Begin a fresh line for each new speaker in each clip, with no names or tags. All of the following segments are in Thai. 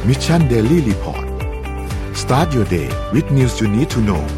Mission Daily Report Start your day with news you need to know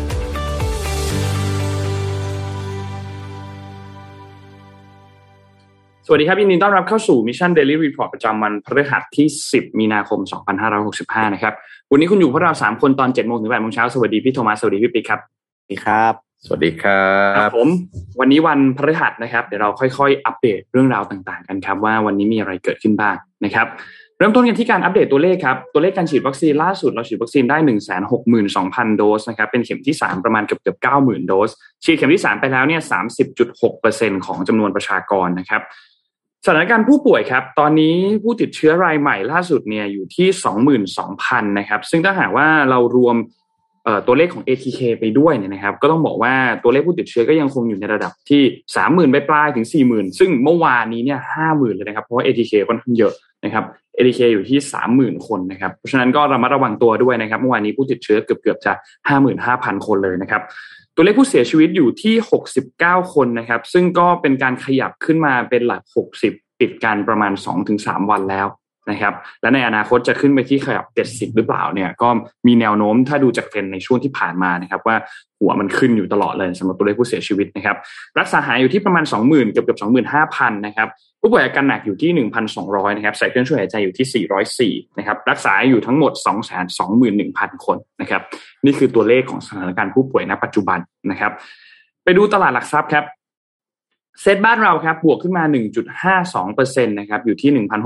สวัสดีครับยินดีต้อนรับเข้าสู่ Mission Daily Report ประจำวันพฤหัสที่10มีนาคม2565นะครับวันนี้คุณอยู่พวกเรา3คนตอน 7:00 นถึง 8:00 นเช้าสวัสดีพี่โทมัสสวัสดีพี่ปิ๊กครับ
สวัสดีครับ
สวัสดีครับ
ผมวันนี้วันพฤหัสนะครับเดี๋ยวเราค่อยๆอัปเดตเรื่องราวต่างๆกันครับว่าวันนี้มีอะไรเกิดขึ้นบ้างนะครับเริ่มต้นกันที่การอัปเดตตัวเลขครับตัวเลขการฉีดวัคซีนล่าสุดเราฉีดวัคซีนได้ 162,000 โดสนะครับเป็นเข็มที่3ประมาณเกือบ 90,000 โดสฉีดเข็มที่3ไปแล้วเนี่ย 30.6% ของจำนวนประชากรนะครับสถานการณ์ผู้ป่วยครับตอนนี้ผู้ติดเชื้อรายใหม่ล่าสุดเนี่ยอยู่ที่ 22,000 นะครับซึ่งถ้าหากว่าเรารวมตัวเลขของ ATK ไปด้วยเนี่ยนะครับก็ต้องบอกว่าตัวเลขผู้ติดเชื้อก็ยังคงอยู่ในระดับที่ 30,000 ปลายๆถึง 40,000 ซึ่งเมื่อวานนี้เนี่ย 50,000 เลยนะครับเพราะว่า ATK ค่อนข้างเยอะนะครับ ATK อยู่ที่ 30,000 คนนะครับเพราะฉะนั้นก็ระมัดระวังตัวด้วยนะครับเมื่อวานนี้ผู้ติดเชื้อเกือบจะ 55,000 คนเลยนะครับตัวเลขผู้เสียชีวิตอยู่ที่69คนนะครับซึ่งก็เป็นการขยับขึ้นมาเป็นหลัก60ติดกันประมาณ 2-3 วันแล้วนะครับและในอนาคตจะขึ้นไปที่ขยับ70หรือเปล่าเนี่ยก็มีแนวโน้มถ้าดูจากเทรนด์ในช่วงที่ผ่านมานะครับว่าหัวมันขึ้นอยู่ตลอดเลยสำหรับตัวเลขผู้เสียชีวิตนะครับรักษาหายอยู่ที่ประมาณ 20,000 เกือบ 25,000 นะครับผู้ป่วยอาการหนักอยู่ที่ 1,200 นะครับใส่เครื่องช่วยหายใจอยู่ที่404นะครับรักษาอยู่ทั้งหมด 221,000 คนนะครับนี่คือตัวเลขของสถานการณ์ผู้ป่วยณปัจจุบันนะครับไปดูตลาดหลักทรัพย์ครับเซ็ตบ้านเราครับบวกขึ้นมา 1.52% นะครับอยู่ที่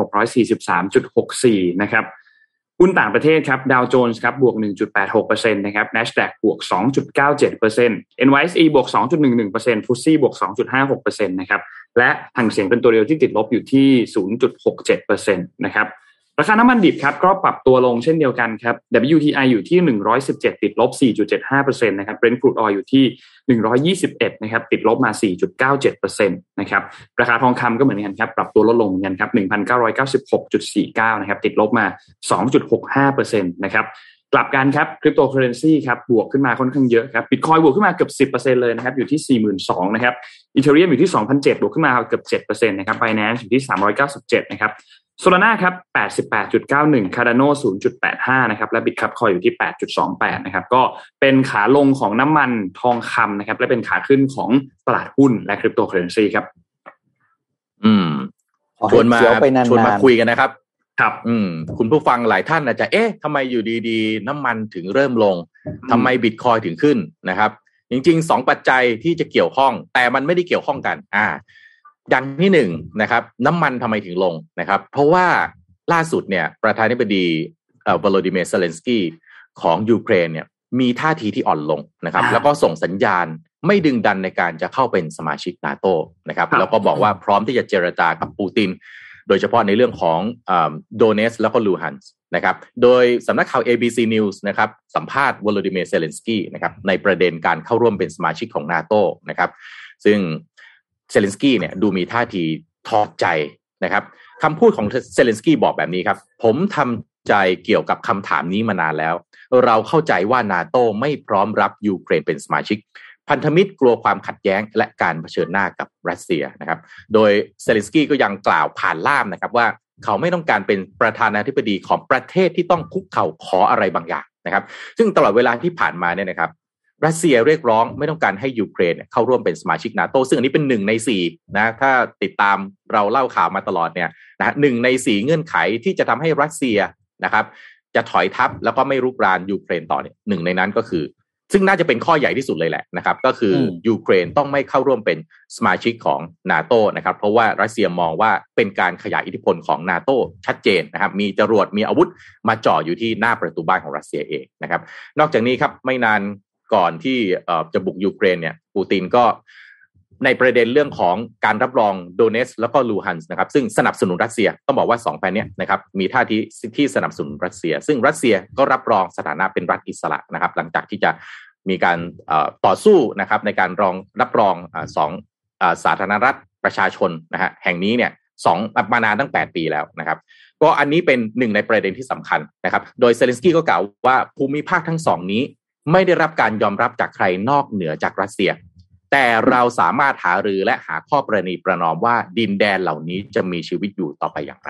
1,643.64 นะครับหุ้นต่างประเทศครับดาวโจนส์ครับบวก 1.86% นะครับ NASDAQ บวก 2.97% NYSE บวก 2.11% FTSE บวก 2.56% นะครับและหั่งเสียงเป็นตัวเดียวที่ติดลบอยู่ที่ 0.67% นะครับราคาน้ำมันดิบครับก็ปรับตัวลงเช่นเดียวกันครับ WTI อยู่ที่117ติดลบ 4.75% นะครับ Brent crude oil อยู่ที่121นะครับติดลบมา 4.97% นะครับราคาทองคำก็เหมือนกันครับปรับตัวลดลงเหมือนกันครับ 1,996.49 นะครับติดลบมา 2.65% นะครับกลับกันครับคริปโตเคอเรนซีครับบวกขึ้นมาค่อนข้างเยอะครับ Bitcoin บวกขึ้นมาเกือบ 10% เลยนะครับอยู่ที่ 42,000 นะครับ Ethereum อยู่ที่ 2,700 บวกขึ้นมาเกือบ 7% นะครับ Binance อยู่ที่397นะครับSolana ครับ 88.91 Cardano 0.85 นะครับและ Bitcoin อยู่ที่ 8.28 นะครับก็เป็นขาลงของน้ำมันทองคำนะครับและเป็นขาขึ้นของตลาดหุ้นและคริปโตเคอเรนซีครับ
ชวนมาคุยกันนะครับ
ครับ
คุณผู้ฟังหลายท่านอาจจะทำไมอยู่ดีๆน้ำมันถึงเริ่มลงทำไม Bitcoin ถึงขึ้นนะครับจริงๆ2ปัจจัยที่จะเกี่ยวข้องแต่มันไม่ได้เกี่ยวข้องกันอย่างที่1นะครับน้ำมันทำไมถึงลงนะครับเพราะว่าล่าสุดเนี่ยประธานาธิบดีวโลดิเมียร์เซเลนสกี้ของยูเครนเนี่ยมีท่าทีที่อ่อนลงนะครับแล้วก็ส่งสัญญาณไม่ดึงดันในการจะเข้าเป็นสมาชิก NATO นะครับแล้วก็บอกว่าพร้อมที่จะเจรจากับปูตินโดยเฉพาะในเรื่องของโดเนสแล้วก็ลูฮันส์นะครับโดยสำนักข่าว ABC News นะครับสัมภาษณ์วโลดิเมียร์เซเลนสกี้นะครับในประเด็นการเข้าร่วมเป็นสมาชิกของ NATO นะครับซึ่งเซเลนสกี้เนี่ยดูมีท่าทีท้อใจนะครับคำพูดของเซเลนสกี้บอกแบบนี้ครับผมทำใจเกี่ยวกับคำถามนี้มานานแล้วเราเข้าใจว่า NATO ไม่พร้อมรับยูเครนเป็นสมาชิกพันธมิตรกลัวความขัดแย้งและการเผชิญหน้ากับรัสเซียนะครับโดยเซเลนสกี้ก็ยังกล่าวผ่านล่ามนะครับว่าเขาไม่ต้องการเป็นประธานาธิบดีของประเทศที่ต้องคุกเข่าขออะไรบางอย่างนะครับซึ่งตลอดเวลาที่ผ่านมาเนี่ยนะครับรัสเซียเรียกร้องไม่ต้องการให้ยูเครนเข้าร่วมเป็นสมาชิก NATO ซึ่งอันนี้เป็น1ใน4นะถ้าติดตามเราเล่าข่าวมาตลอดเนี่ยนะ1ใน4เงื่อนไขที่จะทำให้รัสเซียนะครับจะถอยทัพแล้วก็ไม่รุกรานยูเครนต่อเนี่ย1ในนั้นก็คือซึ่งน่าจะเป็นข้อใหญ่ที่สุดเลยแหละนะครับก็คือยูเครนต้องไม่เข้าร่วมเป็นสมาชิกของ NATO นะครับเพราะว่ารัสเซียมองว่าเป็นการขยายอิทธิพลของ NATO ชัดเจนนะครับมีจรวดมีอาวุธมาจ่ออยู่ที่หน้าประตูบ้านของรัสเซียเองนะครับนอกจากนี้ครับไม่นานก่อนที่จะบุกยูเครนเนี่ยปูตินก็ในประเด็นเรื่องของการรับรองโดเนสแล้วก็ลูฮันส์นะครับซึ่งสนับสนุนรัสเซียต้องบอกว่า2แผ่นนี้นะครับมีท่าทีที่สนับสนุนรัสเซียซึ่งรัสเซียก็รับรองสถานะเป็นรัฐอิสระนะครับหลังจากที่จะมีการต่อสู้นะครับในการรับรองสาธารณรัฐประชาชนนะฮะแห่งนี้เนี่ยมานานตั้ง8ปีแล้วนะครับก็อันนี้เป็นหนึ่งในประเด็นที่สำคัญนะครับโดยเซเลนสกี้ก็กล่าวว่าภูมิภาคทั้ง2นี้ไม่ได้รับการยอมรับจากใครนอกเหนือจากรัสเซียแต่เราสามารถหารือและหาข้อประนีประนอมว่าดินแดนเหล่านี้จะมีชีวิตอยู่ต่อไปอย่างไร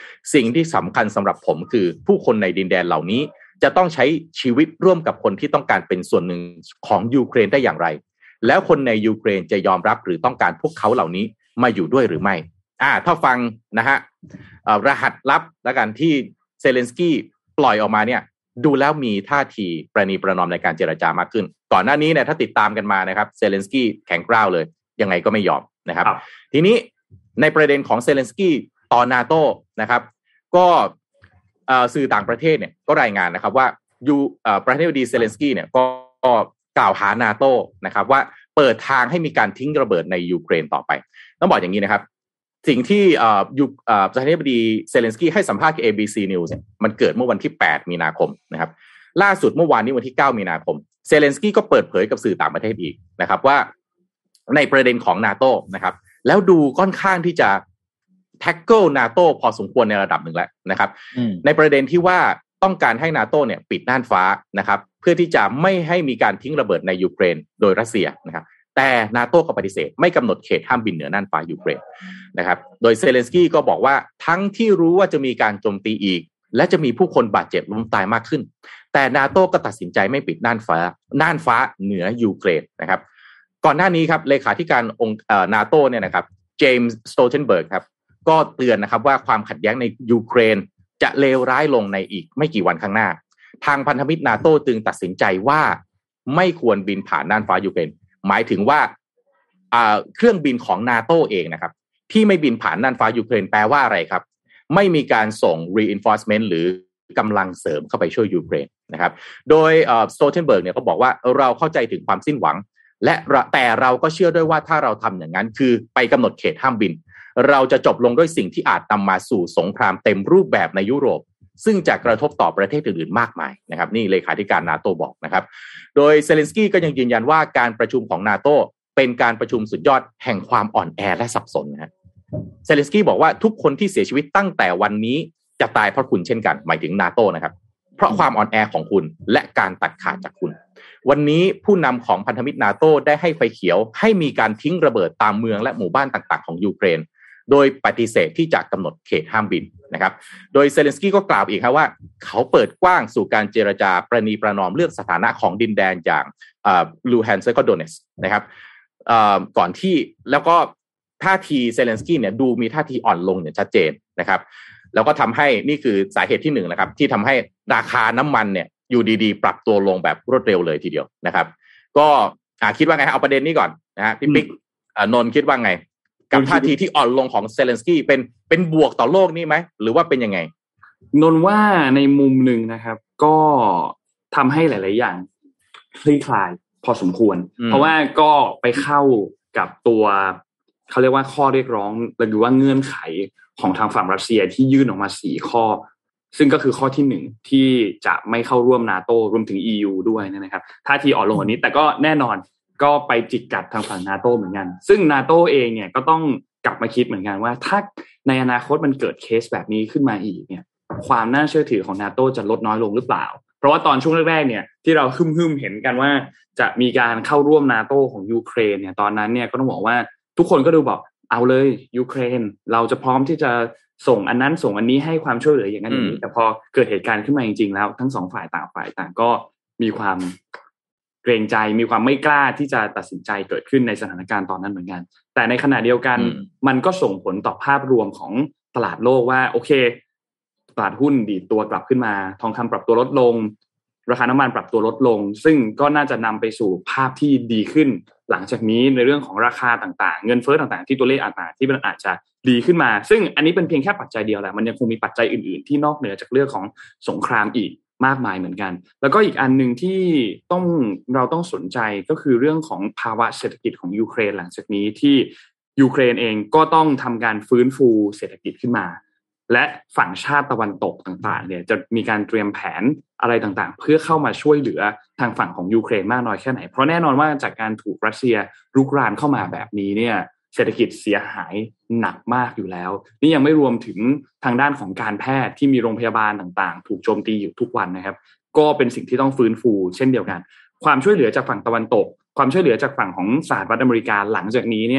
สิ่งที่สำคัญสำหรับผมคือผู้คนในดินแดนเหล่านี้จะต้องใช้ชีวิตร่วมกับคนที่ต้องการเป็นส่วนหนึ่งของยูเครนได้อย่างไรแล้วคนในยูเครนจะยอมรับหรือต้องการพวกเขาเหล่านี้มาอยู่ด้วยหรือไม่ถ้าฟังนะฮะรหัสลับแล้วกันที่เซเลนสกี้ปล่อยออกมาเนี่ยดูแล้วมีท่าทีประนีประนอมในการเจรจามากขึ้นก่อนหน้านี้เนี่ยถ้าติดตามกันมานะครับเซเลนสกี้แข็งกร้าวเลยยังไงก็ไม่ยอมนะครับทีนี้ในประเด็นของเซเลนสกี้ต่อนาโต้นะครับก็สื่อต่างประเทศเนี่ยก็รายงานนะครับว่าประธานาธิบดีเซเลนสกี้เนี่ยก็กล่าวหานาโต้นะครับว่าเปิดทางให้มีการทิ้งระเบิดในยูเครนต่อไปต้องบอกอย่างนี้นะครับสิ่งที่ประธานาธิบดีเซเลนสกี้ให้สัมภาษณ์กับ ABC News เนี่ยมันเกิดเมื่อวันที่8มีนาคมนะครับล่าสุดเมื่อวานนี้วันที่9มีนาคมเซเลนสกี้ก็เปิดเผยกับสื่อต่างประเทศอีกนะครับว่าในประเด็นของ NATO นะครับแล้วดูค่อนข้างที่จะแท็กเกิล NATO พอสมควรในระดับหนึ่งแล้วนะครับในประเด็นที่ว่าต้องการให้ NATO เนี่ยปิดน่านฟ้านะครับเพื่อที่จะไม่ให้มีการทิ้งระเบิดในยูเครนโดยรัสเซียนะครับแต่ NATO ก็ปฏิเสธไม่กำหนดเขตห้ามบินเหนือน่านฟ้ายูเครนนะครับโดยเซเลนสกี้ก็บอกว่าทั้งที่รู้ว่าจะมีการโจมตีอีกและจะมีผู้คนบาดเจ็บล้มตายมากขึ้นแต่ NATO ก็ตัดสินใจไม่ปิดน่านฟ้าเหนือยูเครนนะครับก่อนหน้านี้ครับเลขาธิการองค์NATO เนี่ยนะครับเจมส์สโตเทนเบิร์กครับก็เตือนนะครับว่าความขัดแย้งในยูเครนจะเลวร้ายลงในอีกไม่กี่วันข้างหน้าทางพันธมิตร NATO จึงตัดสินใจว่าไม่ควรบินผ่านน่านฟ้ายูเครนหมายถึงว่าเครื่องบินของ NATO เองนะครับที่ไม่บินผ่านน่านฟ้ายูเครนแปลว่าอะไรครับไม่มีการส่ง reinforcement หรือกำลังเสริมเข้าไปช่วยยูเครนนะครับโดยสโตเทนเบิร์กเนี่ยก็บอกว่าเราเข้าใจถึงความสิ้นหวังแต่เราก็เชื่อด้วยว่าถ้าเราทำอย่างนั้นคือไปกำหนดเขตห้ามบินเราจะจบลงด้วยสิ่งที่อาจนำมาสู่สงครามเต็มรูปแบบในยุโรปซึ่งจะกระทบต่อประเทศอื่นๆมากมายนะครับนี่เลขาธิการ NATO บอกนะครับโดยเซเลนสกี้ก็ยังยืนยันว่าการประชุมของ NATO เป็นการประชุมสุดยอดแห่งความอ่อนแอและสับสนนะฮะเซเลนสกี้บอกว่าทุกคนที่เสียชีวิตตั้งแต่วันนี้จะตายเพราะคุณเช่นกันหมายถึง NATO นะครับเพราะความอ่อนแอของคุณและการตัดขาดจากคุณวันนี้ผู้นำของพันธมิตร NATO ได้ให้ไฟเขียวให้มีการทิ้งระเบิดตามเมืองและหมู่บ้านต่างๆของยูเครนโดยปฏิเสธที่จะกำหนดเขตห้ามบินนะครับโดยเซเลนสกี้ก็กล่าวอีกครับว่าเขาเปิดกว้างสู่การเจรจาประนีประนอมเรื่องสถานะของดินแดนอย่างลูฮันส์และโดเนตส์นะครับก่อนที่แล้วก็ท่าทีเซเลนสกี้เนี่ยดูมีท่าทีอ่อนลงอย่างชัดเจนนะครับแล้วก็ทำให้นี่คือสาเหตุที่1นะครับที่ทำให้ราคาน้ำมันเนี่ยอยู่ดีๆปรับตัวลงแบบรวดเร็วเลยทีเดียวนะครับก็คิดว่าไงเอาประเด็นนี้ก่อนนะฮะพี่ปิ๊กนนท์คิดว่าไงกับท่าทีที่อ่อนลงของเซเลนสกี้เป็นบวกต่อโลกนี่ไหมหรือว่าเป็นยังไง
นนว่าในมุมหนึ่งนะครับก็ทำให้หลายๆอย่างคลี่คลายพอสมควรเพราะว่าก็ไปเข้ากับตัวเขาเรียกว่าข้อเรียกร้องหรือว่าเงื่อนไขของทางฝั่งรัสเซียที่ยื่นออกมา4ข้อซึ่งก็คือข้อที่1ที่จะไม่เข้าร่วม NATO รวมถึง EU ด้วยนะครับท่าทีอ่อนลงกว่านี้แต่ก็แน่นอนก็ไปจิกกัดทางฝั่ง NATO เหมือนกันซึ่ง NATO เองเนี่ยก็ต้องกลับมาคิดเหมือนกันว่าถ้าในอนาคตมันเกิดเคสแบบนี้ขึ้นมาอีกเนี่ยความน่าเชื่อถือของ NATO จะลดน้อยลงหรือเปล่าเพราะว่าตอนช่วงแรกๆเนี่ยที่เราฮึ่มๆเห็นกันว่าจะมีการเข้าร่วม NATO ของยูเครนเนี่ยตอนนั้นเนี่ยก็ต้องบอกว่าทุกคนก็ดูบอกเอาเลยยูเครนเราจะพร้อมที่จะส่งอันนั้นส่งอันนี้ให้ความช่วยเหลืออย่างนั้นอย่างนี้แต่พอเกิดเหตุการณ์ขึ้นมาจริงๆแล้วทั้ง2ฝ่ายต่างก็มีความเกรงใจมีความไม่กล้าที่จะตัดสินใจเกิดขึ้นในสถานการณ์ตอนนั้นเหมือนกันแต่ในขณะเดียวกันมันก็ส่งผลต่อภาพรวมของตลาดโลกว่าโอเคตลาดหุ้นดีดตัวกลับขึ้นมาทองคำปรับตัวลดลงราคาน้ำมันปรับตัวลดลงซึ่งก็น่าจะนำไปสู่ภาพที่ดีขึ้นหลังจากนี้ในเรื่องของราคาต่างๆเงินเฟ้อต่างๆที่ตัวเลขต่างๆที่มันอาจจะดีขึ้นมาซึ่งอันนี้เป็นเพียงแค่ปัจจัยเดียวแหละมันยังคงมีปัจจัยอื่นๆที่นอกเหนือจากเรื่องของสงครามอีกมากมายเหมือนกันแล้วก็อีกอันนึงที่เราต้องสนใจก็คือเรื่องของภาวะเศรษฐกิจของยูเครนหลังจากนี้ที่ยูเครนเองก็ต้องทำการฟื้นฟูเศรษฐกิจขึ้นมาและฝั่งชาติตะวันตกต่างๆเนี่ยจะมีการเตรียมแผนอะไรต่างๆเพื่อเข้ามาช่วยเหลือทางฝั่งของยูเครนมากน้อยแค่ไหนเพราะแน่นอนว่าจากการถูกรัสเซียรุกรานเข้ามาแบบนี้เนี่ยเศรษฐกิจเสียหายหนักมากอยู่แล้วนี่ยังไม่รวมถึงทางด้านของการแพทย์ที่มีโรงพยาบาลต่างๆถูกโจมตีอยู่ทุกวันนะครับก็เป็นสิ่งที่ต้องฟื้นฟูเช่นเดียวกันความช่วยเหลือจากฝั่งตะวันตกความช่วยเหลือจากฝั่งของสหรัฐอเมริกาหลังจากนี้เนี่ย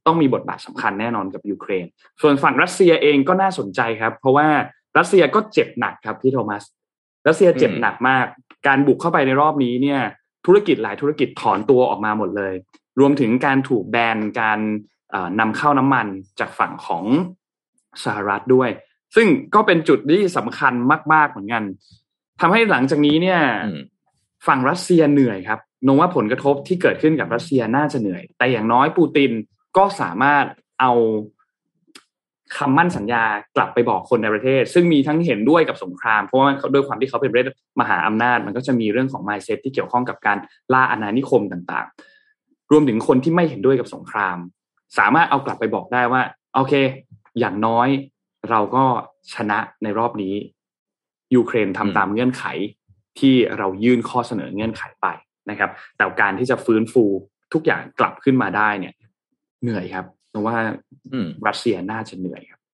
ต้องมีบทบาทสำคัญแน่นอนกับยูเครนส่วนฝั่งรัสเซียเองก็น่าสนใจครับเพราะว่ารัสเซียก็เจ็บหนักครับพี่โทมัสรัสเซียเจ็บหนักมากการบุกเข้าไปในรอบนี้เนี่ยธุรกิจหลายธุรกิจถอนตัวออกมาหมดเลยรวมถึงการถูกแบนการนำเข้าน้ำมันจากฝั่งของสหรัฐด้วยซึ่งก็เป็นจุดที่สำคัญมากๆเหมือนกันทำให้หลังจากนี้เนี่ยฝั่งรัสเซียเหนื่อยครับนงว่าผลกระทบที่เกิดขึ้นกับรัสเซียน่าจะเหนื่อยแต่อย่างน้อยปูตินก็สามารถเอาคำมั่นสัญญากลับไปบอกคนในประเทศซึ่งมีทั้งเห็นด้วยกับสงครามเพราะว่าด้วยความที่เขาเป็นประเทศมหาอำนาจมันก็จะมีเรื่องของ mindset ที่เกี่ยวข้องกับการล่าอาณานิคมต่างๆรวมถึงคนที่ไม่เห็นด้วยกับสงครามสามารถเอากลับไปบอกได้ว่าโอเคอย่างน้อยเราก็ชนะในรอบนี้ยูเครนทำตามเงื่อนไขที่เรายื่นข้อเสนอเงื่อนไขไปนะครับแต่การที่จะฟื้นฟูทุกอย่างกลับขึ้นมาได้เนี่ยเหนื่อยครับเพราะว่ารัสเซียน่าจะเหนื่อยครับ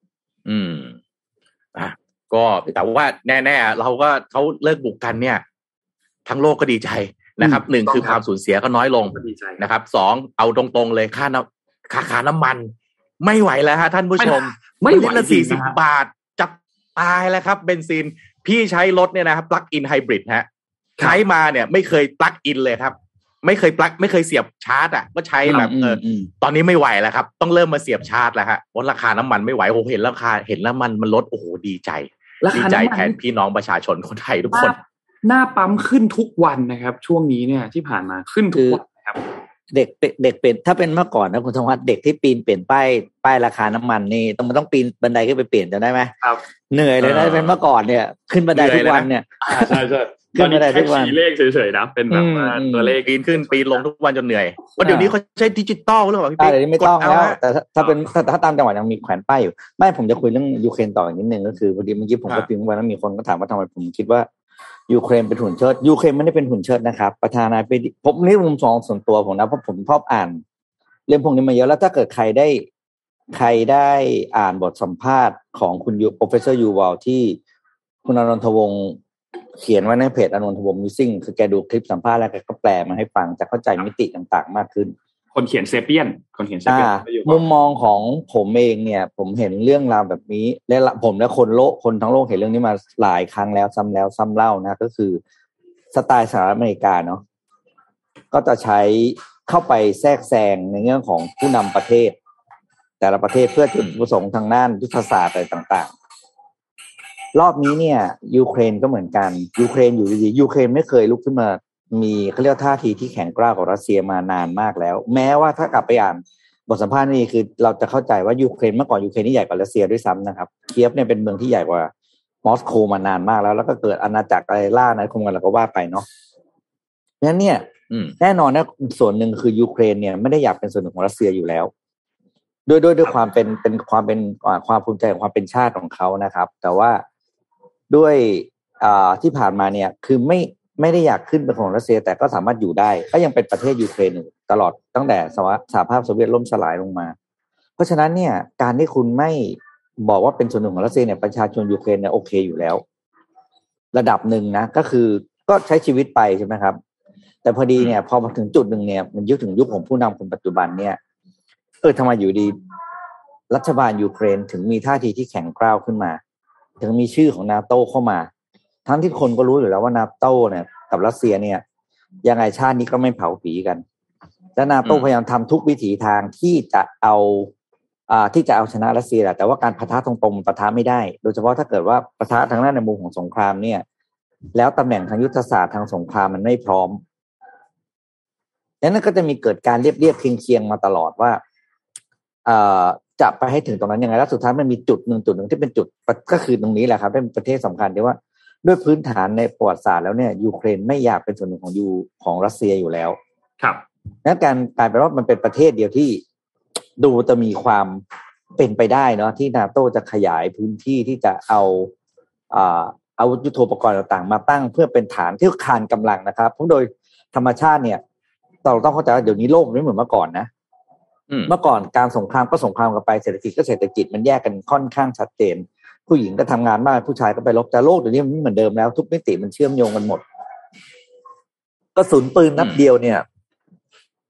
ก็แต่ว่าแน่ๆเราก็เขาเลิกบุกกันเนี่ยทั้งโลกก็ดีใจนะครับหนึ่งคือความสูญเสียก็น้อยลงนะครับสองเอาตรงๆเลยค่าน้ำมันไม่ไหวแล้วฮะท่านผู้ชมไม่ไหวละ40 บาทจะตายแล้วครับเบนซินพี่ใช้รถเนี่ยนะครับปลั๊กอินไฮบริดฮะใช้มาเนี่ยไม่เคยปลั๊กอินเลยครับไม่เคยเสียบชาร์จอ่ะก็ใช้แบบตอนนี้ไม่ไหวแล้วครับต้องเริ่มมาเสียบชาร์จแล้วฮะเพราะราคาน้ำมันไม่ไหวโอ้เห็นน้ำมันลดโอ้โหดีใจแทนพี่น้องประชาชนคนไทยทุกคน
หน้าปั๊มขึ้นทุกวันนะครับช่วงนี้เนี่ยที่ผ่านมาขึ้นทุกวันครับ
เด็กเป็นถ้าเป็นเมื่อก่อนนะคุณธงวัฒน์เด็กที่ปีนเปลี่ยนป้ายราคาน้ำมันนี่ต้องปีนบันไดขึ้นไปเปลี่ยนจะได้ไหมครับเหนื่อยเลยนะเป็นเมื่อก่อนเนี่ยขึ้นบันไดทุกวันเนี่ย
ใช่ตอนนี้แค่ชี้เลขเฉยๆนะเป็นแบบว่าตัวเลข
ปีนขึ้นปีนลงทุกวันจนเหนื่อยว่าเดี๋ยวนี้เขาใช้ดิจิตอลหรือเปล่าพี่ปิ๊ก
ไม่ต้องแล้วแต่ถ้าตามจังหวัดยังมีแขวนป้ายอยู่ไม่ผมจะคุยเรื่องยูเครนต่ออีกนิดนึงก็คือพอดีเมื่อกี้ผมก็พิมพ์ไว้แล้วมีคนก็ถามว่าทำไมผมคิดว่ายูเครนเป็นหุ่นเชิดยูเครนไม่ได้เป็นหุ่นเชิดนะครับประธานาธิบดีผมนี่มุมมองส่วนตัวผมนะเพราะผมชอบอ่านเรื่องพวกนี้มาเยอะแล้วถ้าเกิดใครได้อ่านบทสัมภาษณ์ของคุณโปรเฟสเซอร์ยูวัลที่คุณอานนทวงศ์เขียนไว้ในเพจอานนทวงศ์มิวซิ่งคือแกดูคลิปสัมภาษณ์แล้วแกก็แปลมาให้ฟังจะเข้าใจมิติต่างๆมากขึ้น
คนเขียนเซเปียน
มุมมองของผมเองเนี่ยผมเห็นเรื่องราวแบบนี้และผมและคนทั้งโลกเห็นเรื่องนี้มาหลายครั้งแล้วซ้ำเล่านะก็คือสไตล์สหรัฐอเมริกาเนาะก็จะใช้เข้าไปแทรกแซงในเรื่องของผู้นำประเทศแต่ละประเทศเพื่อจุดประสงค์ทางด้านยุทธศาสตร์อะไรต่างๆรอบนี้เนี่ยยูเครนก็เหมือนกันยูเครนอยู่ดีๆยูเครนไม่เคยลุกขึ้นมามีเขาเรียกท่าทีที่แข็งกร้าวกับรัสเซียมานานมากแล้วแม้ว่าถ้ากลับไปอ่านบทสัมภาษณ์นี่คือเราจะเข้าใจว่ายูเครนเมื่อก่อนยูเครนนี่ใหญ่กว่ารัสเซียด้วยซ้ำนะครับเคียฟเนี่ยเป็นเมืองที่ใหญ่กว่ามอสโกมานานมากแล้วก็เกิดอาณาจักรอะไรล่านะคงกันแล้วก็ว่าไปเนาะงั้นเนี่ยแน่นอนนะส่วนหนึ่งคือยูเครนเนี่ยไม่ได้อยากเป็นส่วนหนึ่งของรัสเซียอยู่แล้วด้วยความเป็นความภูมิใจของความเป็นชาติของเขานะครับแต่ว่าด้วยที่ผ่านมาเนี่ยคือไม่ได้อยากขึ้นเป็นของรัสเซียแต่ก็สามารถอยู่ได้ก็ยังเป็นประเทศยูเครนอยู่ตลอดตั้งแต่สหภาพโซเวียตล่มสลายลงมาเพราะฉะนั้นเนี่ยการที่คุณไม่บอกว่าเป็นส่วนหนึ่งของรัสเซียเนี่ยประชาชนยูเครนเนี่ยโอเคอยู่แล้วระดับหนึ่งนะก็คือก็ใช้ชีวิตไปใช่ไหมครับแต่พอดีเนี่ยพอมาถึงจุดหนึ่งเนี่ยมันยุคถึงยุคของผู้นำคนปัจจุบันเนี่ยทำไมอยู่ดีรัฐบาลยูเครนถึงมีท่าทีที่แข็งกร้าวขึ้นมาถึงมีชื่อของนาโต้เข้ามาทั้งที่คนก็รู้อยู่แล้วว่านาโต้เนี่ยกับรัสเซียเนี่ยยังไงชาตินี้ก็ไม่เผาผีกันและนาโต้พยายามทำทุกวิถีทางที่จะเอาชนะรัสเซียแหละแต่ว่าการปะทะตรงๆปะทะไม่ได้โดยเฉพาะถ้าเกิดว่าปะทะทางด้านในมุมของสงครามเนี่ยแล้วตำแหน่งทางยุทธศาสตร์ทางสงครามมันไม่พร้อมนั้นก็จะมีเกิดการเรียบเคียงมาตลอดว่าจะไปให้ถึงตรงนั้นยังไงแล้วสุดท้ายมันมีจุดหนึ่งที่เป็นจุดก็คือตรงนี้แหละครับเป็นประเทศสำคัญที่ว่าด้วยพื้นฐานในประวัติศาสตร์แล้วเนี่ยยูเครนไม่อยากเป็นส่วนหนึ่งของรัสเซียอยู่แล้ว
ครับ
นั้นการกลายเป็นว่ามันเป็นประเทศเดียวที่ดูจะมีความเป็นไปได้เนาะที่นาโต้จะขยายพื้นที่ที่จะเอาอาวุธยุทโธปกรณ์ต่างๆมาตั้งเพื่อเป็นฐานที่คานกำลังนะครับเพราะโดยธรรมชาติเนี่ยเราต้องเข้าใจว่าเดี๋ยวนี้โลกไม่เหมือนเมื่อก่อนนะเมื่อก่อนการสงครามก็สงครามกันไปเศรษฐกิจก็เศรษฐกิจมันแยกกันค่อนข้างชัดเจนผู้หญิงก็ทำงานบ้านผู้ชายก็ไปรบแต่โลกเดี๋ยวนี้มันไม่เหมือนเดิมแล้วทุกมิติมันเชื่อมโยงกันหมดกระสุนปืนนัดเดียวเนี่ย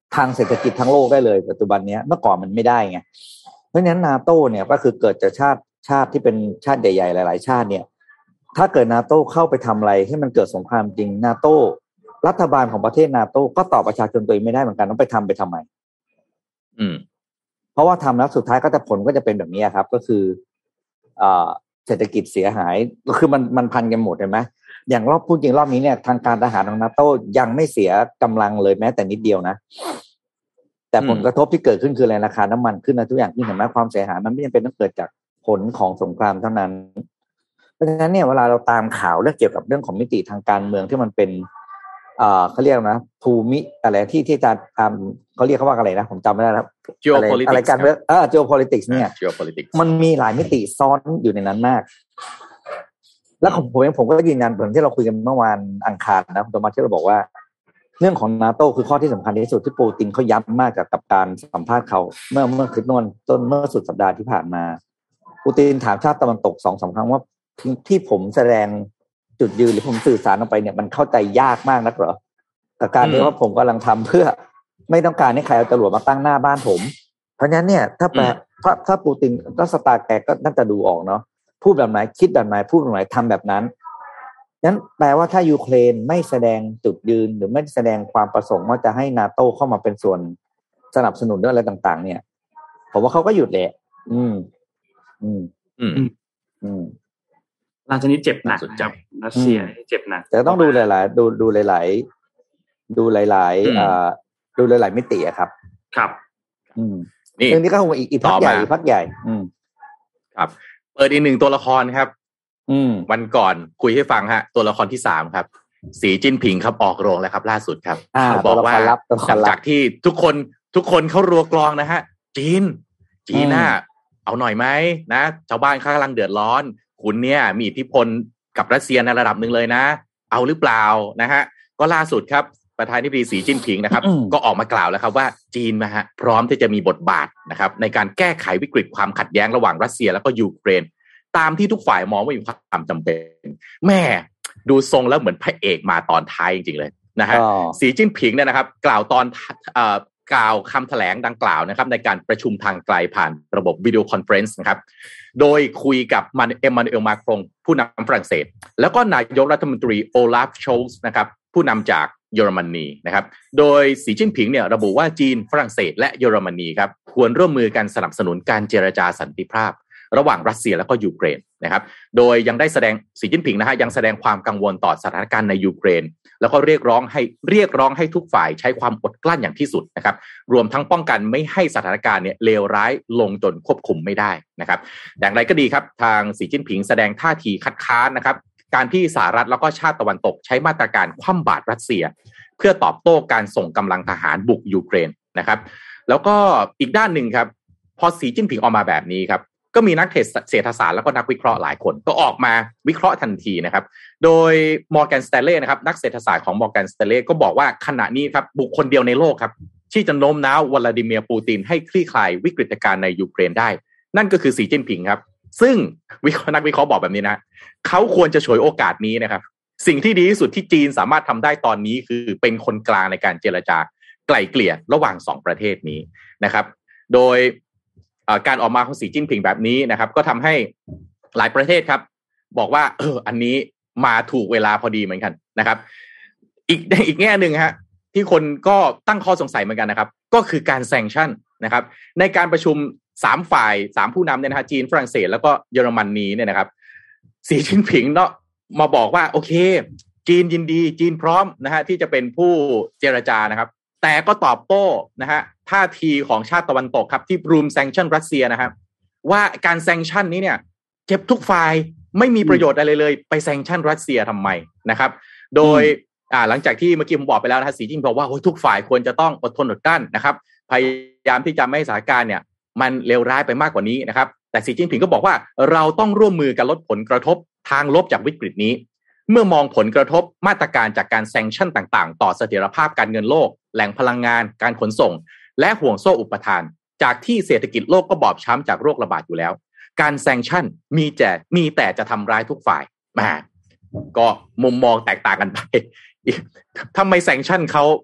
ทางเศรษฐกิจทั้งโลกได้เลยปัจจุบันนี้เมื่อก่อนมันไม่ได้ไงเพราะฉะนั้น NATO เนี่ยก็คือเกิดจากชาติที่เป็นชาติใหญ่ๆหลายๆชาติเนี่ยถ้าเกิด NATO เข้าไปทำอะไรให้มันเกิดสงครามจริง NATO รัฐบาลของประเทศ NATO ก็ตอบประชาชนตัวเองไม่ได้เหมือนกันต้องไปทำไมเพราะว่าทำแล้วสุดท้ายก็จะผลก็จะเป็นแบบนี้ครับก็คือเศรษฐกิจเสียหายคือมันพันกันหมดเห็นไหมอย่างพูดจริงรอบนี้เนี่ยทางการทหารของ NATO ยังไม่เสียกำลังเลยแม้แต่นิดเดียวนะแต่ผลกระทบที่เกิดขึ้นคืออะไรราคาน้ำมันขึ้นนะทุกอย่างที่เห็นไหมความเสียหายมันไม่จำเป็นต้องเกิดจากผลของสงครามเท่านั้นเพราะฉะนั้นเนี่ยเวลาเราตามข่าวเรื่องเกี่ยวกับเรื่องของมิติทางการเมืองที่มันเป็นเขาเรียกนะภูมิอะไรที่อาจารย์เขาเรียกเขาว่าอะไรนะผมจำไม่ได้แล้วอะไรการเมืองgeopolitics เนี่ย มันมีหลายมิติซ้อนอยู่ในนั้นมากแล้วผมก็ยืนยันเหมือนที่เราคุยกันเมื่อวานอังคารนะคุณโทมัสที่เราบอกว่าเรื่องของ NATO คือข้อที่สำคัญที่สุดที่ปูตินเขาย้ำมากกับการสัมภาษณ์เขาเมื่อคลิปเมื่อสุดสัปดาห์ที่ผ่านมาปูตินถามชาติตะวันตก 2-3 ครั้งว่าที่ผมแสดงจุดยืนหรือผมสื่อสารออกไปเนี่ยมันเข้าใจยากมากนักเหรอกับการที่ว่าผมกำลังทำเพื่อไม่ต้องการให้ใครเอาจรวดมาตั้งหน้าบ้านผมเพราะฉะนั้นเนี่ยถ้าปูตินก็สตาร์แกก็น่าจะดูออกเนาะพูดแบบไหนคิดแบบไหนพูดแบบไหนทำแบบนั้นนั้นแปลว่าถ้ายูเครนไม่แสดงจุดยืนหรือไม่แสดงความประสงค์ว่าจะให้ NATO เข้ามาเป็นส่วนสนับสนุนเรื่องอะไรต่างๆเนี่ยผมว่าเขาก็หยุดแหละ
หลังจากนี้เจ็บหนักจากรัสเซียเจ็บหนัก
แต่ต้องดูหลายๆดูหลายมิติอะครับ
ครับ
นี่เรื่องนี้ก็คงอีกพักใหญ่
ครับเปิดอีกหนึ่งตัวละครครับวันก่อนคุยให้ฟังฮะตัวละครที่3ครับสีจิ้นผิงครับออกโรงแล้วครับล่าสุดครับบอกว่าจากที่ทุกคนเขารัวกลองนะฮะจีนน่ะเอาหน่อยไหมนะชาวบ้านเขากำลังเดือดร้อนคุณเนี่ยมีอิทธิพลกับรัสเซียในระดับหนึ่งเลยนะเอาหรือเปล่านะฮะก็ล่าสุดครับประธานาธิบดีสีจิ้นผิงนะครับก็ออกมากล่าวแล้วครับว่าจีนนะฮะพร้อมที่จะมีบทบาทนะครับในการแก้ไขวิกฤตความขัดแย้งระหว่างรัสเซียแล้วก็ยูเครนตามที่ทุกฝ่ายมองว่ามีความจำเป็นแม่ดูทรงแล้วเหมือนพระเอกมาตอนท้ายจริงๆเลยนะฮะสีจิ้นผิงเนี่ยนะครับกล่าวคำแถลงดังกล่าวนะครับในการประชุมทางไกลผ่านระบบวิดีโอคอนเฟอเรนซ์นะครับโดยคุยกับเอมมานูเอลมาครงผู้นำฝรั่งเศสแล้วก็นายกรัฐมนตรีโอลาฟโชลส์นะครับผู้นำจากเยอรมนีนะครับโดยสีจิ้นผิงเนี่ยระบุว่าจีนฝรั่งเศสและเยอรมนีครับควรร่วมมือกันสนับสนุนการเจรจาสันติภาพระหว่างรัสเซียและก็ยูเครนนะครับโดยยังได้สีจิ้นผิงนะฮะยังแสดงความกังวลต่อสถานการณ์ในยูเครนแล้วก็เรียกร้องให้ทุกฝ่ายใช้ความอดกลั้นอย่างที่สุดนะครับรวมทั้งป้องกันไม่ให้สถานการณ์เนี่ยเลวร้ายลงจนควบคุมไม่ได้นะครับอย่างไรก็ดีครับทางสีจิ้นผิงแสดงท่าทีคัดค้านนะครับการที่สหรัฐแล้วก็ชาติตะวันตกใช้มาตรการคว่ำบาตรรัสเซียเพื่อตอบโต้การส่งกำลังทหารบุกยูเครนนะครับแล้วก็อีกด้านหนึ่งครับพอสีจิ้นผิงออกมาแบบนี้ครับก็มีนักเศรษฐศาสตร์แล้วก็นักวิเคราะห์หลายคนก็ออกมาวิเคราะห์ทันทีนะครับโดย Morgan Stanley นะครับนักเศรษฐศาสตร์ของ Morgan Stanley ก็บอกว่าขณะนี้ครับบุคคลเดียวในโลกครับที่จะโน้มน้าววลาดิเมียร์ปูตินให้คลี่คลายวิกฤตการณ์ในยูเครนได้นั่นก็คือสีจิ้นผิงครับซึ่งนักวิเคราะห์บอกแบบนี้นะเขาควรจะฉวยโอกาสนี้นะครับสิ่งที่ดีที่สุดที่จีนสามารถทำได้ตอนนี้คือเป็นคนกลางในการเจรจาไกล่เกลี่ยระหว่าง2ประเทศนี้นะครับโดยการออกมาของสีจิ้นผิงแบบนี้นะครับก็ทำให้หลายประเทศครับบอกว่าอันนี้มาถูกเวลาพอดีเหมือนกันนะครับอีกแง่หนึ่งฮะที่คนก็ตั้งข้อสงสัยเหมือนกันนะครับก็คือการแซงชั่นนะครับในการประชุม3ฝ่าย3ผู้นำเนี่ยนะฮะจีนฝรั่งเศสแล้วก็เยอรมนีเนี่ยนะครับสีจิ้นผิงเนาะมาบอกว่าโอเคจีนยินดีจีนพร้อมนะฮะที่จะเป็นผู้เจรจานะครับแต่ก็ตอบโต้นะฮะท่าทีของชาติตะวันตกครับที่รุมแซงชั่นรัสเซียนะครับว่าการแซงชั่นนี้เนี่ยเจ็บทุกฝ่ายไม่มีประโยชน์อะไรเลยไปแซงชั่นรัสเซียทำไมนะครับโดยหลังจากที่เมื่อกี้ผมบอกไปแล้วนะฮะสีจิ้นผิงบอกว่าทุกฝ่ายควรจะต้องอดทนอดกลั้นนะครับพยายามที่จะไม่ให้สถานการณ์เนี่ยมันเลวร้ายไปมากกว่านี้นะครับแต่สีจิ้นผิงก็บอกว่าเราต้องร่วมมือกันลดผลกระทบทางลบจากวิกฤตนี้เมื่อมองผลกระทบมาตรการจากการแซงชั่นต่างๆต่อเสถียรภาพการเงินโลกแหล่งพลังงานการขนส่งและห่วงโซ่อุปทานจากที่เศรษฐกิจโลกก็บอบช้ำจากโรคระบาดอยู่แล้วการแซงชั่นมีแต่จะทำร้ายทุกฝ่ายก็มุมมองแตกต่างกันไปทำไมแซงชั่นเขา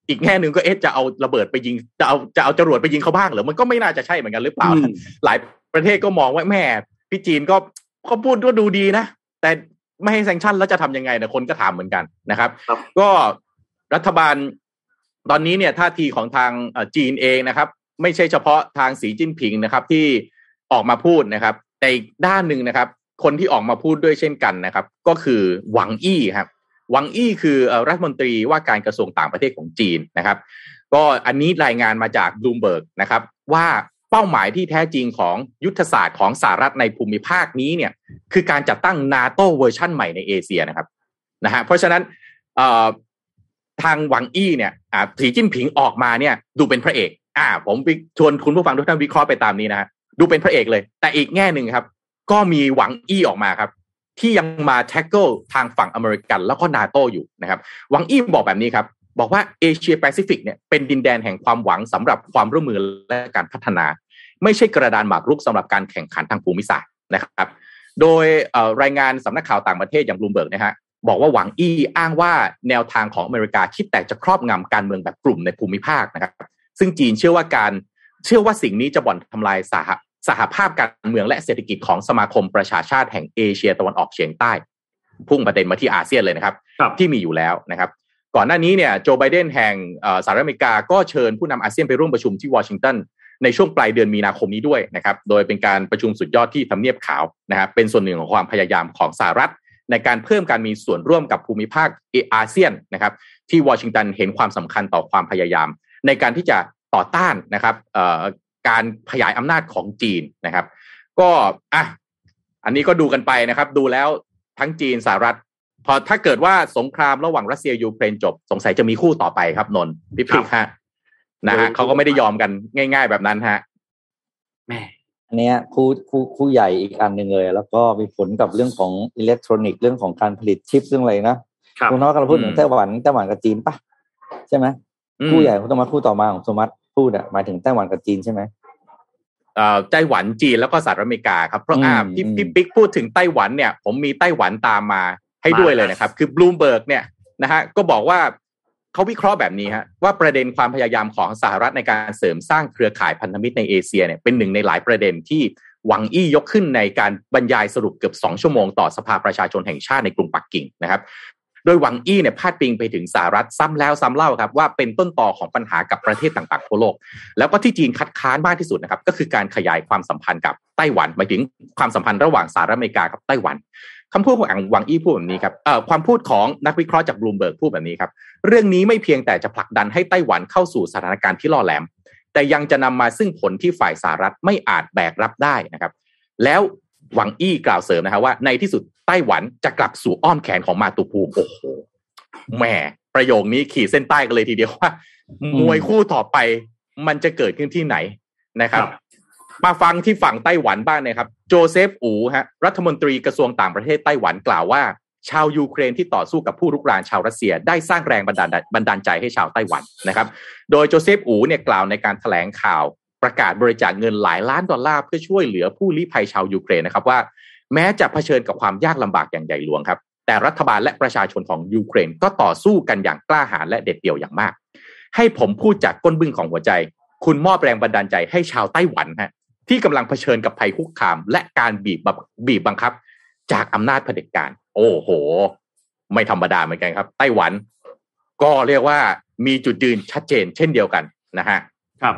อีกแง่นึงก็จะเอาระเบิดไปยิงจะเอาจรวดไปยิงเขาบ้างเหรอมันก็ไม่น่าจะใช่เหมือนกันหรือเปล่าหลายประเทศก็มองว่าแม่พี่จีนก็พูดก็ดูดีนะแต่ไม่ให้แซงชั่นแล้วจะทำยังไงนะคนก็ถามเหมือนกันนะครับก็รัฐบาลตอนนี้เนี่ยท่าทีของทางจีนเองนะครับไม่ใช่เฉพาะทางสีจิ้นผิงนะครับที่ออกมาพูดนะครับแต่อีกด้านหนึ่งนะครับคนที่ออกมาพูดด้วยเช่นกันนะครับก็คือหวังอี้ครับหวังอี้คือรัฐมนตรีว่าการกระทรวงต่างประเทศของจีนนะครับก็อันนี้รายงานมาจากบลูมเบิร์กนะครับว่าเป้าหมายที่แท้จริงของยุทธศาสตร์ของสหรัฐในภูมิภาคนี้เนี่ยคือการจัดตั้ง NATO เวอร์ชั่นใหม่ในเอเชียนะครับเพราะฉะนั้นทางหวังอี้เนี่ยสีจิ้นผิงออกมาเนี่ยดูเป็นพระเอกผมชวนคุณผู้ฟังทุกท่านวิเคราะห์ไปตามนี้นะดูเป็นพระเอกเลยแต่อีกแง่หนึ่งครับก็มีหวังอี้ออกมาครับที่ยังมาแท็กเกิลทางฝั่งอเมริกันแล้วก็ NATO อยู่นะครับหวังอี้บอกแบบนี้ครับบอกว่าเอเชียแปซิฟิกเนี่ยเป็นดินแดนแห่งความหวังสำหรับความร่วมมือและการพัฒนาไม่ใช่กระดานหมากรุกสำหรับการแข่งขันทางภูมิศาสตร์นะครับโดยรายงานสำนักข่าวต่างประเทศอย่างบลูมเบิร์กนะฮะบอกว่าหวังอี้อ้างว่าแนวทางของอเมริกาคิดแต่จะครอบงำการเมืองแบบกลุ่มในภูมิภาคนะครับซึ่งจีนเชื่อว่าสิ่งนี้จะบ่อนทำลายสหภาพการเมืองและเศรษฐกิจของสมาคมประชาชาติแห่งเอเชียตะวันออกเฉียงใต้พุ่งประเด็นมาที่อาเซียนเลยนะครับที่มีอยู่แล้วนะครับก่อนหน้านี้เนี่ยโจไบเดนแห่งสหรัฐอเมริกาก็เชิญผู้นำอาเซียนไปร่วมประชุมที่วอชิงตันในช่วงปลายเดือนมีนาคมนี้ด้วยนะครับโดยเป็นการประชุมสุดยอดที่ทำเนียบขาวนะครับเป็นส่วนหนึ่งของความพยายามของสหรัฐในการเพิ่มการมีส่วนร่วมกับภูมิภาคอาเซียนนะครับที่วอชิงตันเห็นความสำคัญต่อความพยายามในการที่จะต่อต้านนะครับการขยายอำนาจของจีนนะครับก็อันนี้ก็ดูกันไปนะครับดูแล้วทั้งจีนสหรัฐพอถ้าเกิดว่าสงครามระหว่างรัสเซียยูเครนจบสงสัยจะมีคู่ต่อไปครับนนท์พี่พิกฮะนะฮะเขาก็ไม่ได้ยอมกันง่ายๆแบบนั้นฮะ
แม่
อันเนี้ยคู่ใหญ่อีกอันหนึ่งเลยแล้วก็มีผลกับเรื่องของอิเล็กทรอนิกส์เรื่องของการผลิตชิปเรื่องอะไรนะคุณน้องกำลังพูดถึงไต้หวันกับจีนปะใช่ไหมคู่ใหญ่คุณต้องมาคู่ต่อมาของสมัติพูดหมายถึงไต้หวันกับจีนใช่ไหม
ไต้หวันจีนแล้วก็สหรัฐอเมริกาครับเพราะพี่ปิ๊กพูดถึงไต้หวันเนี่ยผมมีไต้หวันตามมาให้ด้วยเลยนะครับคือบลูมเบิร์กเนี่ยนะฮะก็บอกว่าเขาวิเคราะห์แบบนี้ฮะว่าประเด็นความพยายามของสหรัฐในการเสริมสร้างเครือข่ายพันธมิตรในเอเชียเนี่ยเป็นหนึ่งในหลายประเด็นที่หวังอี้ยกขึ้นในการบรรยายสรุปเกือบ2 ชั่วโมงต่อสภาประชาชนแห่งชาติในกรุงปักกิ่งนะครับโดยหวังอี้เนี่ยพาดพิงไปถึงสหรัฐซ้ำแล้วซ้ำเล่าครับว่าเป็นต้นตอของปัญหากับประเทศต่างๆทั่วโลกแล้วก็ที่จีนคัดค้านมากที่สุดนะครับก็คือการขยายความสัมพันธ์กับไต้หวันหมายถึงความสัมพันธ์ระหว่างสหรัฐอเมริกากับไต้หวันคำพูดของหวังอี้พูดแบบนี้ครับความพูดของนักวิเคราะห์จากบลูมเบิร์กพูดแบบนี้ครับเรื่องนี้ไม่เพียงแต่จะผลักดันให้ไต้หวันเข้าสู่สถานการณ์ที่ล่อแหลมแต่ยังจะนำมาซึ่งผลที่ฝ่ายสหรัฐไม่อาจแบกรับได้นะครับแล้วหวังอี้กล่าวเสริมนะครับว่าในที่สุดไต้หวันจะกลับสู่อ้อมแขนของมาตุภูมิโอ้โหแหมประโยคนี้ขีดเส้นใต้กันเลยทีเดียวว่ามวยคู่ต่อไปมันจะเกิดขึ้นที่ไหนนะครับมาฟังที่ฝั่งไต้หวันบ้างนะครับโจเซฟอู๋ฮะรัฐมนตรีกระทรวงต่างประเทศไต้หวันกล่าวว่าชาวยูเครนที่ต่อสู้กับผู้รุกรานชาวรัสเซียได้สร้างแรงบันดาลใจให้ชาวไต้หวันนะครับโดยโจเซฟอู๋เนี่ยกล่าวในการแถลงข่าวประกาศบริจาคเงินหลายล้านดอลลาร์เพื่อช่วยเหลือผู้ลี้ภัยชาวยูเครนนะครับว่าแม้จะเผชิญกับความยากลำบากอย่างใหญ่หลวงครับแต่รัฐบาลและประชาชนของยูเครนก็ต่อสู้กันอย่างกล้าหาญและเด็ดเดี่ยวอย่างมากให้ผมพูดจากก้นบึ้งของหัวใจคุณมอบแรงบันดาลใจให้ชาวไต้หวันฮะที่กำลังเผชิญกับภัยคุกคามและการบีบบังคับจากอำนาจเผด็จการโอ้โหไม่ธรรมดาเหมือนกันครับไต้หวันก็เรียกว่ามีจุดยืนชัดเจนเช่นเดียวกันนะฮะ
ครับ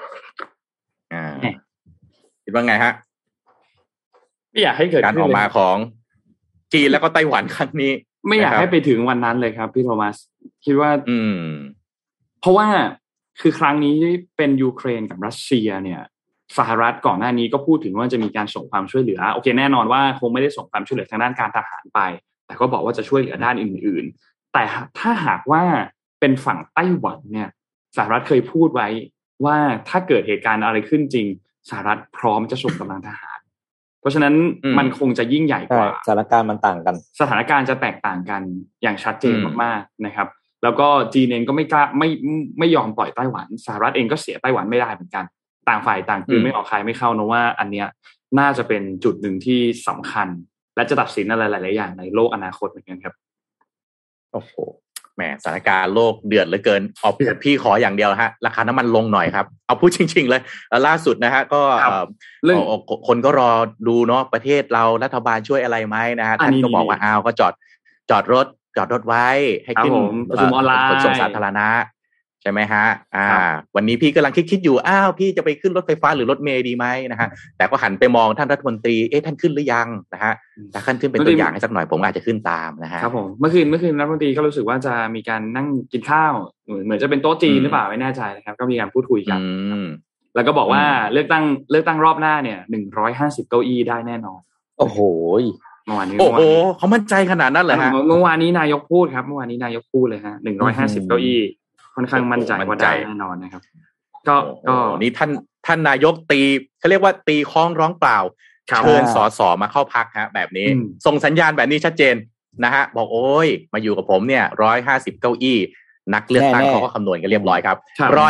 คิดว่าไงฮะ
ไม่อยากให้เกิด
การออกมาของจีนแล้วก็ไต้หวันครั้งนี้
ไม่อยากให้ไปถึงวันนั้นเลยครับพี่โทมัสคิดว่าเพราะว่าคือครั้งนี้เป็นยูเครนกับรัสเซียเนี่ยสหรัฐก่อนหน้านี้ก็พูดถึงว่าจะมีการส่งความช่วยเหลือโอเคแน่นอนว่าคงไม่ได้ส่งความช่วยเหลือทางด้านการทหารไปแต่ก็บอกว่าจะช่วยเหลือด้านอื่นๆแต่ถ้าหากว่าเป็นฝั่งไต้หวันเนี่ยสหรัฐเคยพูดไว้ว่าถ้าเกิดเหตุการณ์อะไรขึ้นจริงสหรัฐพร้อมจะส่งกำลังทหารเพราะฉะนั้นมันคงจะยิ่งใหญ่กว่า
สถานการณ์มันต่างกัน
สถานการณ์จะแตกต่างกันอย่างชัดเจนมากๆนะครับแล้วก็จีนเองก็ไม่กล้าไม่ยอมปล่อยไต้หวันสหรัฐเองก็เสียไต้หวันไม่ได้เหมือนกันต่างฝ่ายต่างคือไม่ออกใครไม่เข้านะว่าอันเนี้ยน่าจะเป็นจุดหนึ่งที่สำคัญและจะตัดสินอะไรหลายๆอย่างในโลกอนาคตเหมือนกันครับ
โอ้โห
แหมสถานการณ์โลกเดือดเหลือเกินเอาพี่ขออย่างเดียวฮะราคาน้ำมันลงหน่อยครับเอาพูดจริงๆเลยล่าสุดนะฮะก็คนก็รอดูเนาะประเทศเรารัฐบาลช่วยอะไรไหมนะฮะท่านก็บอกว่าอ้าวก็จอดรถไว้ให้ขึ้น
ประชุมออนไลน์
ขนส่งสาธารณะใช่ไหมฮะวันนี้พี่กำลังคิดอยู่อ้าวพี่จะไปขึ้นรถไฟฟ้าหรือรถเมล์ดีไหมนะฮะแต่ก็หันไปมองท่านรัฐมนตรีท่านขึ้นหรือยังนะฮะถ้าท่านขึ้นเป็นตัวอย่างให้สักหน่อยผมอาจจะขึ้นตามนะฮะ
ครับผมเมื่อคืนรัฐมนตรีก็รู้สึกว่าจะมีการนั่งกินข้าวเหมือนจะเป็นโต๊ะจีนหรือเปล่าไม่แน่ใจนะครับก็มีการพูดคุยกันแล้วก็บอกว่าเลือกตั้งรอบหน้าเนี่ย150เก้าอี้ได้แน่นอน
โอ้โห
เมื่อวานนี้
เขามั่นใจขนาดนั้นเหรอฮะ
เมื่อวานนี้นายกพูดครับเมื่อวานนี้นายกพูดเลยฮะ150เก้าอี้ค่อนข้างมั่นใจว่าได้แน่นอนนะครับก็
นี่ท่านนายกตีเขาเรียกว่าตีคล้องร้องเปล่าเชิญสสมาเข้าพักฮะแบบนี้ส่งสัญญาณแบบนี้ชัดเจนนะฮะบอกโอ้ยมาอยู่กับผมเนี่ย150เก้าอี้นักเลือกตั้งเขาก็คำนวณกันเรียบร้อยครับ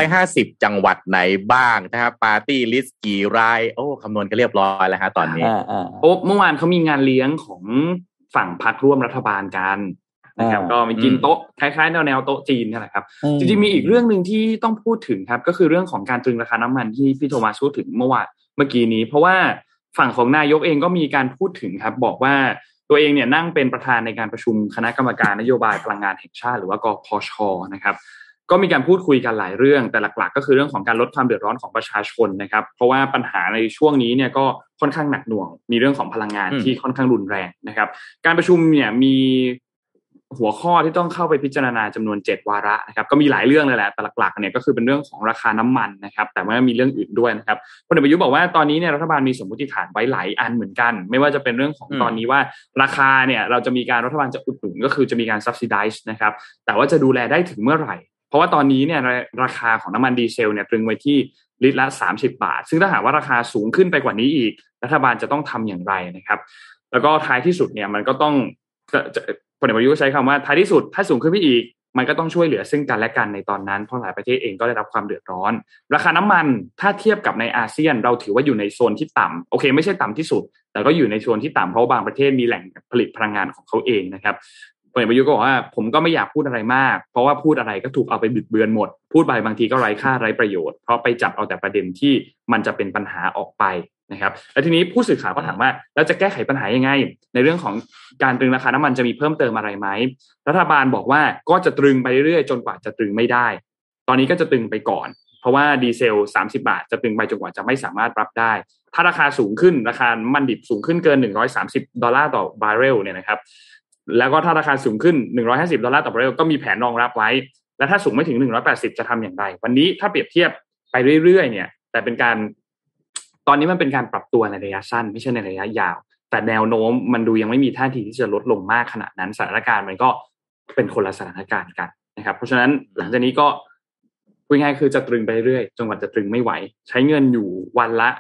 150จังหวัดไหนบ้างนะครับปาร์ตี้ลิสต์กี่รายคำนวณกันเรียบร้อยแล้วฮะตอนนี้
เมื่อวานเขามีงานเลี้ยงของฝั่งพรรคร่วมรัฐบาลกันนะครับก็มีกินโต๊ะคล้ายๆแนวโต๊ะจีนนี่แหละครับจริงๆมีอีกเรื่องนึงที่ต้องพูดถึงครับก็คือเรื่องของการตรึงราคาน้ำมันที่พี่โทมัสพูดถึงเมื่อกี้นี้เพราะว่าฝั่งของนายกเองก็มีการพูดถึงครับบอกว่าตัวเองเนี่ยนั่งเป็นประธานในการประชุมคณะกรรมการนโยบายพลังงานแห่งชาติหรือว่ากพช.นะครับก็มีการพูดคุยกันหลายเรื่องแต่หลักๆก็คือเรื่องของการลดความเดือดร้อนของประชาชนนะครับเพราะว่าปัญหาในช่วงนี้เนี่ยก็ค่อนข้างหนักหน่วงมีเรื่องของพลังงานที่ค่อนข้างรุนแรงนะครับการประชุมเนี่ยมีหัวข้อที่ต้องเข้าไปพิจารณาจำนวน7วาระนะครับก็มีหลายเรื่องเลยแหละแต่หลักๆเนี่ยก็คือเป็นเรื่องของราคาน้ำมันนะครับแต่ว่ามีเรื่องอื่นด้วยนะครับพลเอกประยุทธ์บอกว่าตอนนี้เนี่ยรัฐบาลมีสมมติฐานไว้หลายอันเหมือนกันไม่ว่าจะเป็นเรื่องของตอนนี้ว่าราคาเนี่ยเราจะมีการรัฐบาลจะอุดหนุนก็คือจะมีการ subsidize นะครับแต่ว่าจะดูแลได้ถึงเมื่อไหร่เพราะว่าตอนนี้เนี่ยราคาของน้ำมันดีเซลเนี่ยตรึงไว้ที่ลิตรละ30 บาทซึ่งถ้าหากว่าราคาสูงขึ้นไปกว่านี้อีกรัฐบาลจะต้องทำอย่างไรนะครับแล้วก็ท้ายที่สุดเนี่ยมันก็ต้องพลเอกประยุทธ์ใช้คำว่าท้ายที่สุดถ้าสูงขึ้นไปอีกมันก็ต้องช่วยเหลือซึ่งกันและกันในตอนนั้นเพราะหลายประเทศเองก็ได้รับความเดือดร้อนราคาน้ำมันถ้าเทียบกับในอาเซียนเราถือว่าอยู่ในโซนที่ต่ำโอเคไม่ใช่ต่ำที่สุดแต่ก็อยู่ในโซนที่ต่ำเพราะบางประเทศมีแหล่งผลิตพลังงานของเขาเองนะครับพลเอกประยุทธ์ก็บอกว่าผมก็ไม่อยากพูดอะไรมากเพราะว่าพูดอะไรก็ถูกเอาไปบิดเบือนหมดพูดไปบางทีก็ไร้ค่าไร้ประโยชน์เพราะไปจับเอาแต่ประเด็นที่มันจะเป็นปัญหาออกไปนะครับแล้วทีนี้ผู้สื่อข่าวก็ถามว่าแล้วจะแก้ไขปัญหายังไงในเรื่องของการตรึงราคาน้ำมันจะมีเพิ่มเติมอะไรไหมรัฐบาลบอกว่าก็จะตรึงไปเรื่อยๆจนกว่าจะตรึงไม่ได้ตอนนี้ก็จะตรึงไปก่อนเพราะว่าดีเซล30 บาทจะตรึงไปจนกว่าจะไม่สามารถรับได้ถ้าราคาสูงขึ้นราคาน้ำมันดิบสูงขึ้นเกิน$130ต่อบาร์เรลเนี่ยนะครับแล้วก็ถ้าราคาสูงขึ้น$150ต่อบาร์เรลก็มีแผนรองรับไว้และถ้าสูงไม่ถึง180จะทำอย่างไรวันนี้ถ้าเปรียบเทียบไปเรื่อยๆเนี่ยแต่เป็นการตอนนี้มันเป็นการปรับตัวในระยะสั้นไม่ใช่ในระยะยาวแต่แนวโน้มมันดูยังไม่มีท่าทีที่จะลดลงมากขนาดนั้นสถานการณ์มันก็เป็นคนละสถานการณ์กันนะครับเพราะฉะนั้นหลังจากนี้ก็พูดง่ายคือจะตรึงไปเรื่อยจนกว่าจะตรึงไม่ไหวใช้เงินอยู่วันละ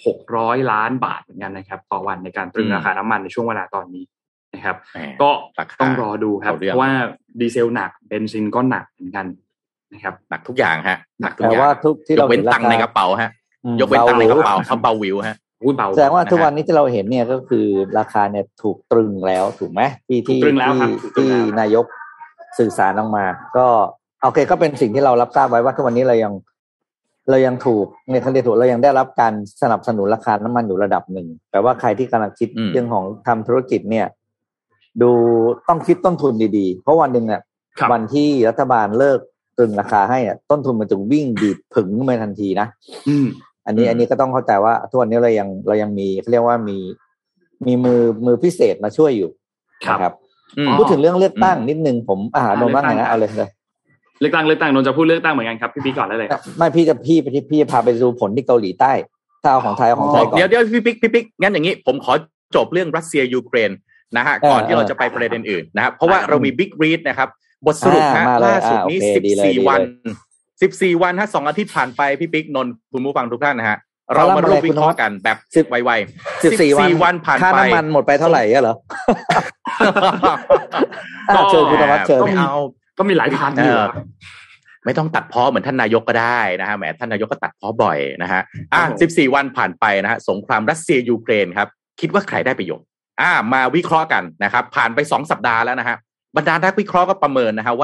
600 ล้านบาทเหมือนกันนะครับต่อวันในการตรึงราคาน้ำมันในช่วงเวลาตอนนี้นะครับก็ต้องรอดูครับเพราะว่าดีเซลหนักเบนซินก็หนักเหมือนกันนะครับ
หนักทุกอย่างฮะหนักทุกอย่างที่เราเว้นตังค์ในกระเป๋าฮะยกเว้นตังค์ในกระเป๋าทำเบาวิวฮะ
แสดงว่าทุกวันนี้ที่เราเห็นเนี่ยก็คือราคาเนี่ยถูกตรึงแล้วถูกไหมที่นายกสื่อสารออกมาก็โอเคก็เป็นสิ่งที่เรารับทราบไว้ว่าทุกวันนี้เรายังถูกในคันเดียถูกเรายังได้รับการสนับสนุนราคาน้ำมันอยู่ระดับหนึ่งแต่ว่าใครที่กำลังคิดเรื่องของทำธุรกิจเนี่ยดูต้องคิดต้นทุนดีๆเพราะวันหนึ่งเนี่ยวันที่รัฐบาลเลิกตรึงราคาให้เนี่ยต้นทุนมันจะวิ่งดีดผึ่งขึ้นมาทันทีนะอันนี้ก็ต้องเข้าใจว่าทุกวันนี้เรายังมีเขาเรียกว่ามีมือพิเศษมาช่วยอยู่นะครับพูดถึงเรื่องเลือกตั้งนิดนึงผมโดนบ้างไงนะเอาเลย
เลือกตั้งนนจะพูดเลือกตั้งเหมือนกันครับพี่ก่อนได้เลย
ไม่พี่พาไปดูผลที่เกาหลีใต้ถ้าเอาของไทยก่อน
เดี๋ยวพี่ปิ๊กงั้นอย่างนี้ผมขอจบเรื่องรัสเซียยูเครนนะฮะก่อนที่เราจะไปประเด็นอื่นนะครับเพราะว่าเรามีบิ๊กรีดนะครับบทสรุปล่าสุดนี้14 วันฮะ2 อาทิตย์ผ่านไปพี่ปิ๊กนนท์คุณผู้ฟังทุกท่านนะฮะเรามาร่วมวิเคราะห์กันแบบไวๆ14 วันผ่านไป
ค่าน้ำมันหมดไปเท่าไหร่เหรอ
ก็เชิญคุณธวัชเชิญ
ไม่เอาก็มีหลายพันอยู่
ไม่ต้องตัดพ้อเหมือนท่านนายกก็ได้นะฮะแหมท่านนายกก็ตัดพ้อบ่อยนะฮะ14 วันผ่านไปนะฮะสงครามรัสเซียยูเครนครับคิดว่าใครได้ประโยชน์มาวิเคราะห์กันนะครับผ่านไป2 สัปดาห์แล้วนะฮะบรรดานักวิเคราะห์ก็ประเมินนะฮะว่า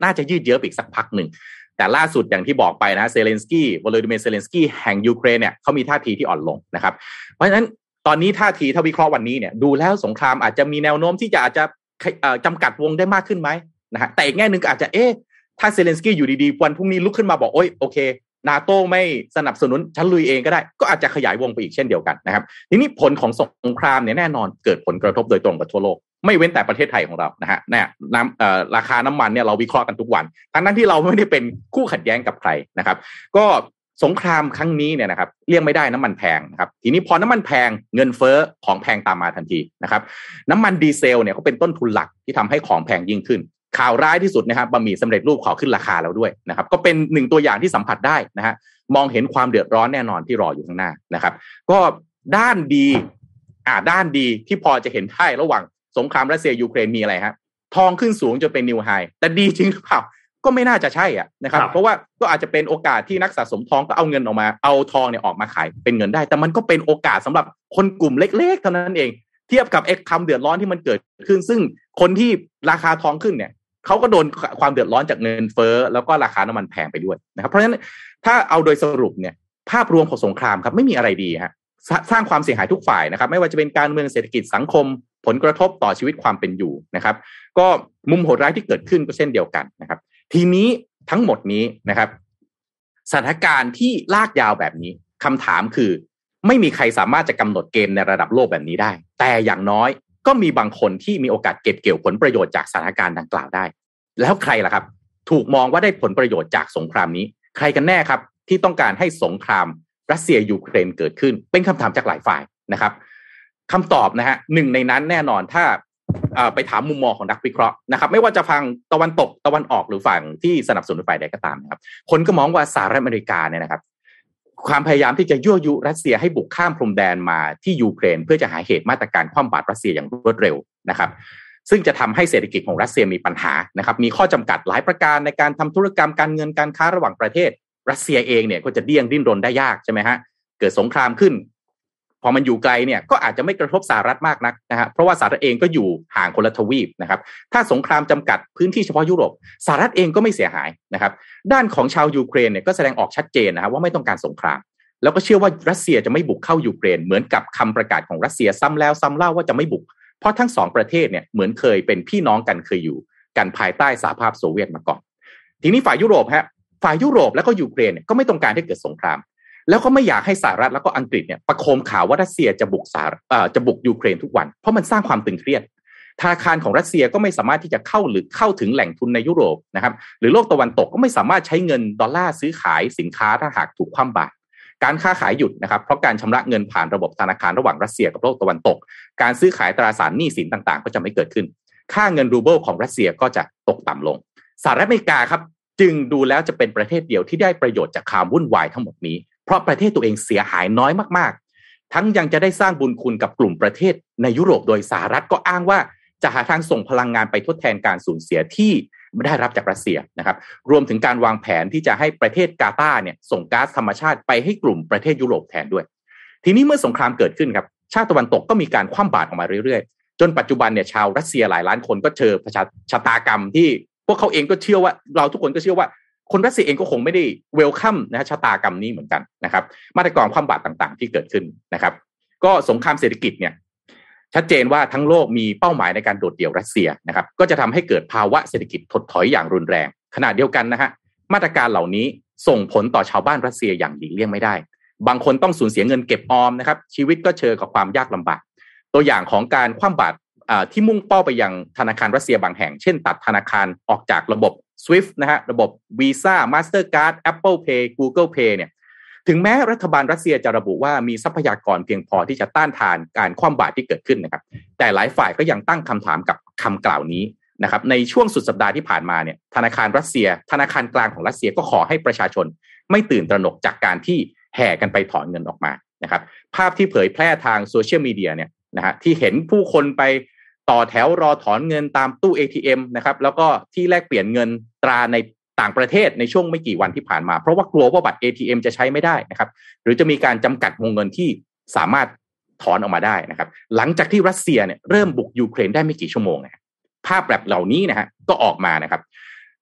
น่าจะยืดเยื้ออีกสักพักหนึ่งแต่ล่าสุดอย่างที่บอกไปนะเซเลนสกี้วโลดิเมียร์เซเลนสกี้แห่งยูเครนเนี่ยเขามีท่าทีที่อ่อนลงนะครับเพราะฉะนั้นตอนนี้ท่าทีถ้าวิเคราะห์วันนี้เนี่ยดูแล้วสงครามอาจจะมีแนวโน้มที่อาจจะจำกัดวงได้มากขึ้นไหมนะฮะแต่อีกแง่นึงก็อาจจะถ้าเซเลนสกี้อยู่ดีๆวันพรุ่งนี้ลุกขึ้นมาบอกโอเคนาโต้ไม่สนับสนุนฉันลุยเองก็ได้ก็อาจจะขยายวงไปอีกเช่นเดียวกันนะครับทีนี้ผลของสงครามเนี่ยแน่นอนเกิดผลกระทบโดยตรงกับทั่วโลกไม่เว้นแต่ประเทศไทยของเรานะฮะเนี่ยราคาน้ำมันเนี่ยเราวิเคราะห์กันทุกวันทั้งที่เราไม่ได้เป็นคู่ขัดแย้งกับใครนะครับก็สงครามครั้งนี้เนี่ยนะครับเลี่ยงไม่ได้น้ำมันแพงนะครับทีนี้พอน้ำมันแพงเงินเฟ้อของแพงตามมาทันทีนะครับน้ำมันดีเซลเนี่ยก็เป็นต้นทุนหลักที่ทำให้ของแพงยิ่งขึ้นข่าวร้ายที่สุดนะครับบะหมี่สำเร็จรูปขอขึ้นราคาแล้วด้วยนะครับก็เป็นหนึ่งตัวอย่างที่สัมผัสได้นะฮะมองเห็นความเดือดร้อนแน่นอนที่รออยู่ข้างหน้านะครับก็ด้านดีที่พอจะเห็นได้ระหว่างสงครามรัสเซียยูเครนมีอะไรฮะทองขึ้นสูงจนเป็นนิวไฮแต่ดีจริงหรือเปล่าก็ไม่น่าจะใช่อ่ะนะครับเพราะว่าก็อาจจะเป็นโอกาสที่นักสะสมทองก็เอาเงินออกมาเอาทองเนี่ยออกมาขายเป็นเงินได้แต่มันก็เป็นโอกาสสำหรับคนกลุ่มเล็กๆเท่านั้นเองเทียบกับความเดือดร้อนที่มันเกิดขึ้นซึ่งคนที่ราคาทองขึ้นเนี่ยเขาก็โดนความเดือดร้อนจากเงินเฟ้อแล้วก็ราคาน้ำมันแพงไปด้วยนะครับเพราะฉะนั้นถ้าเอาโดยสรุปเนี่ยภาพรวมของสงครามครับไม่มีอะไรดีฮะสร้างความเสียหายทุกฝ่ายนะครับไม่ว่าจะเป็นการเมืองเศรษฐกิจสังคมผลกระทบต่อชีวิตความเป็นอยู่นะครับก็มุมโหดร้ายที่เกิดขึ้นก็เช่นเดียวกันนะครับทีนี้ทั้งหมดนี้นะครับสถานการณ์ที่ลากยาวแบบนี้คำถามคือไม่มีใครสามารถจะกำหนดเกมในระดับโลกแบบนี้ได้แต่อย่างน้อยก็มีบางคนที่มีโอกาสเก็บเกี่ยวผลประโยชน์จากสถานการณ์ดังกล่าวได้แล้วใครล่ะครับถูกมองว่าได้ผลประโยชน์จากสงครามนี้ใครกันแน่ครับที่ต้องการให้สงครามรัสเซียยูเครนเกิดขึ้นเป็นคำถามจากหลายฝ่ายนะครับคำตอบนะฮะหนึ่งในนั้นแน่นอนถ้าไปถามมุมมองของนักวิเคราะห์นะครับไม่ว่าจะฟังตะวันตกตะวันออกหรือฝั่งที่สนับสนุนฝ่ายใดก็ตามนะครับคนก็มองว่าสหรัฐอเมริกาเนี่ยนะครับความพยายามที่จะยั่วยุรัสเซียให้บุกข้ามพรมแดนมาที่ยูเครนเพื่อจะหาเหตุมาตรการคว่ำบาตรรัสเซียอย่างรวดเร็วนะครับซึ่งจะทำให้เศรษฐกิจของรัสเซียมีปัญหานะครับมีข้อจำกัดหลายประการในการทำธุรกรรมการเงินการค้าระหว่างประเทศรัสเซียเองเนี่ยก็จะดิ้นรนได้ยากใช่ไหมฮะเกิดสงครามขึ้นพอมันอยู่ไกลเนี่ยก็อาจจะไม่กระทบสหรัฐมากนักนะฮะเพราะว่าสหรัฐเองก็อยู่ห่างคนละทวีปนะครับถ้าสงครามจำกัดพื้นที่เฉพาะยุโรปสหรัฐเองก็ไม่เสียหายนะครับด้านของชาวยูเครนเนี่ยก็แสดงออกชัดเจนนะครับว่าไม่ต้องการสงครามแล้วก็เชื่อว่ารัสเซียจะไม่บุกเข้ายูเครนเหมือนกับคำประกาศของรัสเซียซ้ำแล้วซ้ำเล่าว่าจะไม่บุกเพราะทั้งสองประเทศเนี่ยเหมือนเคยเป็นพี่น้องกันเคยอยู่กันภายใต้สหภาพโซเวียตมาก่อนทีนี้ฝ่ายยุโรปแล้วก็ยูเครนเนี่ยก็ไม่ต้องการให้เกิดสงครามแล้วก็ไม่อยากให้สหรัฐแล้วก็อังกฤษเนี่ยประโคมข่าวว่ารัสเซียจะบุกยูเครนทุกวันเพราะมันสร้างความตึงเครียดธนาคารของรัสเซียก็ไม่สามารถที่จะเข้าถึงแหล่งทุนในยุโรปนะครับหรือโลกตะวันตกก็ไม่สามารถใช้เงินดอลลาร์ซื้อขายสินค้าถ้าหากถูกคว่ำบาตรการค้าขายหยุดนะครับเพราะการชำระเงินผ่านระบบธนาคารระหว่างรัสเซียกับโลกตะวันตกการซื้อขายตราสารหนี้สินต่างๆก็จะไม่เกิดขึ้นค่าเงินรูเบิลของรัสเซียก็จะตกต่ำลงสหรัฐอเมริกาครับจึงดูแล้วจะเป็นประเทศเดียวที่ได้ประโยชน์จากความวุ่นวายทั้งหมดนี้เพราะประเทศตัวเองเสียหายน้อยมากๆทั้งยังจะได้สร้างบุญคุณกับกลุ่มประเทศในยุโรปโดยสหรัฐก็อ้างว่าจะหาทางส่งพลังงานไปทดแทนการสูญเสียที่ไม่ได้รับจากรัสเซียนะครับรวมถึงการวางแผนที่จะให้ประเทศกาตาร์เนี่ยส่งก๊าซธรรมชาติไปให้กลุ่มประเทศยุโรปแทนด้วยทีนี้เมื่อสงครามเกิดขึ้นครับชาติตะวันตกก็มีการคว่ำบาตรออกมาเรื่อยๆจนปัจจุบันเนี่ยชาวรัสเซียหลายล้านคนก็เจอชะตากรรมที่พวกเขาเองก็เชื่อว่าเราทุกคนก็เชื่อว่าคนรัสเซียเองก็คงไม่ได้เวลคัมนะชะตากรรมนี้เหมือนกันนะครับมาตรการคว่ำบาตรต่างๆที่เกิดขึ้นนะครับก็สงครามเศรษฐกิจเนี่ยชัดเจนว่าทั้งโลกมีเป้าหมายในการโดดเดี่ยวรัสเซียนะครับก็จะทำให้เกิดภาวะเศรษฐกิจถดถอยอย่างรุนแรงขณะเดียวกันนะฮะมาตรการเหล่านี้ส่งผลต่อชาวบ้านรัสเซียอย่างหลีกเลี่ยงไม่ได้บางคนต้องสูญเสียเงินเก็บออมนะครับชีวิตก็เจอกับความยากลำบากตัวอย่างของการคว่ำบาตรที่มุ่งเป้าไปยังธนาคารรัสเซียบางแห่งเช่นตัดธนาคารออกจากระบบ SWIFT นะฮะระบบ Visa Mastercard Apple Pay Google Pay เนี่ยถึงแม้รัฐบาลรัสเซียจะระบุว่ามีทรัพยากรเพียงพอที่จะต้านทานการคว่ำบาตรที่เกิดขึ้นนะครับแต่หลายฝ่ายก็ยังตั้งคำถามกับคำกล่าวนี้นะครับในช่วงสุดสัปดาห์ที่ผ่านมาเนี่ยธนาคารกลางของรัสเซียก็ขอให้ประชาชนไม่ตื่นตระหนกจากการที่แห่กันไปถอนเงินออกมานะครับภาพที่เผยแพร่ทางโซเชียลมีเดียเนี่ยนะฮะที่เห็นผู้คนไปต่อแถวรอถอนเงินตามตู้ ATM นะครับแล้วก็ที่แลกเปลี่ยนเงินตราในต่างประเทศในช่วงไม่กี่วันที่ผ่านมาเพราะว่ากลัวว่าบัตร ATM จะใช้ไม่ได้นะครับหรือจะมีการจำกัดวงเงินที่สามารถถอนออกมาได้นะครับหลังจากที่รัสเซียเนี่ยเริ่มบุกยูเครนได้ไม่กี่ชั่วโมงนะภาพแบบเหล่านี้นะฮะก็ออกมานะครับ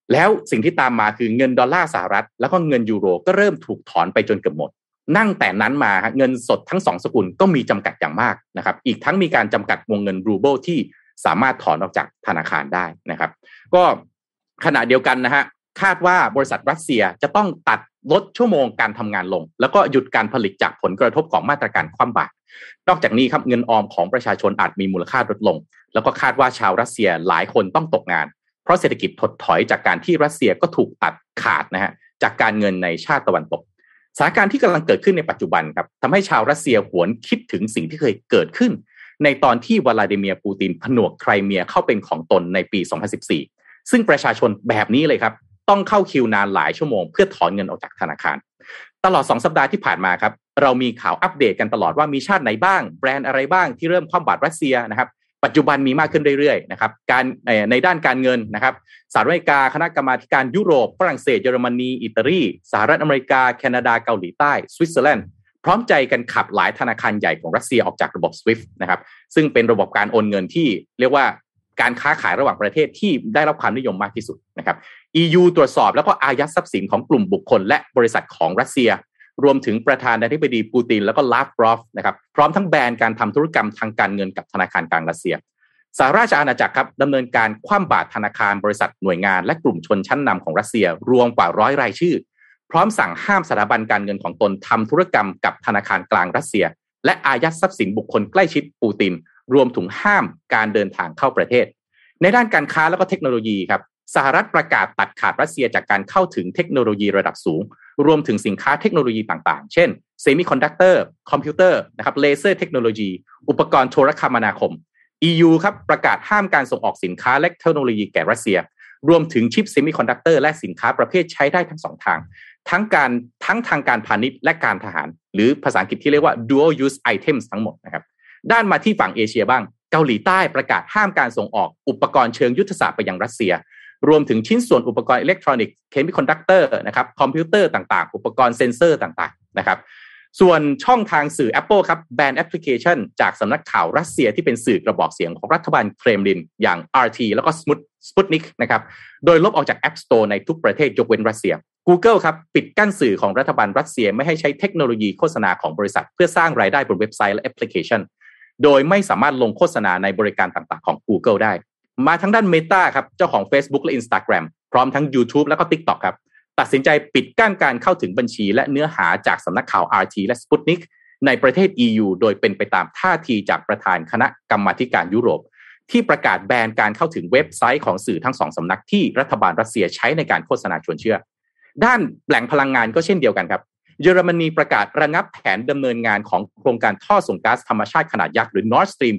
แล้วสิ่งที่ตามมาคือเงินดอลลาร์สหรัฐแล้วก็เงินยูโรก็เริ่มถูกถอนไปจนเกือบหมดนั่งแต่นั้นมาเงินสดทั้ง2สกุลก็มีจำกัดอย่างมากนะครับอีกทั้งมีการจำกัดวงเงินรูเบิลที่สามารถถอนออกจากธนาคารได้นะครับก็ขณะเดียวกันนะฮะคาดว่าบริษัทรัสเซียจะต้องตัดลดชั่วโมงการทำงานลงแล้วก็หยุดการผลิตจากผลกระทบของมาตรการคว่ำบาตรนอกจากนี้ครับเงินออมของประชาชนอาจมีมูลค่าลดลงแล้วก็คาดว่าชาวรัสเซียหลายคนต้องตกงานเพราะเศรษฐกิจถดถอยจากการที่รัสเซียก็ถูกตัดขาดนะฮะจากการเงินในชาติตะวันตกสถานการณ์ที่กำลังเกิดขึ้นในปัจจุบันครับทำให้ชาวรัสเซียหวนคิดถึงสิ่งที่เคยเกิดขึ้นในตอนที่วลาดิเมียร์ปูตินผนวกไครเมียเข้าเป็นของตนในปี 2014 ซึ่งประชาชนแบบนี้เลยครับต้องเข้าคิวนานหลายชั่วโมงเพื่อถอนเงินออกจากธนาคารตลอด2สัปดาห์ที่ผ่านมาครับเรามีข่าวอัปเดตกันตลอดว่ามีชาติไหนบ้างแบรนด์อะไรบ้างที่เริ่มคว่ำบาตรรัสเซียนะครับปัจจุบันมีมากขึ้นเรื่อยๆนะครับการในด้านการเงินนะครับสหรัฐอเมริกาคณะกรรมาการยุโรปฝรั่งเศสเยอรมนีอิตาลีสหรัฐอเมริกาแคนาดาเกาหลีใต้สวิตเซอร์แลนด์พร้อมใจกันขับหลายธนาคารใหญ่ของรัสเซียออกจากระบบ SWIFT นะครับซึ่งเป็นระบบการโอนเงินที่เรียกว่าการค้าขายระหว่างประเทศที่ได้รับความนิยมมากที่สุดนะครับ EU ตรวจสอบแล้วก็อายัดทรัพย์สินของกลุ่มบุคคลและบริษัทของรัสเซียรวมถึงประธานาธิบดีปูตินแล้วก็ลาฟรอฟนะครับพร้อมทั้งแบนการทำธุรกรรมทางการเงินกับธนาคารกลางรัสเซียสหราชอาณาจักรครับดำเนินการคว่ำบาตรธนาคารบริษัทหน่วยงานและกลุ่มชนชั้นนำของรัสเซียรวมกว่า100รายชื่อพร้อมสั่งห้ามสถาบันการเงินของตนทำธุรกรรมกับธนาคารกลางรัสเซียและอายัดทรัพย์สินบุคคลใกล้ชิดปูตินรวมถึงห้ามการเดินทางเข้าประเทศในด้านการค้าและก็เทคโนโลยีครับสหรัฐประกาศตัดขาดรัสเซียจากการเข้าถึงเทคโนโลยีระดับสูงรวมถึงสินค้าเทคโนโลยีต่างๆเช่นเซมิคอนดักเตอร์คอมพิวเตอร์นะครับเลเซอร์เทคโนโลยีอุปกรณ์โทรคมนาคม EU ครับประกาศห้ามการส่งออกสินค้าและเทคโนโลยีแก่รัสเซียรวมถึงชิปเซมิคอนดักเตอร์และสินค้าประเภทใช้ได้ทั้ง2ทางทั้งทางการพาณิชย์และการทหารหรือภาษาอังกฤษที่เรียกว่า dual use items ทั้งหมดนะครับด้านมาที่ฝั่งเอเชียบ้างเกาหลีใต้ประกาศห้ามการส่งออกอุปกรณ์เชิงยุทธศาสตร์ไปยังรัสเซียรวมถึงชิ้นส่วนอุปกรณ์อิเล็กทรอนิกส์เซมิคอนดักเตอร์นะครับคอมพิวเตอร์ต่างๆอุปกรณ์เซ็นเซอร์ต่างๆนะครับส่วนช่องทางสื่อ Apple ครับแบนแอปพลิเคชันจากสำนักข่าวรัสเซียที่เป็นสื่อกระบอกเสียงของรัฐบาลเครมลินอย่าง RT แล้วก็Sputnik นะครับโดยลบออกจาก App Store ในทุกประเทศยกเว้นรัสเซีย Google ครับปิดกั้นสื่อของรัฐบาลรัสเซียไม่ให้ใช้เทคโนโลยีโฆษณาของบริษัทเพื่อสร้างรายได้บนเว็บไซต์และแอปพลิเคชันโดยไม่สามารถลงโฆษณาในบริการต่างๆของ Google ได้มาทางด้าน Meta ครับเจ้าของ Facebook และ Instagram พร้อมทั้ง YouTube แล้วก็ TikTok ครับตัดสินใจปิดกั้นการเข้าถึงบัญชีและเนื้อหาจากสำนักข่าว RT และ Sputnik ในประเทศ EU โดยเป็นไปตามท่าทีจากประธานคณะกรรมาธิการยุโรปที่ประกาศแบนการเข้าถึงเว็บไซต์ของสื่อทั้ง2สำนักที่รัฐบาลรัสเซียใช้ในการโฆษณาชวนเชื่อด้านแหล่งพลังงานก็เช่นเดียวกันครับเยอรมนีประกาศระงับแผนดำเนินงานของโครงการท่อส่งก๊าซธรรมชาติขนาดยักษ์หรือ Nord Stream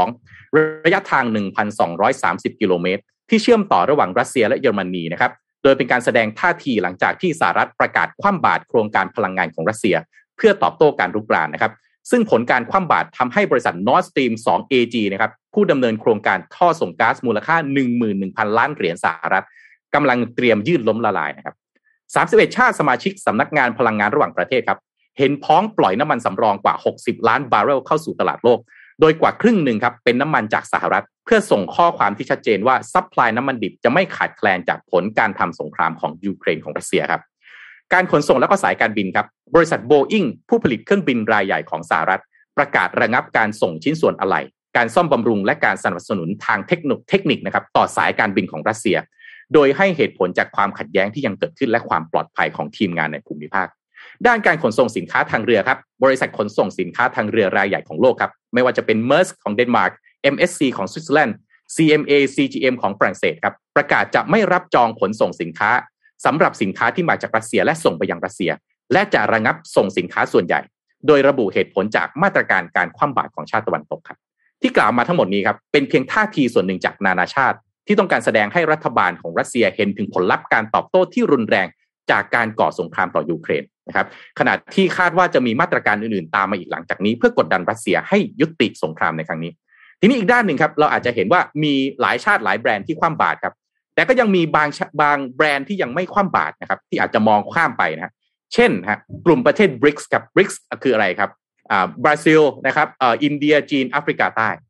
2 ระยะทาง 1,230 กิโลเมตรที่เชื่อมต่อระหว่างรัสเซียและเยอรมนีนะครับโดยเป็นการแสดงท่าทีหลังจากที่สหรัฐประกาศคว่ำบาตรโครงการพลังงานของรัสเซียเพื่อตอบโต้การรุกรานนะครับซึ่งผลการคว่ำบาตรทำให้บริษัท Nord Stream 2 AG นะครับผู้ดำเนินโครงการท่อส่งก๊าซมูลค่า 11,000 ล้านเหรียญสหรัฐกำลังเตรียมยื่นล้มละลายนะครับ31ชาติสมาชิกสำนักงานพลังงานระหว่างประเทศครับเห็นพ้องปล่อยน้ำมันสำรองกว่า60ล้านบาร์เรลเข้าสู่ตลาดโลกโดยกว่าครึ่งหนึ่งครับเป็นน้ำมันจากสหรัฐเพื่อส่งข้อความที่ชัดเจนว่าซัพพลายน้ำมันดิบจะไม่ขาดแคลนจากผลการทำสงครามของยูเครนของรัสเซียครับการขนส่งและก็สายการบินครับบริษัท Boeing ผู้ผลิตเครื่องบินรายใหญ่ของสหรัฐประกาศระงับการส่งชิ้นส่วนอะไหล่การซ่อมบำรุงและการสนับสนุนทางเทคนิคนะครับต่อสายการบินของรัสเซียโดยให้เหตุผลจากความขัดแย้งที่ยังเกิดขึ้นและความปลอดภัยของทีมงานในภูมิภาคด้านการขนส่งสินค้าทางเรือครับบริษัทขนส่งสินค้าทางเรือรายใหญ่ของโลกครับไม่ว่าจะเป็น Maersk ของเดนมาร์ก MSC ของสวิตเซอร์แลนด์ CMA CGM ของฝรั่งเศสครับประกาศจะไม่รับจองขนส่งสินค้าสำหรับสินค้าที่มาจากรัสเซียและส่งไปยังรัสเซียและจะระงับส่งสินค้าส่วนใหญ่โดยระบุเหตุผลจากมาตรการการคว่ำบาตรของชาติตะวันตกครับที่กล่าวมาทั้งหมดนี้ครับเป็นเพียงท่าทีส่วนหนึ่งจากนานาชาติที่ต้องการแสดงให้รัฐบาลของรัสเซียเห็นถึงผลลัพธ์การตอบโต้ที่รุนแรงจากการก่อสงครามต่อยูเครนนะครับขณะที่คาดว่าจะมีมาตรการอื่นๆตามมาอีกหลังจากนี้เพื่อกดดันรัสเซียให้ยุติสงครามในครั้งนี้ทีนี้อีกด้านหนึ่งครับเราอาจจะเห็นว่ามีหลายชาติหลายแบรนด์ที่คว่ำบาตรครับแต่ก็ยังมีบางแบรนด์ที่ยังไม่คว่ำบาตรนะครับที่อาจจะมองข้ามไปนะเช่นกลุ่มประเทศ BRICS ครับ BRICS คืออะไรครับบราซิลนะครับอินเดียจีนแอฟริกาใต้นะครับ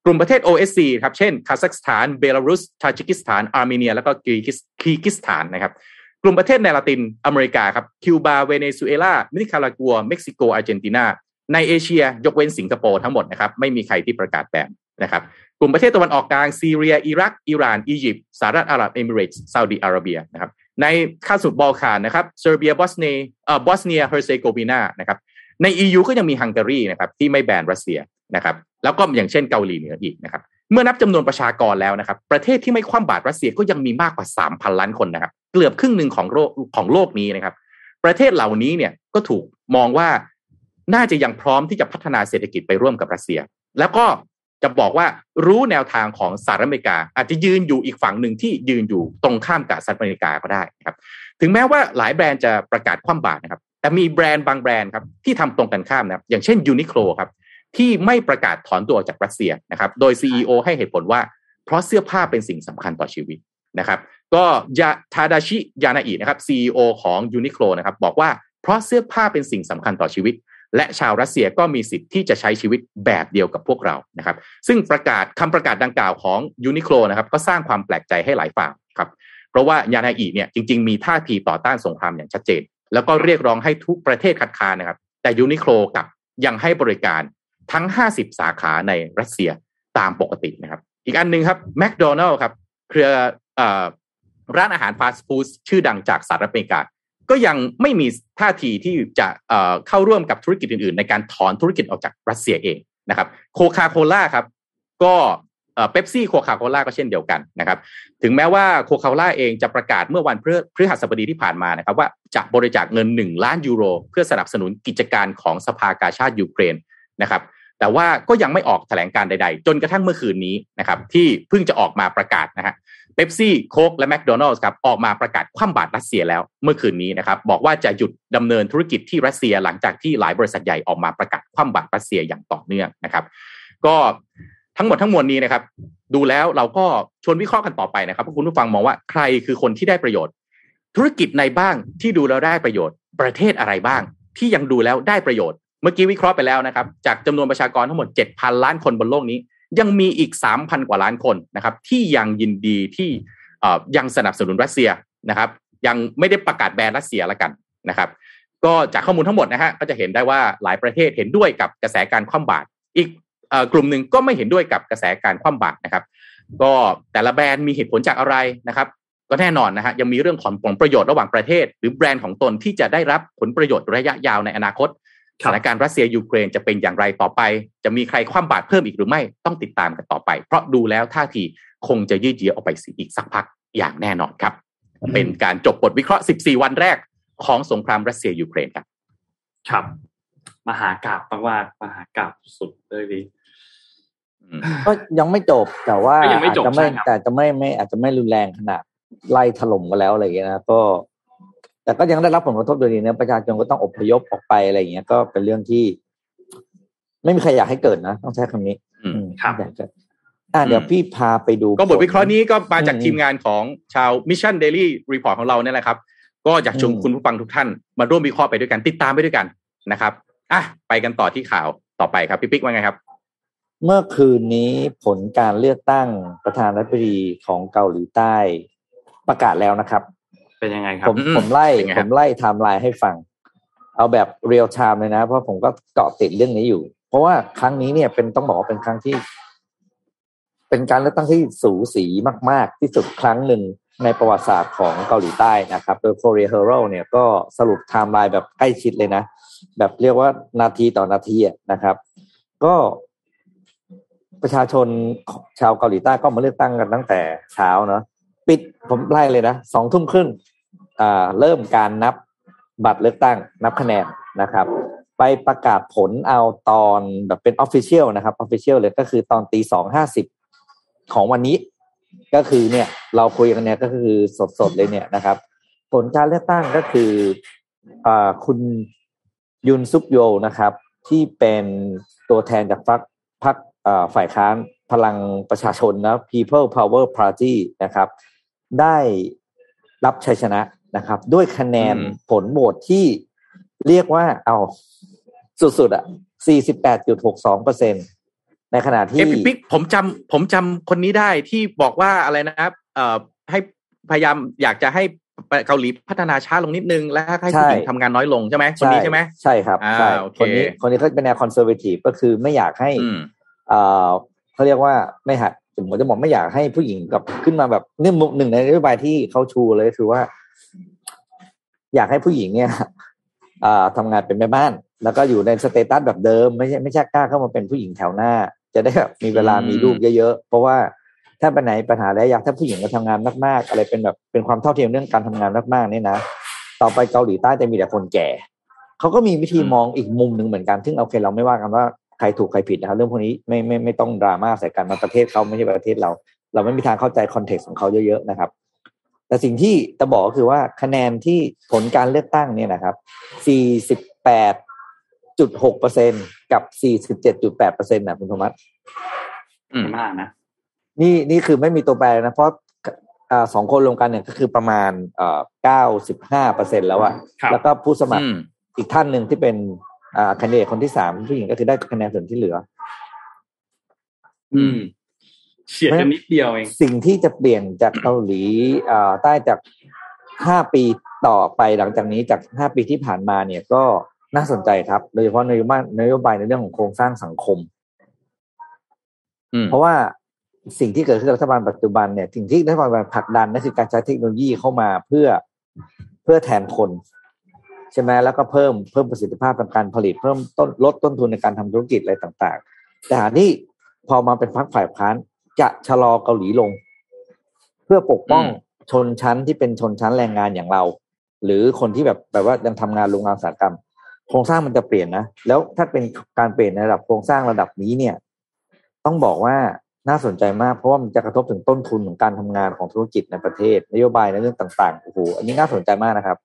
กลุ่มประเทศ OSC ครับเช่นคาซัคสถานเบลารุสทาจิกิสถานอาร์เมเนียแล้วก็คีร์กิสถานนะครับกลุ่มประเทศในลาตินอเมริกาครับคิวบาเวเนซุเอลานิคารากัวเม็กซิโกอาร์เจนตินาในเอเชียยกเว้นสิงคโปร์ทั้งหมดนะครับไม่มีใครที่ประกาศแบนนะครับกลุ่มประเทศตะวันออกกลางซีเรียอิรักอิหร่านอียิปต์สหรัฐอาหรับเอมิเรตส์ซาอุดิอาระเบียนะครับในคาบสมุทรบอลข่านนะครับเซอร์เบียบอสเนียเฮอร์เซโกวีนานะครับใน EU ก็ยังมีฮังการีนะครับที่ไม่แบนรัสเซียนะครับแล้วก็อย่างเช่นเกาหลีเหนืออีกนะครับเมื่อนับจำนวนประชากรแล้วนะครับประเทศที่ไม่คว่ำบาตรรัสเซียก็ยังมีมากกว่า 3,000 ล้านคนนะครับเกือบครึ่งหนึ่งของโลกนี้นะครับประเทศเหล่านี้เนี่ยก็ถูกมองว่าน่าจะยังพร้อมที่จะพัฒนาเศรษฐกิจไปร่วมกับรัสเซียแล้วก็จะบอกว่ารู้แนวทางของสหรัฐอเมริกาอาจจะยืนอยู่อีกฝั่งหนึ่งที่ยืนอยู่ตรงข้ามกับสหรัฐอเมริกาก็ได้นะครับถึงแม้ว่าหลายแบรนด์จะประกาศคว่ำบาตรนะครับแต่มีแบรนด์บางแบรนด์ครับที่ทำตรงกันข้ามนะครับอย่างเช่นยูนิโคลครับที่ไม่ประกาศถอนตัวจากรัสเซียนะครับโดย CEO ให้เหตุผลว่าเพราะเสื้อผ้าเป็นสิ่งสำคัญต่อชีวิตนะครับก็ทาดาชิยานาอินะครับ CEO ของยูนิโคลนะครับบอกว่าเพราะเสื้อผ้าเป็นสิ่งสำคัญต่อชีวิตและชาวรัสเซียก็มีสิทธิ์ที่จะใช้ชีวิตแบบเดียวกับพวกเรานะครับซึ่งคำประกาศดังกล่าวของยูนิโคลนะครับก็สร้างความแปลกใจให้หลายฝ่ายครับเพราะว่ายานาอิเนี่ยจริงๆมีท่าทีต่อต้านสงครามอย่างชัดเจนแล้วก็เรียกร้องให้ทุกประเทศคัดค้านนะครับแต่ยูนิโคลกับยังให้บริการทั้ง50สาขาในรัสเซียตามปกตินะครับอีกอันนึงครับแมคโดนัลด์ครับเครือร้านอาหารฟาสต์ฟู้ดชื่อดังจากสหรัฐอเมริกาก็ยังไม่มีท่าทีที่จะเข้าร่วมกับธุรกิจอื่นๆในการถอนธุรกิจออกจากรัสเซียเองนะครับโคคาโคล่าครับก็เป๊ปซี่โคคาโคล่าก็เช่นเดียวกันนะครับถึงแม้ว่าโคคาโคล่าเองจะประกาศเมื่อวันพฤหัสบดีที่ผ่านมานะครับว่าจะบริจาคเงิน1 ล้านยูโรเพื่อสนับสนุนกิจการของสภากาชาดยูเครนนะครับแต่ว่าก็ยังไม่ออกแถลงการใดๆจนกระทั่งเมื่อคืนนี้นะครับที่เพิ่งจะออกมาประกาศนะฮะเป๊ปซี่โค้กและแมคโดนัลด์ครับออกมาประกาศคว่ำบาตรรัสเซียแล้วเมื่อคืนนี้นะครับบอกว่าจะหยุดดำเนินธุรกิจที่รัสเซียหลังจากที่หลายบริษัทใหญ่ออกมาประกาศคว่ำบาตรรัสเซียอย่างต่อเนื่องนะครับก็ทั้งหมดทั้งมวลนี้นะครับดูแล้วเราก็ชวนวิเคราะห์กันต่อไปนะครับเพราะคุณผู้ฟังมองว่าใครคือคนที่ได้ประโยชน์ธุรกิจในบ้างที่ดูแล้วได้ประโยชน์ประเทศอะไรบ้างที่ยังดูแล้วได้ประโยชน์เมื่อกี้วิเคราะห์ไปแล้วนะครับจากจำนวนประชากรทั้งหมด 7,000 ล้านคนบนโลกนี้ยังมีอีก 3,000 กว่าล้านคนนะครับที่ยังยินดีที่ยังสนับสนุนรัสเซียนะครับยังไม่ได้ประกาศแบนรัสเซียละกันนะครับก็จากข้อมูลทั้งหมดนะฮะก็จะเห็นได้ว่าหลายประเทศเห็นด้วยกับกระแสการคว่ำบาตรอีกกลุ่มหนึ่งก็ไม่เห็นด้วยกับกระแสการคว่ำบาตรนะครับก็แต่ละแบรนด์มีเหตุผลจากอะไรนะครับก็แน่นอนนะฮะยังมีเรื่องของผลประโยชน์ระหว่างประเทศหรือแบรนด์ของตนที่จะได้รับผลประโยชน์ระยะยาวในอนาคตสถานการณ์รัสเซียยูเครนจะเป็นอย่างไรต่อไปจะมีใครคว่ำบาตรเพิ่มอีกหรือไม่ต้องติดตามกันต่อไปเพราะดูแล้วท่าทีคงจะยืดเยื้อออกไปอีกสักพักอย่างแน่นอนครับเป็นการจบบทวิเคราะห์14วันแรกของสงครามรัสเซียยูเครนครับ
ครับมหากาพย์มากๆมหากาพย์สุดเลยดี
ก็ยังไม่จบแต่ว่าอาจจะไม่แต่จะไม่อาจจะไม่รุนแรงขนาดไล่ถล่มกันแล้วอะไรอย่างเงี้ยนะก็แต่ก็ยังได้รับผลกระทบโดยดีนะประชาชนก็ต้องอพยพออกไปอะไรอย่างเงี้ยก็เป็นเรื่องที่ไม่มีใครอยากให้เกิดนะต้องใช้คำนี้
ครับ
เดี๋ยวพี่พาไปดู
ก็บทวิเคราะห์นี้ก็มาจากทีมงานของชาว Mission Daily Report ของเราเนี่ยแหละครับก็อยากชวนคุณผู้ฟังทุกท่านมาร่วมวิเคราะห์ไปด้วยกันติดตามไปด้วยกันนะครับไปกันต่อที่ข่าวต่อไปครับพี่ปิ๊กว่าไงครับ
เมื่อคืนนี้ผลการเลือกตั้งประธานาธิบดีของเกาหลีใต้ประกาศแล้วนะครับ
เป็นยังไงครับ
ผมไล่ไทม์ไลน์ให้ฟังเอาแบบเรียลไทม์เลยนะเพราะผมก็เกาะติดเรื่องนี้อยู่เพราะว่าครั้งนี้เนี่ยต้องบอกว่าเป็นครั้งที่เป็นการเลือกตั้งที่สูสีมากๆที่สุดครั้งหนึ่งในประวัติศาสตร์ของเกาหลีใต้นะครับโดย Korea Herald เนี่ยก็สรุปไทม์ไลน์แบบใกล้ชิดเลยนะแบบเรียกว่านาทีต่อนาทีนะครับก็ประชาชนชาวเกาหลีใต้ก็มาเลือกตั้งกันตั้งแต่เช้าเนาะปิดผมไล่เลยนะ 20:30 น.เริ่มการนับบัตรเลือกตั้งนับคะแนนนะครับไปประกาศผลเอาตอนแบบเป็น official นะครับ official เลยก็คือตอน 2:50 ของวันนี้ก็คือเนี่ยเราคุยกันเนี่ยก็คือสดๆเลยเนี่ยนะครับผลการเลือกตั้งก็คือคุณยุนซุกโยนะครับที่เป็นตัวแทนจากพรรคฝ่ายค้านพลังประชาชนนะ People Power Party นะครับได้รับชัยชนะนะครับด้วยคะแนนผลโหวตที่เรียกว่าเอาสุดๆอ่ะ 48.62% ในขณะที่
ปิ๊กผมจำคนนี้ได้ที่บอกว่าอะไรนะครับให้พยายามอยากจะให้เกาหลีพัฒนาช้าลงนิดนึงและให้ผู้หญิงทำงานน้อยลงใช่ไหมคนนี้ใช่ไหม
ใช่ครับใช่คนนี้เขาเป็นแนวคอนเซอร์เวทีฟก็คือไม่อยากให้เขาเรียกว่าไม่หัดผมจะบอกไม่อยากให้ผู้หญิงกับขึ้นมาแบบหนึ่งในนโยบายที่เขาชูเลยคือว่าอยากให้ผู้หญิงเนี่ยทำงานเป็นแม่บ้านแล้วก็อยู่ในสเตตัสแบบเดิมไม่ใช่กล้าเข้ามาเป็นผู้หญิงแถวหน้าจะได้แบบมีเวลามีลูกเยอะๆเพราะว่าถ้าไปไหนปัญหาแล้วอยากถ้าผู้หญิงมาทำงานมากๆอะไรเป็นแบบเป็นความเท่าเทียมเรื่องการทำงานมากๆนี่นะต่อไปเกาหลีใต้จะมีแต่คนแก่เขาก็มีวิธีมองอีกมุมหนึ่งเหมือนกันซึ่งโอเคเราไม่ว่ากันว่าใครถูกใครผิดนะครับเรื่องพวกนี้ไม่ต้องดราม่าใส่กันมาประเทศเขาไม่ใช่ประเทศเราไม่มีทางเข้าใจคอนเท็กซ์ของเขาเยอะๆนะครับแต่สิ่งที่จะบอกก็คือว่าคะแนนที่ผลการเลือกตั้งเนี่ยนะครับ 48.6% กับ 47.8% นะคุณธมัส
มากนะ
นี่คือไม่มีตัวแปรนะเพราะสองคนรวมกันเนี่ยก็คือประมาณ95% แล้วอะแล้วก็ผู้สมัครอีกท่านหนึ่งที่เป็นแคนดิเดตคนที่3ผู้หญิงก็คือได้คะแนนส่วนที่เหลือ
เฉียดกันนิดเดียวเอง
สิ่งที่จะเปลี่ยนจากเกาหลีใต้จาก5ปีต่อไปหลังจากนี้จาก5ปีที่ผ่านมาเนี่ยก็น่าสนใจครับโดยเฉพาะนโยบายในเรื่องของโครงสร้างสังคมเพราะว่าสิ่งที่เกิดขึ้นรัฐบาลปัจจุบันเนี่ยสิ่งที่รัฐบาลผลักดันนั่นคือการใช้เทคโนโลยีเข้ามาเพื่อแทนคนใช่ไหมแล้วก็เพิ่มประสิทธิภาพในการผลิตเพิ่มลดต้นทุนในการทำธุรกิจอะไรต่างๆแต่หานี่พอมาเป็นพรรคฝ่ายค้านจะชะลอเกาหลีลงเพื่อปกป้องชนชั้นที่เป็นชนชั้นแรงงานอย่างเราหรือคนที่แบบว่ายังทำงานโรงงานอุตสาหกรรมโครงสร้างมันจะเปลี่ยนนะแล้วถ้าเป็นการเปลี่ยนในระดับโครงสร้างระดับนี้เนี่ยต้องบอกว่าน่าสนใจมากเพราะว่ามันจะกระทบถึงต้นทุนของการทำงานของธุรกิจในประเทศนโยบายในเรื่องต่างๆโอ้โหอันนี้น่าสนใจมากนะครับ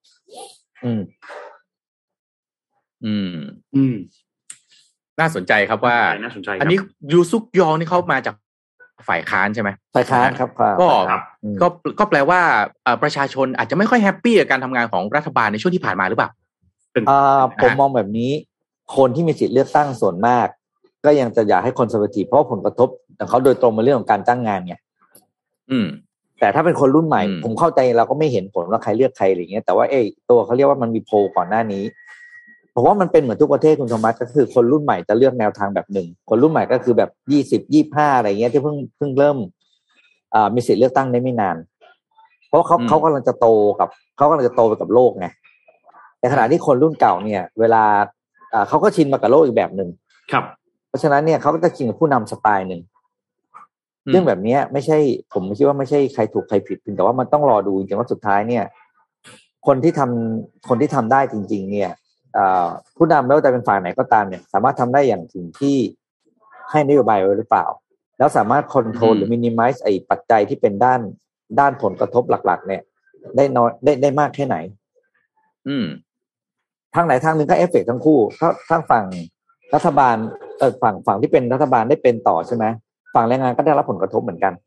น่าสนใจครับว่าอันนี้ยูซุกยองนี่เขามาจากฝ่ายค้านใช่ไหม
ฝ่ายค้านครับ
ก็แปลว่าประชาชนอาจจะไม่ค่อยแฮปปี้กับการทำงานของรัฐบาลในช่วงที่ผ่านมาหรือเปล่า
ผมมองแบบนี้คนที่มีสิทธิ์เลือกตั้งส่วนมากก็ยังจะอยากให้คอนเซอร์เวทีฟเพราะผลกระทบของเขาโดยตรงมาเรื่องของการจ้างงานไงแต่ถ้าเป็นคนรุ่นใหม่ผมเข้าใจเราก็ไม่เห็นผลว่าใครเลือกใครอะไรเงี้ยแต่ว่าตัวเขาเรียกว่ามันมีโพลก่อนหน้านี้ผมว่ามันเป็นเหมือนทุกประเทศคุณธรรมะก็คือคนรุ่นใหม่จะเลือกแนวทางแบบหนึ่งคนรุ่นใหม่ก็คือแบบ20-25อะไรเงี้ยที่เพิ่งเริ่มมีสิทธิ์เลือกตั้งได้ไม่นานเพราะเขากำลังจะโตไปกับโลกไงในขณะที่คนรุ่นเก่าเนี่ยเวลาเขาก็ชินมากับโลกอีกแบบหนึ่ง
ครับ
เพราะฉะนั้นเนี่ยเขาก็จะชินกับผู้นำสไตล์หนึ่งเรื่องแบบนี้ไม่ใช่ผมคิดว่าไม่ใช่ใครถูกใครผิดแต่ว่ามันต้องรอดูจริงๆว่าสุดท้ายเนี่ยคนที่ทำได้จริงๆเนี่ยผู้นำไม่ว่าจะเป็นฝ่ายไหนก็ตามเนี่ยสามารถทำได้อย่างถึงที่ให้นโยบายไว้หรือเปล่าแล้วสามารถคอนโทรลหรือมินิมัลไอ้ปัจจัยที่เป็นด้านผลกระทบหลักๆเนี่ยได้มากแค่ไหนทางไหนทางหนึ่งก็เอฟเฟกต์ทั้งคู่ถ้าฝั่งรัฐบาลฝั่งที่เป็นรัฐบาลได้เป็นต่อใช่ไหมฝั่งแรงงานก็ได้รับผลกระทบเหมือนกัน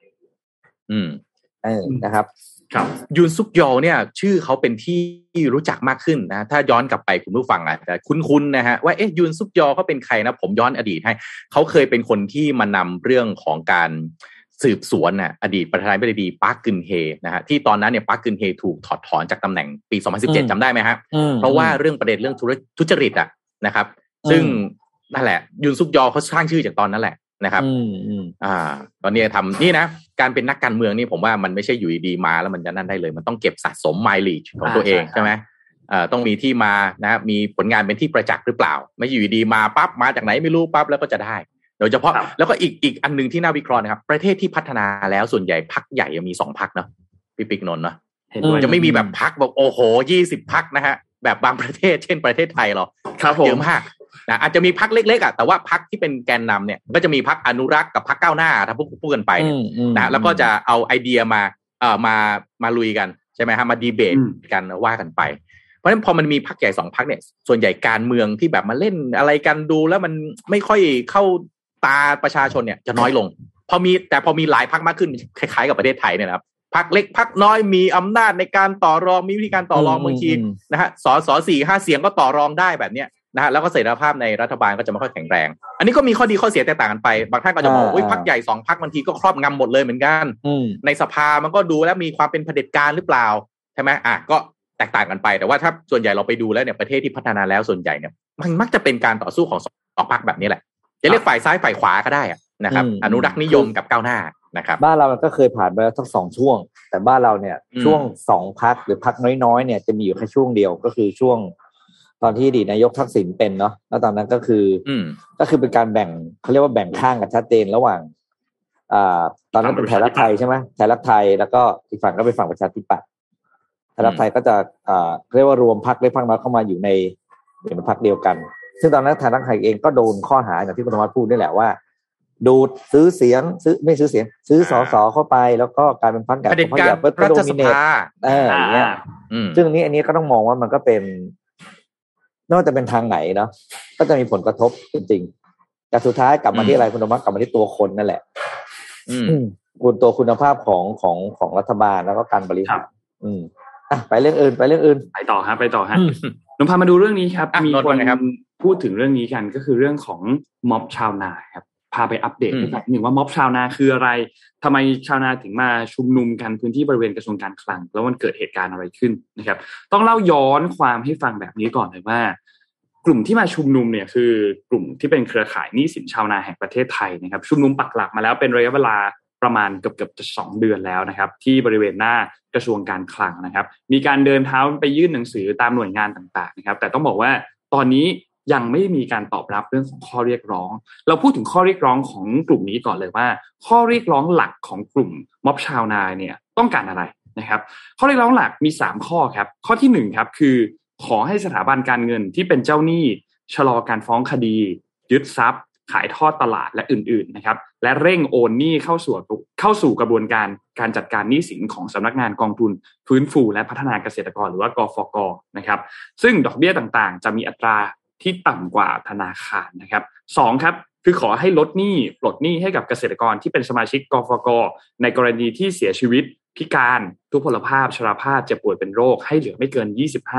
นะครับ
ยุนซุกยอเนี่ยชื่อเขาเป็นที่รู้จักมากขึ้นนะถ้าย้อนกลับไปคุณผู้ฟังอาจจะคุ้นๆนะฮะว่ายุนซุกยอเขาเป็นใครนะผมย้อนอดีตให้เขาเคยเป็นคนที่มานำเรื่องของการสืบสวนอดีตประธานาธิบดีปาร์คกึนเฮนะฮะที่ตอนนั้นเนี่ยปาร์คกึนเฮถูกถอดถอนจากตำแหน่งปี2017จำได้ไหมฮะเพราะว่าเรื่องประเด็นเรื่องทุจริตนะครับซึ่งนั่นแหละยุนซุกยอเขาสร้างชื่อจากตอนนั้นแหละนะครับตอนนี้ทำนี่นะการเป็นนักการเมืองนี่ผมว่ามันไม่ใช่อยู่ดีมาแล้วมันจะนั่นได้เลยมันต้องเก็บสะสมไมล์ลีจของตัวเองใช่ไหมต้องมีที่มานะมีผลงานเป็นที่ประจักษ์หรือเปล่าไม่อยู่ดีมาปั๊บมาจากไหนไม่รู้ปั๊บแล้วก็จะได้โดยเฉพาะแล้วก็อีกอันนึงที่น่าวิเคราะห์นะครับประเทศที่พัฒนาแล้วส่วนใหญ่พรรคใหญ่มี2พรรคเนาะพี่ปิ๊กนนท์เนาะจะไม่มีแบบพรรคบอกโอ้โห20พรรคนะฮะแบบบางประเทศเช่นประเทศไทยเราเยอะมากนะอาจจะมีพรรคเล็กๆแต่ว่าพรรคที่เป็นแกนนำเนี่ยก็จะมีพรรคอนุรักษ์กับพรรคก้าวหน้าถ้าพูดกันไปนะแล้วก็จะเอาไอเดียมาลุยกันใช่ไหมฮะมาดีเบตกันว่ากันไปเพราะฉะนั้นพอมันมีพรรคใหญ่2พรรคเนี่ยส่วนใหญ่การเมืองที่แบบมาเล่นอะไรกันดูแล้วมันไม่ค่อยเข้าตาประชาชนเนี่ยจะน้อยลงพอมีหลายพรรคมากขึ้นคล้ายๆกับประเทศไทยเนี่ยนะครับพรรคเล็กพรรคน้อยมีอำนาจในการต่อรองมีวิธีการต่อรองบางทีนะฮะส.4-5 เสียงก็ต่อรองได้แบบเนี้ยนะฮะแล้วก็เสถียรภาพในรัฐบาลก็จะไม่ค่อยแข็งแรงอันนี้ก็มีข้อดีข้อเสียแตกต่างกันไปบางท่านก็จะบอกว่าพรรคใหญ่2พรรคบางทีก็ครอบงำหมดเลยเหมือนกันในสภามันก็ดูแล้วมีความเป็นเผด็จการหรือเปล่าใช่ไหมก็แตกต่างกันไปแต่ว่าถ้าส่วนใหญ่เราไปดูแล้วเนี่ยประเทศที่พัฒนาแล้วส่วนใหญ่เนี่ยมันมักจะเป็นการต่อสู้ของ2พรรคแบบนี้แหละจะเรียกฝ่ายซ้ายฝ่ายขวาก็ได้นะครับอนุรักษ์นิยมกับก้าวหน้านะครับ
บ้านเรามันก็เคยผ่านไปแล้วทั้ง2ช่วงแต่บ้านเราเนี่ยช่วง2พรรคหรือพรรคน้อยๆเนี่ยจะมีอยู่แค่ช่วงเดียวก็คือช่วงตอนที่อดีตนายกทักษิณเป็นเนาะแล้วตอนนั้นก็คือเป็นการแบ่งเขาเรียกว่าแบ่งข้างกันชัดเจนระหว่างตอนนั้นเป็นไทยรักไทยใช่ไหมไทยรักไทยแล้วก็อีกฝั่งก็เป็นฝั่งประชาธิปัตย์ไทยรักไทยก็จะเรียกว่ารวมพรรคเล็กพรรคน้อยเข้ามาอยู่ในพรรคเดียวกันซึ่งตอนนั้นไทยรักไทยเองก็โดนข้อหาอย่างที่คุณธรรมพูดนี่แหละว่าดูดซื้อเสียงซื้อสสเข้าไปแล้วก็การเป็นพรรคใหญ่
เพราะอย่างรัฐสภา
อย่างเงี้ยซึ่งอันนี้ก็ต้องมองว่ามันก็เป็นนอกจากเป็นทางไหนเนาะก็จะมีผลกระทบจริงๆแต่สุดท้ายกลับมาที่อะไรคุณธรรมกลับมาที่ตัวคนนั่นแหละตัวคุณภาพของรัฐบาลแล้วก็การบริหารไปเรื่องอื่น
ไปต่อฮะนพามาดูเรื่องนี้ครับมีคนพูดถึงเรื่องนี้กันก็คือเรื่องของม็อบชาวนาครับพาไปอัปเดตให้ฟังหนึ่งว่าม็อบชาวนาคืออะไรทำไมชาวนาถึงมาชุมนุมกันพื้นที่บริเวณกระทรวงการคลังแล้วมันเกิดเหตุการณ์อะไรขึ้นนะครับต้องเล่าย้อนความให้ฟังแบบนี้ก่อนเลยว่ากลุ่มที่มาชุมนุมเนี่ยคือกลุ่มที่เป็นเครือข่ายหนี้สินชาวนาแห่งประเทศไทยนะครับชุมนุมปักหลักมาแล้วเป็นระยะเวลาประมาณเกือบจะ2 เดือนแล้วนะครับที่บริเวณหน้ากระทรวงการคลังนะครับมีการเดินเท้าไปยื่นหนังสือตามหน่วยงานต่างๆนะครับแต่ต้องบอกว่าตอนนี้ยังไม่มีการตอบรับเรื่องของข้อเรียกร้องเราพูดถึงข้อเรียกร้องของกลุ่มนี้ก่อนเลยว่าข้อเรียกร้องหลักของกลุ่มม็อบชาวนาเนี่ยต้องการอะไรนะครับข้อเรียกร้องหลักมี3ข้อครับข้อที่1ครับคือขอให้สถาบันการเงินที่เป็นเจ้าหนี้ชะลอการฟ้องคดียึดทรัพย์ขายทอดตลาดและอื่นๆนะครับและเร่งโอนหนี้เข้าสู่กระบวนการจัดการหนี้สินของสำนักงานกองทุนฟื้นฟูและพัฒนาเกษตรกรหรือว่ากฟก.นะครับซึ่งดอกเบี้ยต่างๆจะมีอัตราที่ต่ำกว่าธนาคารนะครับ2ครับคือขอให้ลดหนี้ปลดหนี้ให้กับเกษตรกรที่เป็นสมาชิกกฟก.ในกรณีที่เสียชีวิตพิการทุพพลภาพชราภาพเจ็บป่วยเป็นโรคให้เหลือไม่เกิน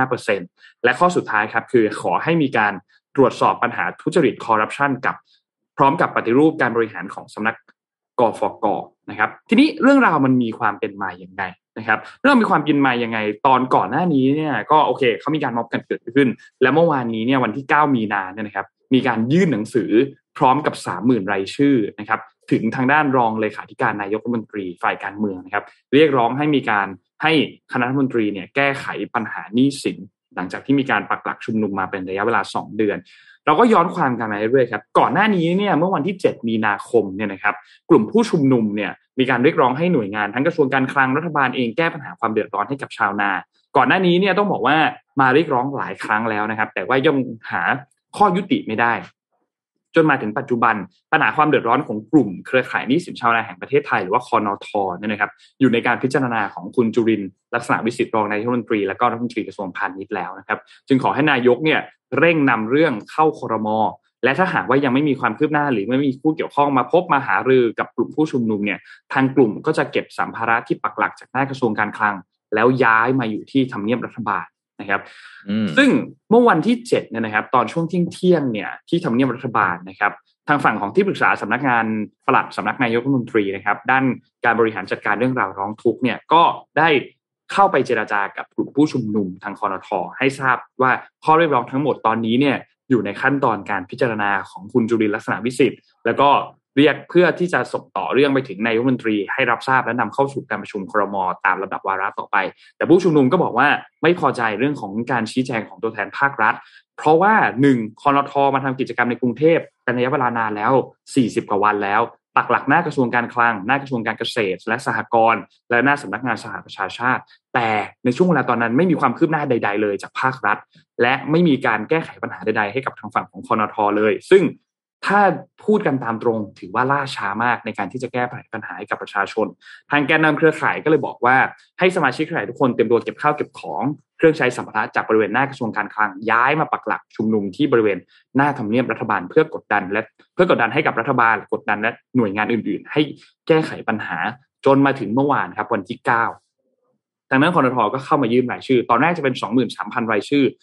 25% และข้อสุดท้ายครับคือขอให้มีการตรวจสอบปัญหาทุจริตคอร์รัปชันพร้อมกับปฏิรูปการบริหารของสำนักกฟก.นะครับทีนี้เรื่องราวมันมีความเป็นมาอย่างไรนะครับเรื่องมีความเป็นมายังไงตอนก่อนหน้านี้เนี่ยก็โอเคเขามีการม็อบกันเกิดขึ้นและเมื่อวานนี้เนี่ยวันที่9 มีนาเนี่ยนะครับมีการยื่นหนังสือพร้อมกับ 30,000 รายชื่อนะครับถึงทางด้านรองเลขาธิการนายกรัฐมนตรีฝ่ายการเมืองนะครับเรียกร้องให้มีการให้คณะรัฐมนตรีเนี่ยแก้ไขปัญหาหนี้สินหลังจากที่มีการปักหลักชุมนุมมาเป็นระยะเวลา2 เดือนเราก็ย้อนความกันมาเรื่อยๆครับก่อนหน้านี้เนี่ยเมื่อวันที่7 มีนาคมเนี่ยนะครับกลุ่มผู้ชุมนุมเนี่ยมีการเรียกร้องให้หน่วยงานทั้งกระทรวงการคลังรัฐบาลเองแก้ปัญหาความเดือดร้อนให้กับชาวนาก่อนหน้านี้เนี่ยต้องบอกว่ามาเรียกร้องหลายครั้งแล้วนะครับแต่ว่ายังหาข้อยุติไม่ได้จนมาถึงปัจจุบันปัญหาความเดือดร้อนของกลุ่มเครือข่ายหนี้สินชาวนาแห่งประเทศไทยหรือว่าคนท.เนี่ยนะครับอยู่ในการพิจารณาของคุณจุรินทร์ลักษณะวิสิทธิ์รองนายกรัฐมนตรีและก็รัฐมนตรีกระทรวงพาณิชย์แล้วนะครับจึงขอให้นายกเนี่ยเร่งนำเรื่องเข้าครม.และถ้าหากว่ายังไม่มีความคืบหน้าหรือไม่มีผู้เกี่ยวข้องมาพบมาหารือกับกลุ่มผู้ชุมนุมเนี่ยทางกลุ่มก็จะเก็บสัมภาระที่ปักหลักจากหน้ากระทรวงการคลังแล้วย้ายมาอยู่ที่ทำเนียบรัฐบาลนะครับซึ่งเมื่อวันที่7เนี่ยนะครับตอนช่วงเที่ยงเนี่ยที่ทำเนียบรัฐบาลนะครับทางฝั่งของที่ปรึกษาสำนักงานปลัดสำนักนายกรัฐมนตรีนะครับด้านการบริหารจัดการเรื่องราวร้องทุกข์เนี่ยก็ได้เข้าไปเจรจากับกลุ่มผู้ชุมนุมทางคนท.ให้ทราบว่าข้อเรียกร้องทั้งหมดตอนนี้เนี่ยอยู่ในขั้นตอนการพิจารณาของคุณจุรินทร์ลักษณะวิสิทธิ์แล้วก็เรียกเพื่อที่จะส่งต่อเรื่องไปถึงนายกรัฐมนตรีให้รับทราบและนำเข้าสู่การประชุมครม.ตามลำดับวาระต่อไปแต่ผู้ชุมนุมก็บอกว่าไม่พอใจเรื่องของการชี้แจงของตัวแทนภาครัฐเพราะว่า1คนท.มาทำกิจกรรมในกรุงเทพเป็นระยะเวลานานแล้ว40 กว่าวันแล้วปักหลักหน้ากระทรวงการคลังหน้ากระทรวงการเกษตรและสหกรณ์และหน้าสำนักงานสหประชาชาติแต่ในช่วงเวลาตอนนั้นไม่มีความคืบหน้าใดๆเลยจากภาครัฐและไม่มีการแก้ไขปัญหาใดๆให้กับทางฝั่งของคนท.เลยซึ่งถ้าพูดกันตามตรงถือว่าล่าช้ามากในการที่จะแก้ปัญหาให้กับประชาชนทางแกนนำเครือข่ายก็เลยบอกว่าให้สมาชิกเครือข่ายทุกคนเตรียมตัวเก็บข้าวเก็บของเครื่องใช้สัมภาระจากบริเวณหน้ากระทรวงการคลังย้ายมาปักหลักชุมนุมที่บริเวณหน้าทำเนียบรัฐบาลเพื่อกดดันให้กับรัฐบาลกดดันและหน่วยงานอื่นๆให้แก้ไขปัญหาจนมาถึงเมื่อวานครับวันที่9ทางนั้นคนท.ก็เข้ามายื่นรายชื่อตอนแรกจะเป็น 23,000 รายชื่อ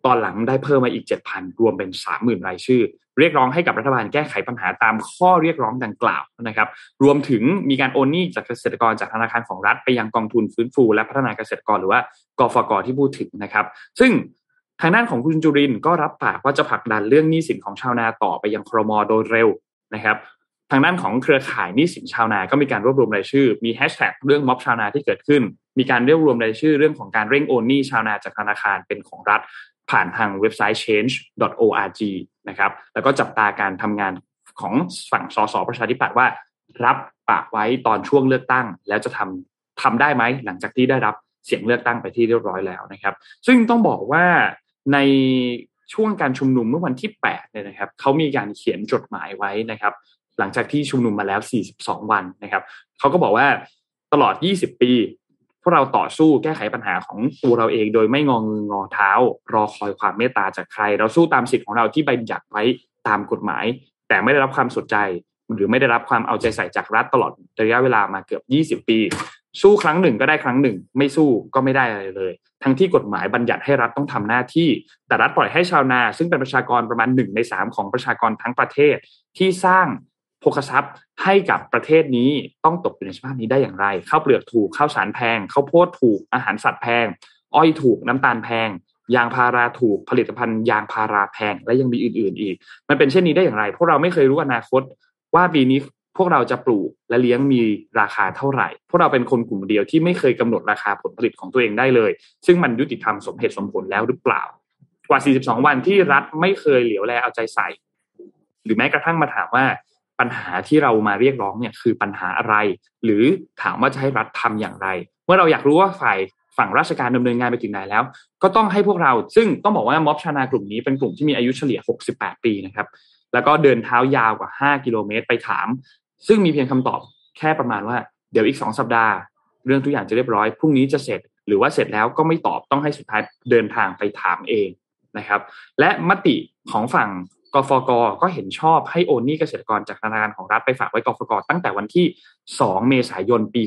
ตอนหลังได้เพิ่มมาอีก 7,000 รวมเป็น 30,000 รายชื่อเรียกร้องให้กับรัฐบาลแก้ไขปัญหาตามข้อเรียกร้องดังกล่าวนะครับรวมถึงมีการโอนหนี้จากเกษตรกรจากธนาคารของรัฐไปยังกองทุนฟื้นฟูและพัฒนาเกษตรกรหรือว่ากฟก.ที่พูดถึงนะครับซึ่งทางด้านของคุณจุรินทร์ก็รับปากว่าจะผลักดันเรื่องหนี้สินของชาวนาต่อไปยังครม.โดยเร็วนะครับทางด้านของเครือข่ายหนี้สินชาวนาก็มีการรวบรวมรายชื่อมีแฮชแท็กเรื่องม็อบชาวนาที่เกิดขึ้นมีการรวบรวมรายชื่อเรื่องของการเร่งโอนหนี้ชาวนาจากธนาคารเป็นของรัฐผ่านทางเว็บไซต์ change.org นะครับแล้วก็จับตาการทำงานของฝั่งสสประชาธิปัตย์ว่ารับปากไว้ตอนช่วงเลือกตั้งแล้วจะทำได้ไหมหลังจากที่ได้รับเสียงเลือกตั้งไปที่เรียบร้อยแล้วนะครับซึ่งต้องบอกว่าในช่วงการชุมนุมเมื่อวันที่8เนี่ยนะครับเขามีการเขียนจดหมายไว้นะครับหลังจากที่ชุมนุมมาแล้ว42วันนะครับเขาก็บอกว่าตลอด20ปีพวกเราต่อสู้แก้ไขปัญหาของตัวเราเองโดยไม่งอมืองอเท้ารอคอยความเมตตาจากใครเราสู้ตามสิทธิ์ของเราที่บัญญัติไว้ตามกฎหมายแต่ไม่ได้รับความสนใจหรือไม่ได้รับความเอาใจใส่จากรัฐตลอดระยะเวลามาเกือบ20ปีสู้ครั้งหนึ่งก็ได้ครั้งหนึ่งไม่สู้ก็ไม่ได้อะไรเลยทั้งที่กฎหมายบัญญัติให้รัฐต้องทำหน้าที่แต่รัฐปล่อยให้ชาวนาซึ่งเป็นประชากรประมาณ1 ใน 3ของประชากรทั้งประเทศที่สร้างโภคทรัพย์ให้กับประเทศนี้ต้องตกอยู่ในสภาพนี้ได้อย่างไรข้าวเปลือกถูกข้าวสารแพงข้าวโพดถูกอาหารสัตว์แพงอ้อยถูกน้ำตาลแพงยางพาราถูกผลิตภัณฑ์ยางพาราแพงและยังมีอื่นๆอีกมันเป็นเช่นนี้ได้อย่างไรพวกเราไม่เคยรู้อนาคตว่าปีนี้พวกเราจะปลูกและเลี้ยงมีราคาเท่าไหร่พวกเราเป็นคนกลุ่มเดียวที่ไม่เคยกำหนดราคาผลผลิตของตัวเองได้เลยซึ่งมันยุติธรรมสมเหตุสมผลแล้วหรือเปล่ากว่า42วันที่รัฐไม่เคยเหลียวแลเอาใจใส่หรือแม้กระทั่งมาถามว่าปัญหาที่เรามาเรียกร้องเนี่ยคือปัญหาอะไรหรือถามว่าจะให้รัฐทำอย่างไรเมื่อเราอยากรู้ว่าฝั่งราชการดำเนินงานไปถึงไหนแล้วก็ต้องให้พวกเราซึ่งต้องบอกว่าม็อบชาวนากลุ่มนี้เป็นกลุ่มที่มีอายุเฉลี่ย68ปีนะครับแล้วก็เดินเท้ายาวกว่า5 กิโลเมตรไปถามซึ่งมีเพียงคำตอบแค่ประมาณว่าเดี๋ยวอีก2 สัปดาห์เรื่องทุกอย่างจะเรียบร้อยพรุ่งนี้จะเสร็จหรือว่าเสร็จแล้วก็ไม่ตอบต้องให้สุดท้ายเดินทางไปถามเองนะครับและมติของฝั่งกฟก.ก็เห็นชอบให้โอนหนี้เกษตรกรจากธนาคารของรัฐไปฝากไว้กฟก.ตั้งแต่วันที่2 เมษายนปี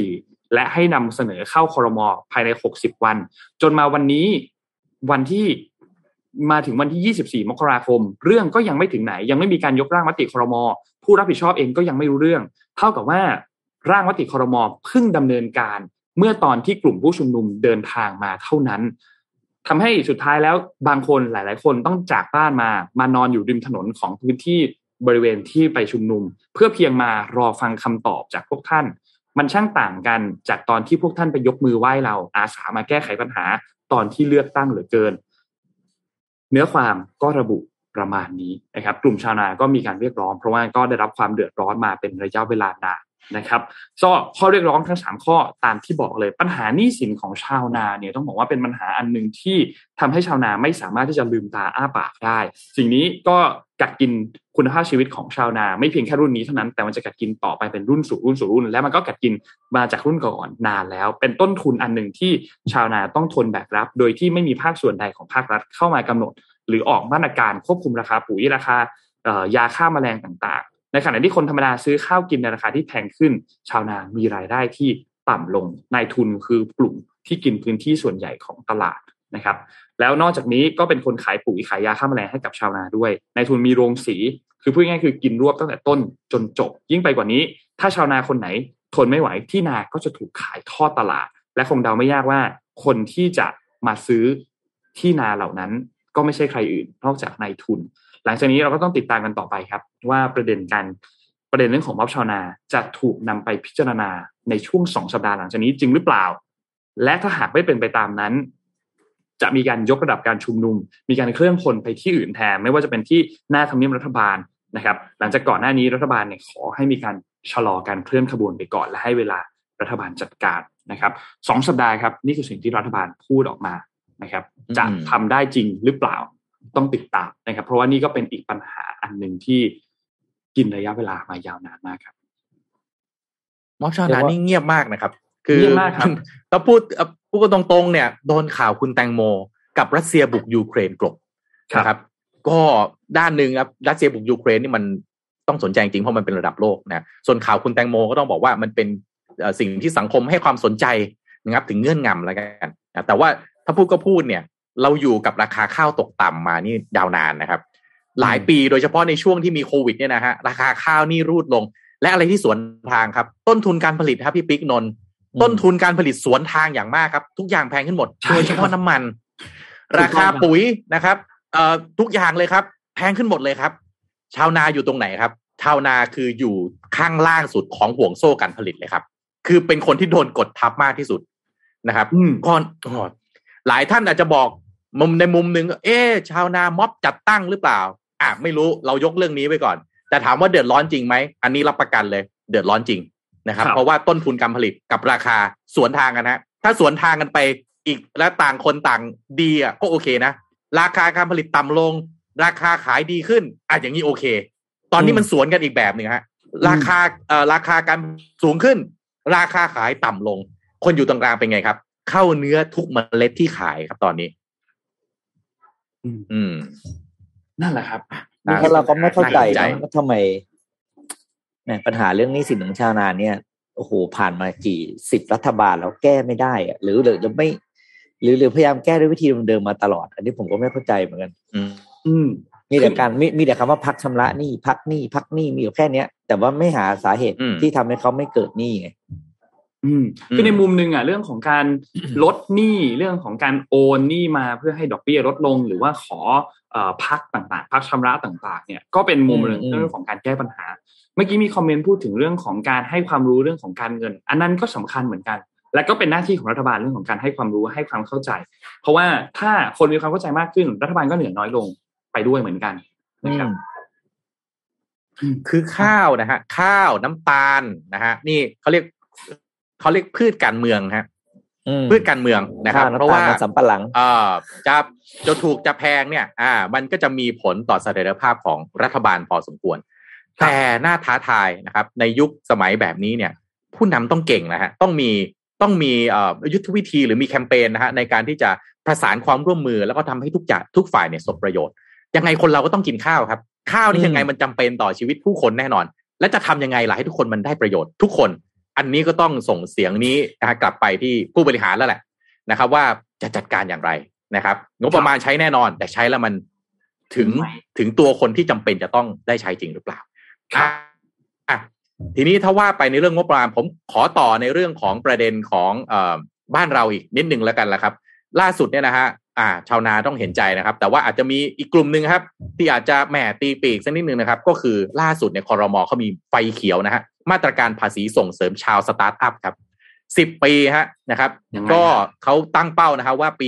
64และให้นำเสนอเข้าครม.ภายใน60วันจนมาวันนี้มาถึงวันที่24 มกราคมเรื่องก็ยังไม่ถึงไหนยังไม่มีการยกร่างมติครม.ผู้รับผิดชอบเองก็ยังไม่รู้เรื่องเท่ากับว่าร่างมติครม.เพิ่งดำเนินการเมื่อตอนที่กลุ่มผู้ชุมนุมเดินทางมาเท่านั้นทำให้สุดท้ายแล้วบางคนหลายๆคนต้องจากบ้านมานอนอยู่ริมถนนของพื้นที่บริเวณที่ไปชุมนุมเพื่อเพียงมารอฟังคำตอบจากพวกท่านมันช่างต่างกันจากตอนที่พวกท่านไปยกมือไหว้เราอาสามาแก้ไขปัญหาตอนที่เลือกตั้งเหลือเกินเนื้อความก็ระบุประมาณนี้นะครับกลุ่มชาวนาก็มีการเรียกร้องเพราะว่าก็ได้รับความเดือดร้อนมาเป็นระยะเวลานานนะครับข้อเรียกร้องทั้ง3ข้อตามที่บอกเลยปัญหาหนี้สินของชาวนาเนี่ยต้องบอกว่าเป็นปัญหาอันนึงที่ทำให้ชาวนาไม่สามารถที่จะลืมตาอ้าปากได้สิ่งนี้ก็กัดกินคุณภาพชีวิตของชาวนาไม่เพียงแค่รุ่นนี้เท่านั้นแต่มันจะกัดกินต่อไปเป็นรุ่นสู่รุ่นและมันก็กัดกินมาจากรุ่นก่อนนานแล้วเป็นต้นทุนอันนึงที่ชาวนาต้องทนแบกรับโดยที่ไม่มีภาคส่วนใดของภาครัฐเข้ามากำหนดหรือออกมาตรการควบคุมราคาปุ๋ยราคายาฆ่าแมลงต่างๆในขณะที่คนธรรมดาซื้อข้าวกินในราคาที่แพงขึ้นชาวนามีรายได้ที่ต่ำลงนายทุนคือกลุ่มที่กินพื้นที่ส่วนใหญ่ของตลาดนะครับแล้วนอกจากนี้ก็เป็นคนขายปุ๋ยขายยาฆ่าแมลงให้กับชาวนาด้วยนายทุนมีโรงสีคือพูดง่ายๆคือกินรวบตั้งแต่ต้นจนจบยิ่งไปกว่านี้ถ้าชาวนาคนไหนทนไม่ไหวที่นาก็จะถูกขายทอดตลาดและคงเดาไม่ยากว่าคนที่จะมาซื้อที่นาเหล่านั้นก็ไม่ใช่ใครอื่นนอกจากนายทุนหลังจากนี้เราก็ต้องติดตามกันต่อไปครับว่าประเด็นเรื่องของม็อบชาวนาจะถูกนำไปพิจารณาในช่วง2 สัปดาห์หลังจากนี้จริงหรือเปล่าและถ้าหากไม่เป็นไปตามนั้นจะมีการยกระดับการชุมนุมมีการเคลื่อนพลไปที่อื่นแทนไม่ว่าจะเป็นที่หน้าทำเนียบรัฐบาลนะครับหลังจากก่อนหน้านี้รัฐบาลเนี่ยขอให้มีการชะลอการเคลื่อนขบวนไปก่อนและให้เวลารัฐบาลจัดการนะครับ2 สัปดาห์ครับนี่คือสิ่งที่รัฐบาลพูดออกมานะครับจะทำได้จริงหรือเปล่าต้องติดตามนะครับเพราะว่านี่ก็เป็นอีกปัญหาอันนึงที่กินระยะเวลามายาวนานมากครับ
ม็อบชาวนานี่เงียบมากนะครับคือถ้าพูดกันตรงๆเนี่ยโดนข่าวคุณแตงโมกับรัสเซียบุกยูเครนกลบนะครับก็ด้านนึงครับรัสเซียบุกยูเครนนี่มันต้องสนใจจริงเพราะมันเป็นระดับโลกนะส่วนข่าวคุณแตงโมก็ต้องบอกว่ามันเป็นสิ่งที่สังคมให้ความสนใจนะครับถึงเงื่อนงำแล้วกันแต่ว่าถ้าพูดก็พูดเนี่ยเราอยู่กับราคาข้าวตกต่ำมานี่ยาวนานนะครับหลายปีโดยเฉพาะในช่วงที่มีโควิดเนี่ยนะฮะราคาข้าวนี่รูดลงและอะไรที่สวนทางครับต้นทุนการผลิตครับพี่ปิ๊กนนท์ต้นทุนการผลิตสวนทางอย่างมากครับทุกอย่างแพงขึ้นหมดโดยเฉพาะน้ำมันราคาปุ๋ยนะครับทุกอย่างเลยครับแพงขึ้นหมดเลยครับชาวนาอยู่ตรงไหนครับชาวนาคืออยู่ข้างล่างสุดของห่วงโซ่การผลิตเลยครับคือเป็นคนที่โดนกดทับมากที่สุดนะครับก่อนหลายท่านอาจจะบอกในมุมหนึ่งชาวนาม็อบจัดตั้งหรือเปล่าไม่รู้เรายกเรื่องนี้ไว้ก่อนแต่ถามว่าเดือดร้อนจริงไหมอันนี้รับประกันเลยเดือดร้อนจริงนะครับเพราะว่าต้นทุนการผลิตกับราคาสวนทางกันฮะถ้าสวนทางกันไปอีกและต่างคนต่างดีก็โอเคนะราคาการผลิตต่ำลงราคาขายดีขึ้นอย่างนี้โอเคตอนนี้มันสวนกันอีกแบบหนึ่งฮะราคาการสูงขึ้นราคาขายต่ำลงคนอยู่ตรงกลางเป็นไงครับเข้าเนื้อทุกเมล็ดที่ขายครับตอนนี้
นั่นแหละครับ
เพราะเราก็ไม่เข้าใจว่าทำไมปัญหาเรื่องหนี้สินของชาวนาเนี่ยโอ้โหผ่านมากี่10รัฐบาลแล้วแก้ไม่ได้หรือไม่หรือพยายามแก้ด้วยวิธีเดิมมาตลอดอันนี้ผมก็ไม่เข้าใจเหมือนกันมีแต่การมีแต่คำว่าพักชำระหนี้พักหนี้มีอยู่แค่เนี้ยแต่ว่าไม่หาสาเหตุที่ทำให้เขาไม่เกิดหนี้ไง
คือในมุมนึงเรื่องของการลดหนี้เรื่องของการโอนหนี้มาเพื่อให้ดอกเบี้ยลดลงหรือว่าขอพักต่างๆพักชำระต่างๆเนี่ยก็เป็นมุมเรื่องของการแก้ปัญหาเมื่อกี้มีคอมเมนต์พูดถึงเรื่องของการให้ความรู้เรื่องของการเงินอันนั้นก็สำคัญเหมือนกันและก็เป็นหน้าที่ของรัฐบาลเรื่องของการให้ความรู้ให้ความเข้าใจเพราะว่าถ้าคนมีความเข้าใจมากขึ้นรัฐบาลก็เหนื่อยน้อยลงไปด้วยเหมือนกันนะครับ
คือข้าวนะฮะข้าวน้ำตาลนะฮะนี่เขาเรียกพืชการเมืองฮะพืชการเมืองนะครับเพราะว่า
สำปะหลัง
จะถูกจะแพงเนี่ยมันก็จะมีผลต่อเสถียรภาพของรัฐบาลพอสมควรแต่น่าท้าทายนะครับในยุคสมัยแบบนี้เนี่ยผู้นำต้องเก่งนะฮะต้องมียุทธวิธีหรือมีแคมเปญนะฮะในการที่จะประสานความร่วมมือแล้วก็ทำให้ทุกฝ่ายเนี่ยสมประโยชน์ยังไงคนเราก็ต้องกินข้าวครับข้าวนี่ยังไงมันจำเป็นต่อชีวิตผู้คนแน่นอนและจะทำยังไงล่ะให้ทุกคนมันได้ประโยชน์ทุกคนอันนี้ก็ต้องส่งเสียงนี้กลับไปที่ผู้บริหารแล้วแหละนะครับว่าจะจัดการอย่างไรนะครับงบประมาณใช้แน่นอนแต่ใช้แล้วมันถึงตัวคนที่จำเป็นจะต้องได้ใช้จริงหรือเปล่าทีนี้ถ้าว่าไปในเรื่องงบประมาณผมขอต่อในเรื่องของประเด็นของบ้านเราอีกนิดนึงแล้วกันละครับล่าสุดเนี่ยนะฮะชาวนาต้องเห็นใจนะครับแต่ว่าอาจจะมีอีกกลุ่มนึงครับที่อาจจะแหมตีปีกสักนิดนึงนะครับก็คือล่าสุดเนี่ยครม.เขามีไฟเขียวนะฮะมาตรการภาษีส่งเสริมชาวสตาร์ทอัพครับ10 ปีฮะนะครับก็เขาตั้งเป้านะฮะว่าปี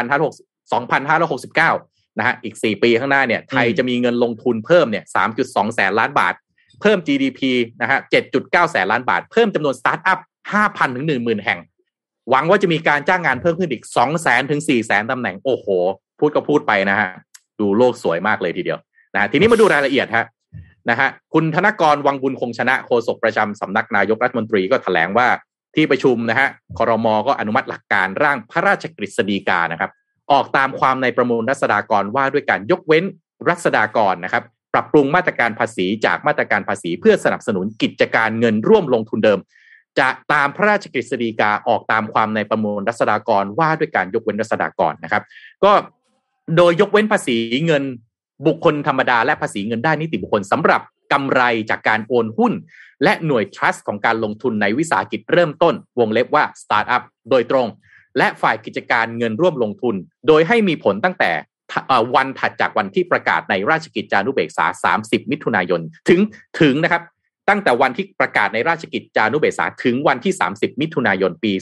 2569นะฮะอีก4 ปีข้างหน้าเนี่ยไทยจะมีเงินลงทุนเพิ่มเนี่ย 3.2 แสนล้านบาทเพิ่ม GDP นะฮะ 7.9 แสนล้านบาทเพิ่มจำนวนสตาร์ทอัพ 5,000 ถึง 10,000 แห่งหวังว่าจะมีการจ้างงานเพิ่มขึ้นอีก 200,000 ถึง 400,000 ตำแหน่งโอ้โหพูดก็พูดไปนะฮะดูโลกสวยมากเลยทีเดียวนะฮะทีนี้มาดูรายละเอียดฮะนะฮะคุณธนกรวังบุญคงชนะโฆษกประจำสำนักนายกรัฐมนตรีก็แถลงว่าที่ประชุมนะฮะครม.ก็อนุมัติหลักการร่างพระราชกฤษฎีกานะครับออกตามความในประมวลรัษฎากรว่าด้วยการยกเว้นรัษฎากรนะครับปรับปรุงมาตรการภาษีจากมาตรการภาษีเพื่อสนับสนุนกิจการเงินร่วมลงทุนเดิมจะตามพระราชกฤษฎีกาออกตามความในประมวลรัษฎากรว่าด้วยการยกเว้นรัษฎากรนะครับก็โดยยกเว้นภาษีเงินบุคคลธรรมดาและภาษีเงินได้นิติบุคคลสำหรับกำไรจากการโอนหุ้นและหน่วย trust ของการลงทุนในวิสาหกิจเริ่มต้นวงเล็บว่า startup โดยตรงและฝ่ายกิจการเงินร่วมลงทุนโดยให้มีผลตั้งแต่วันถัดจากวันที่ประกาศในราชกิจจานุเบกษา30มิถุนายนถึงนะครับตั้งแต่วันที่ประกาศในราชกิจจานุเบกษาถึงวันที่30มิถุนายนปี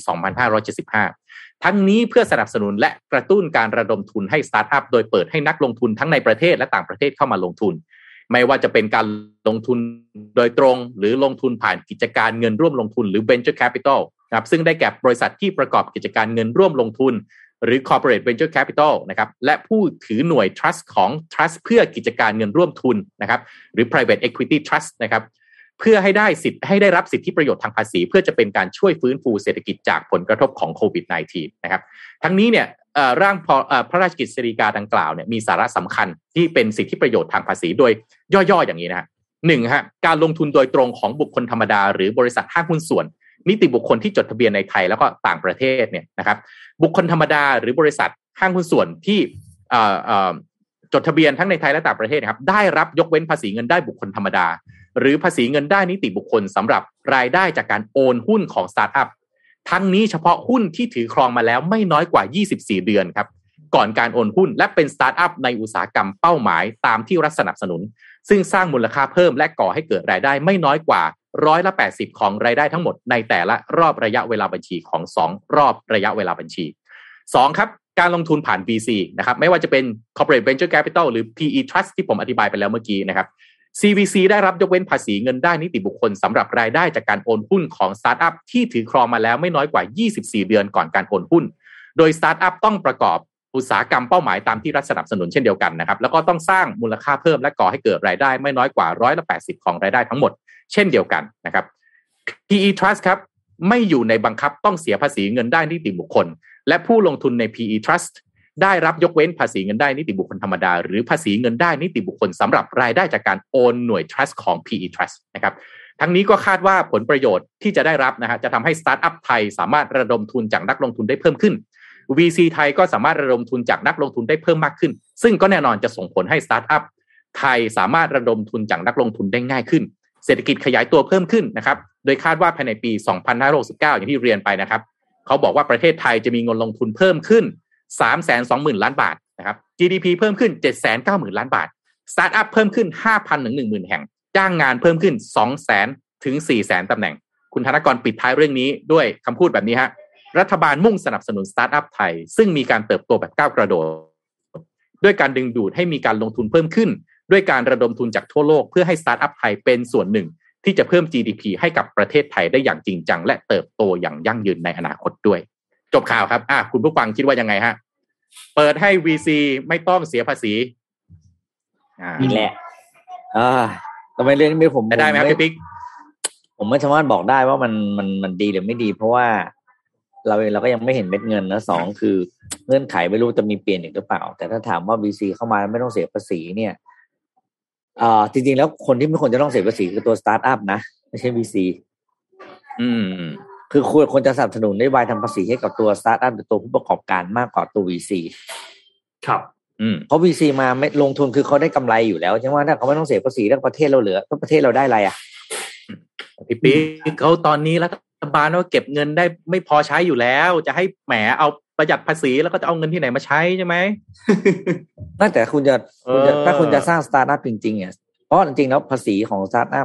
2575ทั้งนี้เพื่อสนับสนุนและกระตุ้นการระดมทุนให้สตาร์ทอัพโดยเปิดให้นักลงทุนทั้งในประเทศและต่างประเทศเข้ามาลงทุนไม่ว่าจะเป็นการลงทุนโดยตรงหรือลงทุนผ่านกิจการเงินร่วมลงทุนหรือ Venture Capital นะครับซึ่งได้แก่บริษัทที่ประกอบกิจการเงินร่วมลงทุนหรือ Corporate Venture Capital นะครับและผู้ถือหน่วย Trust ของ Trust เพื่อกิจการเงินร่วมทุนนะครับหรือ Private Equity Trust นะครับเพื่อให้ได้รับสิทธิประโยชน์ทางภาษีเพื่อจะเป็นการช่วยฟื้นฟูเศรษฐกิจจากผลกระทบของโควิด -19 นะครับทั้งนี้เนี่ยร่างพระราชกฤษฎีกาดังกล่าวเนี่ยมีสาระสำคัญที่เป็นสิทธิประโยชน์ทางภาษีโดยย่อๆอย่างนี้นะฮะ 1 ฮะการลงทุนโดยตรงของบุคคลธรรมดาหรือบริษัทห้างหุ้นส่วนนิติบุคคลที่จดทะเบียนในไทยแล้วก็ต่างประเทศเนี่ยนะครับบุคคลธรรมดาหรือบริษัทห้างหุ้นส่วนที่จดทะเบียนทั้งในไทยและต่างประเทศครับได้รับยกเว้นภาษีเงินได้บุคคลธรรมดาหรือภาษีเงินได้นิติบุคคลสำหรับรายได้จากการโอนหุ้นของสตาร์ทอัพทั้งนี้เฉพาะหุ้นที่ถือครองมาแล้วไม่น้อยกว่า24เดือนครับก่อนการโอนหุ้นและเป็นสตาร์ทอัพในอุตสาหกรรมเป้าหมายตามที่รัฐสนับสนุนซึ่งสร้างมูลค่าเพิ่มและก่อให้เกิดรายได้ไม่น้อยกว่า80%ของรายได้ทั้งหมดในแต่ละรอบระยะเวลาบัญชีของ2รอบระยะเวลาบัญชี2ครับการลงทุนผ่าน VC นะครับไม่ว่าจะเป็น Corporate Venture Capital หรือ PE Trust ที่ผมอธิบายไปแล้วเมื่อกี้นะครับ CVC ได้รับยกเว้นภาษีเงินได้นิติบุคคลสำหรับรายได้จากการโอนหุ้นของสตาร์ทอัพที่ถือครองมาแล้วไม่น้อยกว่า24เดือนก่อนการโอนหุ้นโดยสตาร์ทอัพต้องประกอบอุตสาหกรรมเป้าหมายตามที่รัฐสนับสนุนเช่นเดียวกันนะครับแล้วก็ต้องสร้างมูลค่าเพิ่มและก่อให้เกิดรายได้ไม่น้อยกว่า80%ของรายได้ทั้งหมดเช่นเดียวกันนะครับ PE Trust ครับไม่อยู่ในบังคับต้องเสียภาษีเงินได้นิติบุคคลและผู้ลงทุนใน PE Trust ได้รับยกเว้นภาษีเงินได้นิติบุคคลธรรมดาหรือภาษีเงินได้นิติบุคคลสำหรับรายได้จากการโอนหน่วย Trust ของ PE Trust นะครับทั้งนี้ก็คาดว่าผลประโยชน์ที่จะได้รับนะฮะจะทำให้สตาร์ทอัพไทยสามารถระดมทุนจากนักลงทุนได้เพิ่มขึ้น VC ไทยก็สามารถระดมทุนจากนักลงทุนได้เพิ่มมากขึ้นซึ่งก็แน่นอนจะส่งผลให้สตาร์ทอัพไทยสามารถระดมทุนจากนักลงทุนได้ง่ายขึ้นเศรษฐกิจขยายตัวเพิ่มขึ้นนะครับโดยคาดว่าภายในปี2569อย่างที่เรียนไปนะครับเขาบอกว่าประเทศไทยจะมีเงินลงทุนเพิ่มขึ้น 320,000 ล้านบาทนะครับ GDP เพิ่มขึ้น 790,000 ล้านบาทสตาร์ทอัพเพิ่มขึ้น 5,000 ถึง 10,000 แห่งจ้างงานเพิ่มขึ้น 200,000 ถึง 400,000 ตำแหน่งคุณธนกรปิดท้ายเรื่องนี้ด้วยคำพูดแบบนี้ฮะรัฐบาลมุ่งสนับสนุนสตาร์ทอัพไทยซึ่งมีการเติบโตแบบก้าวกระโดดด้วยการดึงดูดให้มีการลงทุนเพิ่มขึ้นด้วยการระดมทุนจากทั่วโลกเพื่อให้สตาร์ทอัพไทยเป็นส่วนหนึ่งที่จะเพิ่ม GDP ให้กับประเทศไทยได้อย่างจริงจังและเติบโตอย่างยั่งยืนในอนาคตด้วยจบข่าวครับคุณผู้ฟังคิดว่ายังไงฮะเปิดให้ VC ไม่ต้องเสียภาษี
นี่แหละทำไมเรื่องนี้ผม
ได้ไหมครับพี่ปิ๊ก
ผมไม่สามารถบอกได้ว่ามันดีหรือไม่ดีเพราะว่าเราก็ยังไม่เห็นเม็ดเงินนะ2คือเงื่อนไขไม่รู้จะมีเปลี่ยนอีกหรือเปล่าแต่ถ้าถามว่า VC เข้ามาไม่ต้องเสียภาษีเนี่ยจริงๆแล้วคนที่ไม่ควรจะต้องเสียภาษีคือตัวสตาร์ทอัพนะไม่ใช่ VC คือควรจะสนับสนุนนโยบายทำภาษีให้กับตัวสตาร์ทอัพหรือตัวผู้ประกอบการมากกว่าตัว VC
ครับ
เพราะ VC มาไม่ลงทุนคือเขาได้กำไรอยู่แล้วใช่ไหมถ้าเขาไม่ต้องเสียภาษีแล้วประเทศเราเหลือประเทศเราได้อะไร
พี่ปิ๊กเขาตอนนี้รัฐบาลว่าเก็บเงินได้ไม่พอใช้อยู่แล้วจะให้แหมเอาประหยัดภาษีแล้วก็จะเอาเงินที่ไหนมาใช้ใช่ไหม
นั่นแต่คุณจะถ้าคุณจะสร้างสตาร์ทอัพจริงๆเนี่ยเพราะจริงๆแล้วภาษีของสตาร์ทอัพ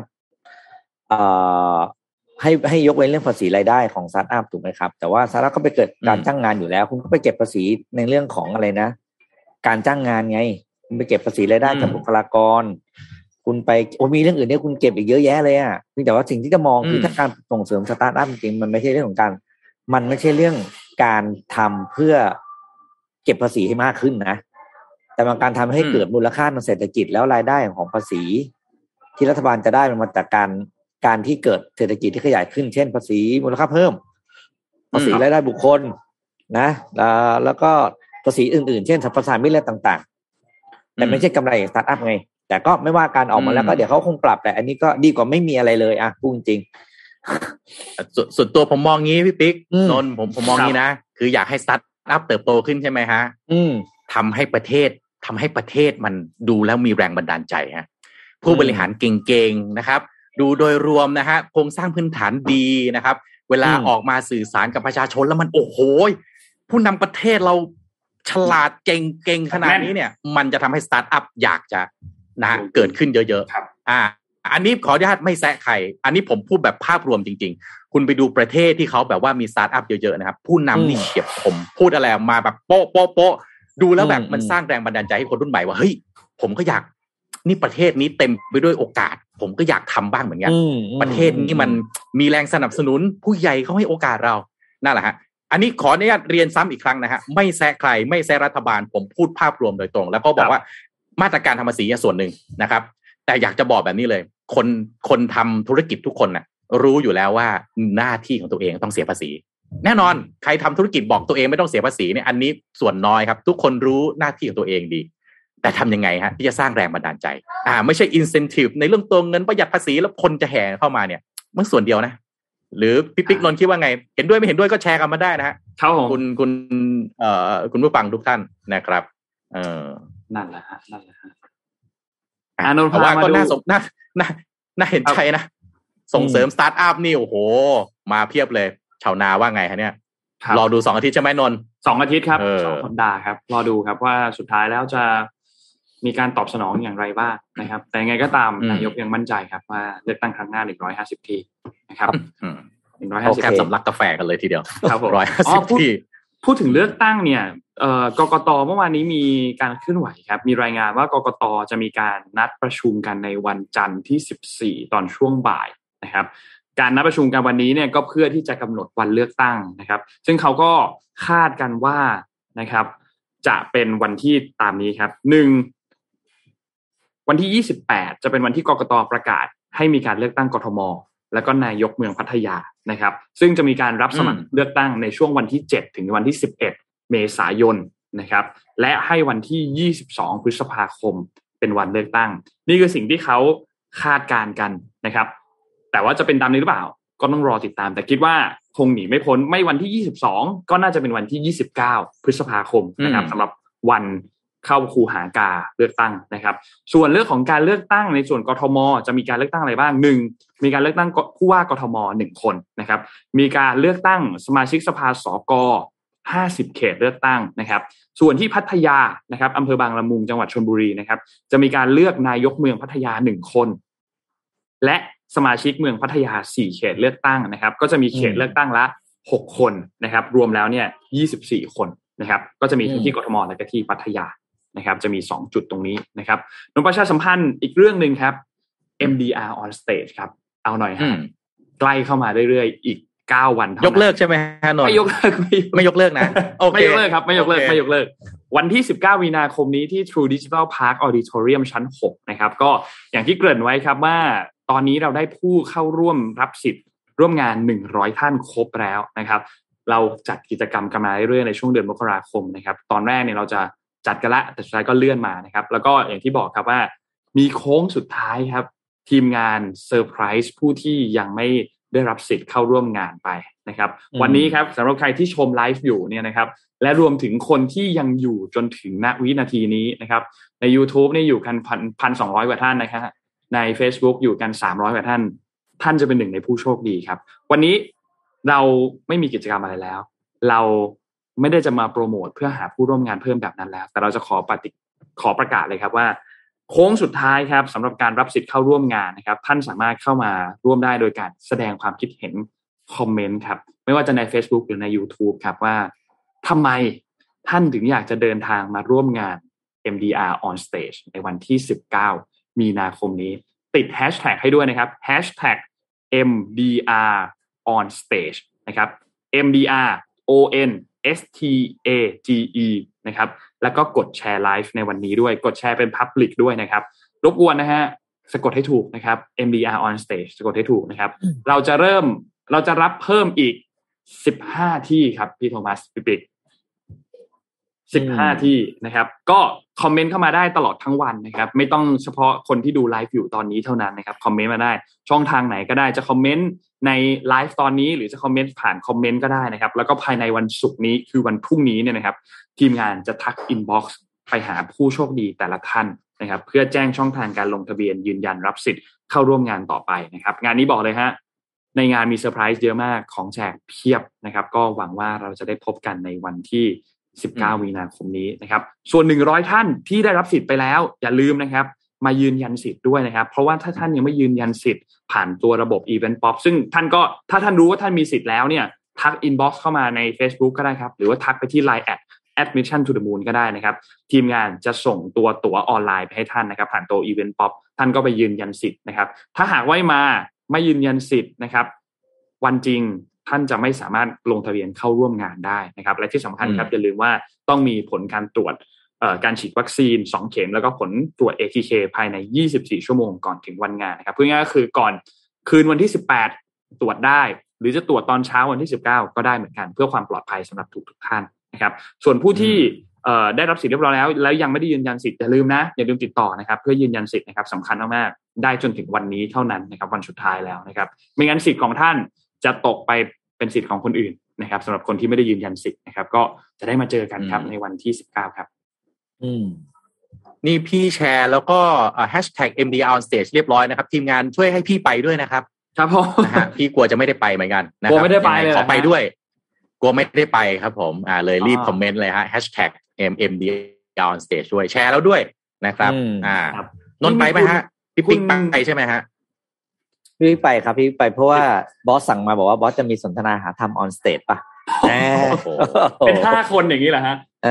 ให้ยกเว้นเรื่องภาษีรายได้ของสตาร์ทอัพถูกไหมครับแต่ว่าสตาร์ทอัพก็ไปเกิดการจ้างงานอยู่แล้วคุณก็ไปเก็บภาษีในเรื่องของอะไรนะการจ้างงานไงคุณไปเก็บภาษีรายได้จากบุคลากรคุณไปมีเรื่องอื่นเนี่ยคุณเก็บอีกเยอะแยะเลยอ่ะแต่ว่าสิ่งที่จะมองคือถ้าการส่งเสริมสตาร์ทอัพจริงๆมันไม่ใช่เรื่องของการมันไม่ใช่เรื่องการทำเพื่อเก็บภาษีให้มากขึ้นนะแต่มันการทำให้เกิดมูลค่าทางเศรษฐกิจแล้วรายได้ของภาษีที่รัฐบาลจะได้มันมาจากการที่เกิดเศรษฐกิจที่ขยายขึ้นเช่นภาษีมูลค่าเพิ่มภาษีรายได้บุคคลนะแล้วก็ภาษีอื่นๆเช่นสรรพสามิตต่างๆแต่ไม่ใช่กำไรสตาร์ทอัพไงแต่ก็ไม่ว่าการออกมาแล้วก็เดี๋ยวเขาคงปรับแต่อันนี้ก็ดีกว่าไม่มีอะไรเลยพูดจริง
ส่วนตัวผมมองงี้พี่ปิ๊กนนท์ผมมองงี้นะคืออยากให้สตาร์ทอัพเติบโตขึ้นใช่ไหมฮะทำให้ประเทศมันดูแล้วมีแรงบันดาลใจฮะผู้บริหารเก่งๆนะครับดูโดยรวมนะฮะโครงสร้างพื้นฐานดีนะครับเวลาออกมาสื่อสารกับประชาชนแล้วมันโอ้โหผู้นำประเทศเราฉลาดเก่งขนาดนี้เนี่ยมันจะทำให้สตาร์ทอัพอยากจะนะเกิดขึ้นเยอะๆอันนี้ขออนุญาตไม่แซะใครอันนี้ผมพูดแบบภาพรวมจริงๆคุณไปดูประเทศที่เขาแบบว่ามีสตาร์ทอัพเยอะๆนะครับผู้นำนี่เฉียบคมพูดอะไรออกมาแบบโป๊ะดูแล้วแบบมันสร้างแรงบันดาลใจให้คนรุ่นใหม่ว่าเฮ้ยผมก็อยากนี่ประเทศนี้เต็มไปด้วยโอกาสผมก็อยากทำบ้างเหมือนกันประเทศนี้มันมีแรงสนับสนุนผู้ใหญ่เขาให้โอกาสเรานั่นแหละฮะอันนี้ขออนุญาตเรียนซ้ำอีกครั้งนะฮะไม่แซะใครไม่แซะรัฐบาลผมพูดภาพรวมโดยตรงแล้วก็บอกว่ามาตรการทำภาษีส่วนหนึ่งนะครับแต่อยากจะบอกแบบนี้เลยคนทำธุรกิจทุกคนน่ะรู้อยู่แล้วว่าหน้าที่ของตัวเองต้องเสียภาษีแน่นอนใครทำธุรกิจบอกตัวเองไม่ต้องเสียภาษีเนี่ยอันนี้ส่วนน้อยครับทุกคนรู้หน้าที่ของตัวเองดีแต่ทำยังไงฮะที่จะสร้างแรงบันดาลใจไม่ใช่ incentive ในเรื่องตัวเงินประหยัดภาษีแล้วคนจะแห่เข้ามาเนี่ยมันส่วนเดียวนะหรือพี่ปิ๊กนนท์คิดว่าไงเห็นด้วยไม่เห็นด้วยก็แชร์กันมาได้นะฮะคุณผู้ฟังทุกท่านนะครับ
นั่นแหละฮะ
เพราะว่าก็น่าเห็นใจนะส่งเสริมสตาร์ทอัพนี่โอ้โหมาเพียบเลยชาวนาว่าไงฮะเนี่ยรอดู2 อาทิตย์ใช่ไหมนนท์
2 อาทิตย์ครับ2 สัปดาห์ครับรอดูครับว่าสุดท้ายแล้วจะมีการตอบสนองอย่างไรบ้างนะครับแต่ยังไงก็ตามนายกยังมั่นใจครับว่าเลือกตั้งครั้งหน้า150 ที่นะครับ
150แค่สำลักกาแฟกันเลยทีเดียว
ครับผม
150 ที่
พูดถึงเลือกตั้งเนี่ยกกต.เมื่อวานนี้มีการเคลื่อนไหวครับมีรายงานว่ากกต.จะมีการนัดประชุมกันในวันจันทร์ที่14ตอนช่วงบ่ายนะครับการนัดประชุมกันวันนี้เนี่ยก็เพื่อที่จะกำหนดวันเลือกตั้งนะครับซึ่งเขาก็คาดกันว่านะครับจะเป็นวันที่ตามนี้ครับ1วันที่28จะเป็นวันที่กกต.ประกาศให้มีการเลือกตั้งกทม.แล้วก็นายกเมืองพัทยานะครับซึ่งจะมีการรับสมัครเลือกตั้งในช่วงวันที่7ถึงวันที่11เมษายนนะครับและให้วันที่22พฤษภาคมเป็นวันเลือกตั้งนี่คือสิ่งที่เขาคาดการณ์กันนะครับแต่ว่าจะเป็นตามนี้หรือเปล่าก็ต้องรอติดตามแต่คิดว่าคงหนีไม่พ้นไม่วันที่22ก็น่าจะเป็นวันที่29พฤษภาคมนะครับสำหรับวันเข้าคูหากาเลือกตั้งนะครับส่วนเรื่องของการเลือกตั้งในส่วนกทมจะมีการเลือกตั้งอะไรบ้าง1มีการเลือกตั้งผู้ว่ากทม1คนนะครับมีการเลือกตั้งสมาชิกสภาสก50เขตเลือกตั้งนะครับส่วนที่พัทยานะครับอำเภอบางละมุงจังหวัดชลบุรีนะครับจะมีการเลือกนายกเมืองพัทยา1คนและสมาชิกเมืองพัทยา4เขตเลือกตั้งนะครับก็จะมีเขตเลือกตั้งละ6คนนะครับรวมแล้วเนี่ย24คนนะครับก็จะมีทั้งที่กทมและก็ที่พัทยานะครับจะมี2จุดตรงนี้นะครับนนประชาสัมพันธ์อีกเรื่องนึงครับ MDR on stage ครับเอาหน่อยฮะใกล้เข้ามาเรื่อยๆอีก9วัน
ยกเลิกใช่ไหมฮะนนท์ไม่ยกเลิกนะโอเค
ไม่ยกเลิกครับไม่ยกเลิกวันที่19มีนาคมนี้ที่ True Digital Park Auditorium ชั้น6นะครับก็อย่างที่เกริ่นไว้ครับว่าตอนนี้เราได้ผู้เข้าร่วมรับสิทธิ์ร่วมงาน100ท่านครบแล้วนะครับเราจัดกิจกรรมกันมาเรื่อยๆในช่วงเดือนมกราคมนะครับตอนแรกเนี่ยเราจะจัดกันละแต่สุดท้ายก็เลื่อนมานะครับแล้วก็อย่างที่บอกครับว่ามีโค้งสุดท้ายครับทีมงานเซอร์ไพรส์ผู้ที่ยังไม่ได้รับสิทธิ์เข้าร่วมงานไปนะครับวันนี้ครับสำหรับใครที่ชมไลฟ์อยู่เนี่ยนะครับและรวมถึงคนที่ยังอยู่จนถึงณวินาทีนี้นะครับใน YouTube เนี่ยอยู่กัน 1,200 กว่าท่านนะครับใน Facebook อยู่กัน300กว่าท่านจะเป็นหนึ่งในผู้โชคดีครับวันนี้เราไม่มีกิจกรรมอะไรแล้วเราไม่ได้จะมาโปรโมทเพื่อหาผู้ร่วมงานเพิ่มแบบนั้นแล้วแต่เราจะขอประกาศเลยครับว่าโค้งสุดท้ายครับสำหรับการรับสิทธิ์เข้าร่วมงานนะครับท่านสามารถเข้ามาร่วมได้โดยการแสดงความคิดเห็นคอมเมนต์ครับไม่ว่าจะใน Facebook หรือใน YouTube ครับว่าทำไมท่านถึงอยากจะเดินทางมาร่วมงาน MDR on stage ในวันที่19มีนาคมนี้ติดแฮชแท็กให้ด้วยนะครับแฮชแท็ก MDR on stage นะครับ MDR on STAGE นะครับแล้วก็กดแชร์ไลฟ์ในวันนี้ด้วยกดแชร์เป็น Public ด้วยนะครับรบกวนนะฮะสะกดให้ถูกนะครับ MDR on stage สะกดให้ถูกนะครับเราจะรับเพิ่มอีก15ที่ครับพี่โทมัสพี่ปิ๊ก15ที่นะครับก็คอมเมนต์เข้ามาได้ตลอดทั้งวันนะครับไม่ต้องเฉพาะคนที่ดูไลฟ์อยู่ตอนนี้เท่านั้นนะครับคอมเมนต์มาได้ช่องทางไหนก็ได้จะคอมเมนต์ในไลฟ์ตอนนี้หรือจะคอมเมนต์ผ่านคอมเมนต์ก็ได้นะครับแล้วก็ภายในวันศุกร์นี้คือวันพรุ่งนี้เนี่ยนะครับทีมงานจะทักอินบ็อกซ์ไปหาผู้โชคดีแต่ละท่านนะครับเพื่อแจ้งช่องทางการลงทะเบียนยืนยันรับสิทธิ์เข้าร่วมงานต่อไปนะครับงานนี้บอกเลยฮะในงานมีเซอร์ไพรส์เยอะมากของแจกเพียบนะครับก็หวังว่าเราจะได้พบกันในวันที่19มีนาคมนี้นะครับส่วน100ท่านที่ได้รับสิทธิ์ไปแล้วอย่าลืมนะครับมายืนยันสิทธิ์ด้วยนะครับเพราะว่าถ้าท่านยังไม่ยืนยันสิทธิ์ผ่านตัวระบบ Eventpop ซึ่งท่านก็ถ้าท่านรู้ว่าท่านมีสิทธิ์แล้วเนี่ยทัก inbox เข้ามาใน Facebook ก็ได้ครับหรือว่าทักไปที่ Line @admission to the moon ก็ได้นะครับทีมงานจะส่งตั๋วออนไลน์ไปให้ท่านนะครับผ่านตัว Eventpop ท่านก็ไปยืนยันสิทธิ์นะครับถ้าหากว่าไม่ยืนยันสิทธิ์นะครับวันจริงท่านจะไม่สามารถลงทะเบียนเข้าร่วมงานได้นะครับและที่สำคัญครับอย่าลืมว่าต้องมีผลการตรวจการฉีดวัคซีน2เข็มแล้วก็ผลตรวจ ATK ภายใน24ชั่วโมงก่อนถึงวันงานนะครับพูดง่ายๆก็คือก่อนคืนวันที่18ตรวจได้หรือจะตรวจตอนเช้าวันที่19ก็ได้เหมือนกันเพื่อความปลอดภัยสำหรับทุกท่านนะครับส่วนผู้ที่ได้รับสิทธิ์เรียบร้อยแล้วยังไม่ได้ยืนยันสิทธิ์อย่าลืมติดต่อนะครับเพื่อยืนยันสิทธิ์นะครับสำคัญมากๆได้จนถึงวันนี้เท่านั้นนะครับวันสุดท้ายแล้วนะครับไม่งั้นสิทธิ์ของท่านจะตกไปเป็นสิทธิ์ของคนอื่นนะครับสำหรับคนที่ไม่ได้ยืนยันสิทธิ์นะครับก็จะได้มาเจอกันครับในวันที่19ครับ
นี่พี่แชร์แล้วก็#MDR on stage เรียบร้อยนะครับทีมงานช่วยให้พี่ไปด้วยนะครับ
ครับผม
นะฮะพี่กลัวจะไม่ได้ไปเหมือนกันนะ
กลัวไม่ได้ไปเลย
ขอไปด้วยกลัวไม่ได้ไปครับผมเลยรีบคอมเมนต์เลยฮะ#MDR on stage ด้วยแชร์แล้วด้วยนะครับนนท์ไปไหมฮะพี่ปิ๊กไปใช่ไหมฮะ
พี่ไปครับพี่ไปเพราะว่าบอสสั่งมาบอกว่าบอสจะมีสนทนาหาทำออนสเตจป่ะ
เป็น5 คนอย่างนี้เหรอฮะ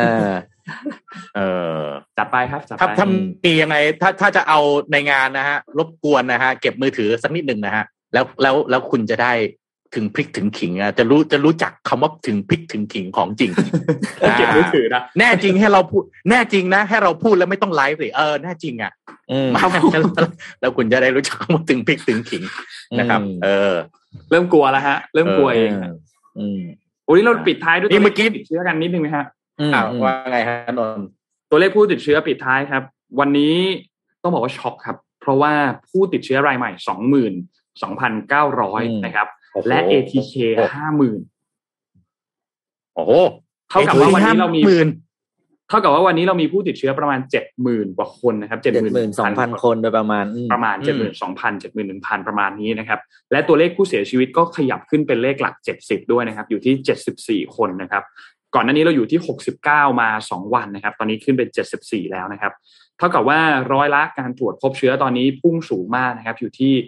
จัดไปครับจัดไป
ถ้ามียังไงถ้าจะเอาในงานนะฮะรบกวนนะฮะเก็บมือถือสักนิดนึงนะฮะแล้วคุณจะได้ถึงพริกถึงขิงจะรู้จักคำว่าถึงพริกถึงขิงของจริง
เก็บมือถือนะ
แน่จริงให้เราพูดแน่จริงนะให้เราพูดแล้วไม่ต้องไลฟ์สิแน่จริงอ่ะมาแล้วคุณจะได้รู้จักคำว่าถึงพริกถึงขิงนะครับ
เริ่มกลัวแล้วฮะเริ่มกลัวเองวันนี้เราปิดท้ายด้วย
เมื่อกี้
ติดเชื้อกันนิดนึงไหมฮะ
ว่าไงฮะนนท์
ตัวเลขผู้ติดเชื้อปิดท้ายครับวันนี้ต้องบอกว่าช็อกครับเพราะว่าผู้ติดเชื้อรายใหม่ 22,900 นะครับและ ATK 50,000
โอ้โห
เท่ากับว่าวันนี้เรามีผู้ติดเชื้อประมาณ 70,000 กว่าคนนะครับ
72,000 คนโดยประมาณ
72,000 71,000 ประมาณนี้นะครับและตัวเลขผู้เสียชีวิตก็ขยับขึ้นเป็นเลขหลัก70ด้วยนะครับอยู่ที่74คนนะครับก่อนหน้านี้เราอยู่ที่69มา2วันนะครับตอนนี้ขึ้นเป็น74แล้วนะครับเท่ากับว่าร้อยละการตรวจพบเชื้อตอนนี้พุ่งสูงมากนะครับอยู่ที่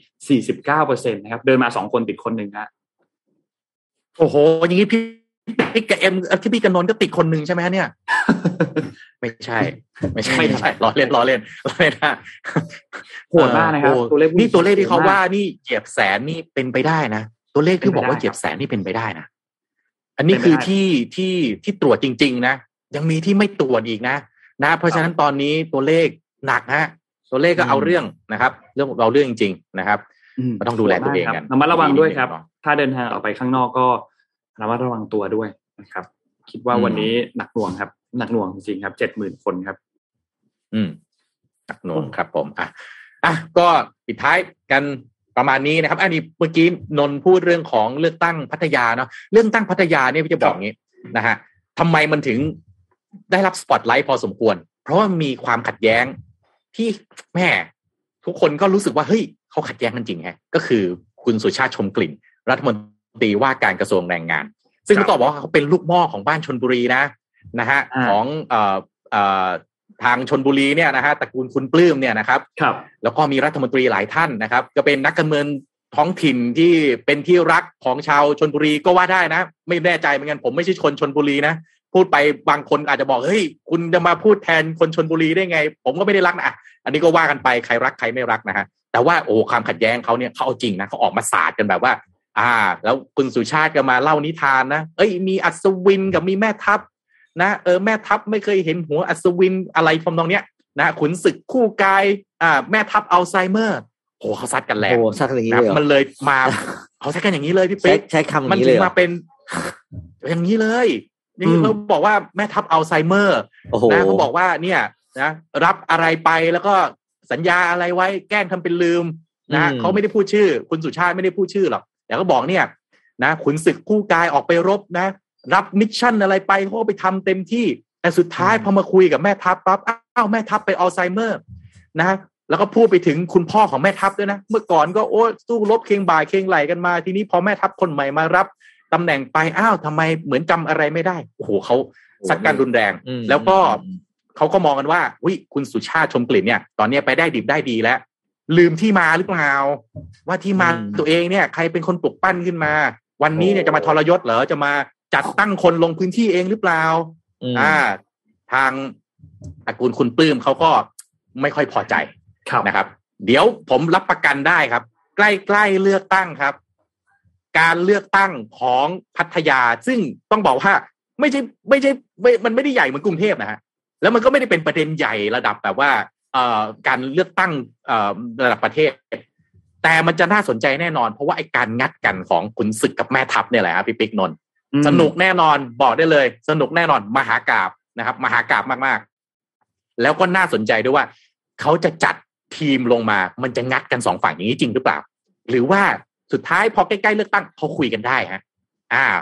49% นะครับเดินมา2คนติดคนนึงฮะ
โอ้โหอย่างงี้พี่กับเอ็มที่พี่กับนนท์ก็ติดคนนึงใช่ไหมฮะเนี่ยไม่ใช่ล้อเล่นนะ
โหดมากนะครับ
ตัวเลขที่เขาว่านี่เหยียบแสนนี่เป็นไปได้นะตัวเลขที่บอกว่าเหยียบแสนนี่เป็นไปได้นะอันนี้คือที่ตรวจจริงๆนะยังมีที่ไม่ตรวจอีกนะเพราะฉะนั้นตอนนี้ตัวเลขหนักฮะตัวเลขก็เอาเรื่องนะครับเรื่องจริงๆนะครับก็ต้องดูแลตัวเองกัน
ระมัดระวังด้วยครับถ้าเดินทางออกไปข้างนอกก็ระมัดระวังตัวด้วยนะครับคิดว่าวันนี้หนักหน่วงครับหนักหน่วงจริงๆครับ 70,000 คนครับ
หนักหน่วงครับผมก็ปิดท้ายกันประมาณนี้นะครับอันนี้เมื่อกี้นนท์พูดเรื่องของเลือกตั้งพัทยาเนาะเรื่องตั้งพัทยาเนี่ยพี่จะบอกงี้นะฮะทำไมมันถึงได้รับสปอตไลท์พอสมควรเพราะว่ามีความขัดแย้งที่แม่ทุกคนก็รู้สึกว่าเฮ้ยเขาขัดแย้งกันจริงฮะก็คือคุณสุชาติชมกลิ่นรัฐมนตรีว่าการกระทรวงแรงงานซึ่งเขาบอกว่าเขาเป็นลูกหม้อของบ้านชลบุรีนะฮะของทางชลบุรีเนี่ยนะฮะตระกูลคุณปลื้มเนี่ยนะครับแล้วก็มีรัฐมนตรีหลายท่านนะครับก็เป็นนักการเมืองท้องถิ่นที่เป็นที่รักของชาวชลบุรีก็ว่าได้นะไม่แน่ใจเหมือนกันผมไม่ใช่คนชลบุรีนะพูดไปบางคนอาจจะบอกเฮ้ยคุณจะมาพูดแทนคนชลบุรีได้ไงผมก็ไม่ได้รักนะอันนี้ก็ว่ากันไปใครรักใครไม่รักนะฮะแต่ว่าโอ้ความขัดแย้งเขาเนี่ยเขาเอาจริงนะเขาออกมาสาดกันแบบว่าแล้วคุณสุชาติก็มาเล่านิทานนะมีอัศวินกับมีแม่ทัพนะแม่ทัพไม่เคยเห็นหัวอัศวินอะไรทำนองเนี้ยนะขุนศึกคู่กายแม่ทัพอัลไซเมอร์โหเขาซัดกันแรง
ซัดกันอย่างนี้เลย
มันเลยมาเขาซัดกันอย่างนี้เลยพี่เป๊ก
ใช้คำ
นี้
เลย
มันมาเป็นอย่างนี้เลยนี่เขาบอกว่าแม่ทัพอัลไซเมอร์นะเขาบอกว่าเนี่ยนะรับอะไรไปแล้วก็สัญญาอะไรไว้แกล้งทำเป็นลืมนะเขาไม่ได้พูดชื่อคุณสุชาติไม่ได้พูดชื่อหรอกแต่ก็บอกเนี่ยนะขุนศึกคู่กายออกไปรบนะรับมิชชั่นอะไรไปเขาไปทำเต็มที่แต่สุดท้ายพอมาคุยกับแม่ทัพปั๊บแม่ทัพไปอัลไซเมอร์นะแล้วก็พูดไปถึงคุณพ่อของแม่ทัพด้วยนะเมื่อก่อนก็สู้รบเคียงบ่ายเคียงไหลกันมาทีนี้พอแม่ทัพคนใหม่มารับตำแหน่งไปทำไมเหมือนจำอะไรไม่ได้โอ้โหเขาซัดกันรุนแรงแล้วก็เขาก็มองกันว่าคุณสุชาติชมกลิ่นเนี่ยตอนนี้ไปได้ดิบได้ดีแล้วลืมที่มาหรือเปล่าว่าที่มาตัวเองเนี่ยใครเป็นคนปลุกปั้นขึ้นมาวันนี้เนี่ยจะมาทรยศเหรอจะมาจัดตั้งคนลงพื้นที่เองหรือเปล่าทางตระกูลคุณปลื้มเขาก็ไม่ค่อยพอใจนะครับเดี๋ยวผมรับประกันได้ครับใกล้ๆเลือกตั้งครับการเลือกตั้งของพัทยาซึ่งต้องบอกว่าไม่ใช่มันไม่ได้ใหญ่เหมือนกรุงเทพนะฮะแล้วมันก็ไม่ได้เป็นประเด็นใหญ่ระดับแบบว่าการเลือกตั้งระดับประเทศแต่มันจะน่าสนใจแน่นอนเพราะว่าไอ้การงัดกันของขุนศึกกับแม่ทัพเนี่ยแหละครับพี่ปิ๊กนนท์สนุกแน่นอนบอกได้เลยสนุกแน่นอนมหากาพย์นะครับมหากาพย์มากๆแล้วก็น่าสนใจด้วยว่าเขาจะจัดทีมลงมามันจะงัดกันสองฝั่งอย่างนี้จริงหรือเปล่าหรือว่าสุดท้ายพอใกล้ๆเลือกตั้งเขาคุยกันได้ฮะต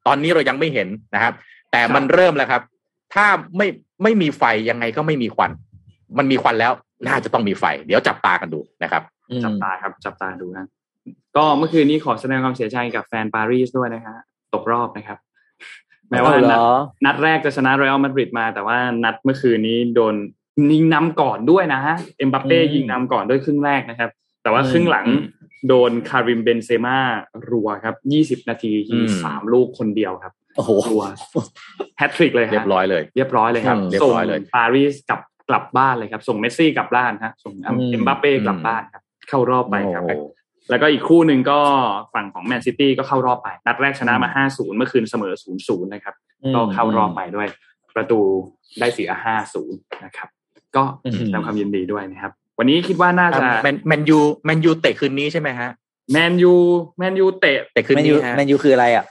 อนนี้เรายังไม่เห็นนะครับแต่มันเริ่มแล้วครับถ้าไม่มีไฟยังไงก็ไม่มีควันมันมีควันแล้วน่าจะต้องมีไฟเดี๋ยวจับตากันดูนะครับ
จับตาครับจับตาดูนะก็เมื่อคืนนี้ขอแสดงความเสียใจกับแฟนปารีสด้วยนะฮะตกรอบนะครับแม้ว่านัดแรกจะชนะเรอัลมาดริดมาแต่ว่านัดเมื่อคืนนี้โดนยิงนำก่อนด้วยนะฮะเอ็มบัปเป้ยิงนำก่อนด้วยครึ่งแรกนะครับแต่ว่าครึ่งหลังโดนคาริมเบนเซม่ารัวครับ20นาทียิง3ลูกคนเดียวครับ
โอ้โห
รัวแฮตทริกเลยครับ
เรียบร้อยเลย
ครับส่งปารีสกลับบ้านเลยครับส่งเมสซี่กลับบ้านฮะส่งเอ็มบัปเป้กลับบ้านครับเข้ารอบไปครับแล้วก็อีกคู่หนึ่งก็ฝั่งของแมนซิตี้ก็เข้ารอบไปนัดแรกชนะมา 5-0 เมื่อคืนเสมอ 0-0 นะครับก็เข้ารอบไปด้วยประตูได้เสีย 5-0 นะครับก็แสดงความยินดีด้วยนะครับวันนี้คิดว่าน่าจะ
แมนยูเตะคืนนี้ใช่ไหมฮะ
แมนยูเตะ
คืนนี้แมนยูคืออะไรอ่ะ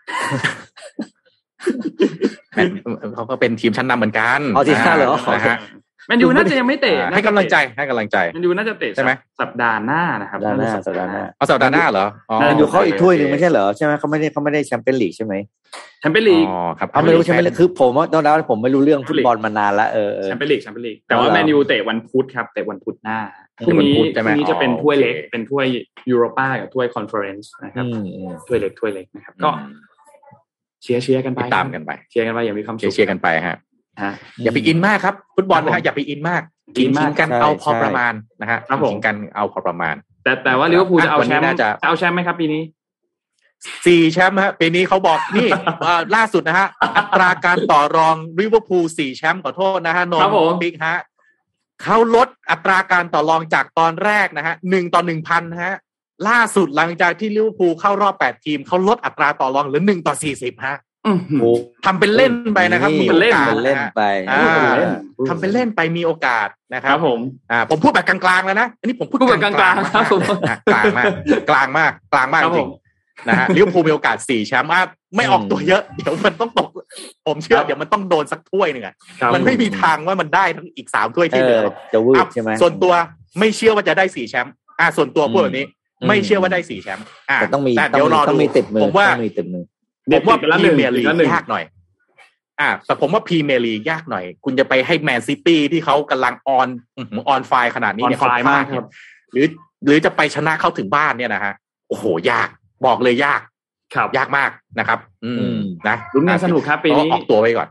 เขาก็เป็นทีมชั้นนำเหมือนกัน
ทีมชั้นเหรอ
แมนยูน่าจะยังไม่เตะ
ให้กำลังใจแมน
ยูน่าจะเตะ
ใช่ไหม
สัปดาห์หน้านะครับ
สัปดาห์หน้า
สัปดาห์หน้าเหรอ
แมนยูเขาอีกถ้วยนึงไม่ใช่เหรอใช่ไหมเขาไม่ได้แชมเปี้ยนลีกใช่ไหม
แชมเปี้ยนลีก
ครับไม่รู้แชมเปี้ยนลีกคือผมว่าตอนนั้นผมไม่รู้เรื่องฟุตบอลมานานละ
แชมเปี้ยนลีกแต่ว่าแมนยูเตะวันพุธครับเตะวันพุธหน้าพรุ่งนี้จะเป็นถ้วยเล็กเป็นถ้วยยูโรป้ากับถ้วยคอนเฟอเรนซ์นะครับถ้วยเล็กนะครับก็เชียร์กันไป
ตามกันไป
เชียร์กันไปอย่างมีความสุข
เชียร์กันไปฮะอย่าไปอินมากครับฟุตบอลนะฮะอย่าไปอินมากทิ้งกันเอาพอประมาณนะฮะทิ้งกันเอาพอประมาณ
แต่ว่าลิเวอร์พูลจะเอาแชมป์เอาแชมป์ไหมครับปีนี้
4แชมป์ฮะปีนี้เขาบอกนี่ล่าสุดนะฮะอัตราการต่อรองลิเวอร์พูล4แชมป์ขอโทษนะฮะนนท์บิ๊กฮะเขาลดอัตราการต่อรองจากตอนแรกนะฮะ1 ต่อ 1,000 ฮะล่าสุดหลังจากที่ลิเวอร์พูลเข้ารอบ8ทีมเขาลดอัตราต่อรองเหลือ1 ต่อ 40ฮะทำเป็นเล่นไปนะครับมีโอกาส
เล่นไป
ทำเป็นเล่นไปมีโอกาสนะครับผมพูดแบบกลางๆแล้วนะอันนี้ผมพูด
แบบกลางๆครับผม
กลางมากจริงนะฮะลิเวอร์พูลมีโอกาส4แชมป์ไม่ออกตัวเยอะเดี๋ยวมันต้องตกผมเชื่อเดี๋ยวมันต้องโดนสักถ้วยนึงอ่ะมันไม่มีทางว่ามันได้ทั้งอีก3ถ้วยที่เหลือ
จะวืดใช่มั้ย
ส่วนตัวไม่เชื่อว่าจะได้4แชมป์ส่วนตัวพูดแบบนี้ไม่เชื่อว่าได้4แชมป์
แต่ต้องมี
เดี๋ยวรอดูผมว่าพรีเมียร์ลีกยากหน่อยแต่ผมว่าพรีเมียร์ลีกยากหน่อยคุณจะไปให้แมนซิตี้ที่เขากำลังออนไฟขนาดนี้เนี่ย
เขาพลาดครับ
หรือจะไปชนะเข้าถึงบ้านเนี่ยนะฮะโอ้โหยากบอกเลยยากยากมากนะครับนะ
ลุ้นกันสนุกครับปีนี้
ออกตัวไว้ก่อน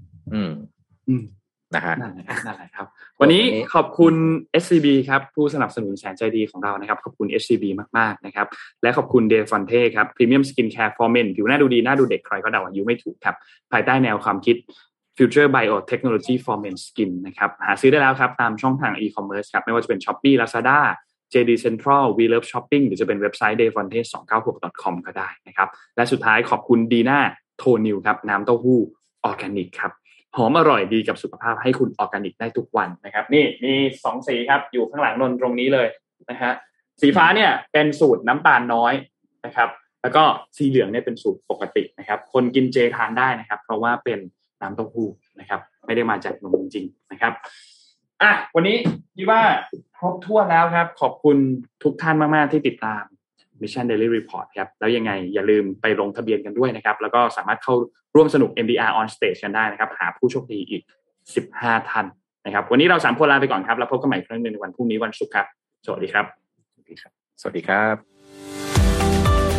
นะฮะ
นั่นแหละครับวันนี้ขอบคุณ SCB ครับผู้สนับสนุนแสนใจดีของเรานะครับขอบคุณ SCB มากๆนะครับและขอบคุณ Day Fonte ครับ Premium Skin Care for Men ผิวหน้าดูดีหน้าดูเด็กใครก็เดาอายุไม่ถูกครับภายใต้แนวความคิด Future Biotechnology for Men Skin นะครับหาซื้อได้แล้วครับตามช่องทาง e-commerce ครับไม่ว่าจะเป็น Shopee Lazada JD Central We Love Shopping หรือจะเป็นเว็บไซต์ dayfonte296.com ก็ได้นะครับและสุดท้ายขอบคุณดีน่าโทนิวครับน้ำเต้าหู้ออร์แกนิกครับหอมอร่อยดีกับสุขภาพให้คุณออร์แกนิกได้ทุกวันนะครับนี่มี2สีครับอยู่ข้างหลังนนตรงนี้เลยนะฮะสีฟ้าเนี่ยเป็นสูตรน้ำตาลน้อยนะครับแล้วก็สีเหลืองเนี่ยเป็นสูตรปกตินะครับคนกินเจทานได้นะครับเพราะว่าเป็นน้ำเต้าหู้นะครับไม่ได้มาจากนมจริงๆนะครับวันนี้คิดว่าครบถ้วนแล้วครับขอบคุณทุกท่านมากๆที่ติดตาม Mission Daily Report ครับแล้วยังไงอย่าลืมไปลงทะเบียนกันด้วยนะครับแล้วก็สามารถเข้าร่วมสนุก MDR on stage กันได้นะครับหาผู้โชคดีอีก15ท่านนะครับวันนี้เรา3คนลาไปก่อนครับแล้วพบกันใหม่ครั้งนึงในวันพรุ่งนี้วันศุกร์ครับสวัสดีครับ
สวัสดีครับ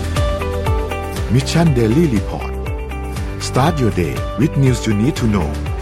Mission Daily Report Start your day with news you need to know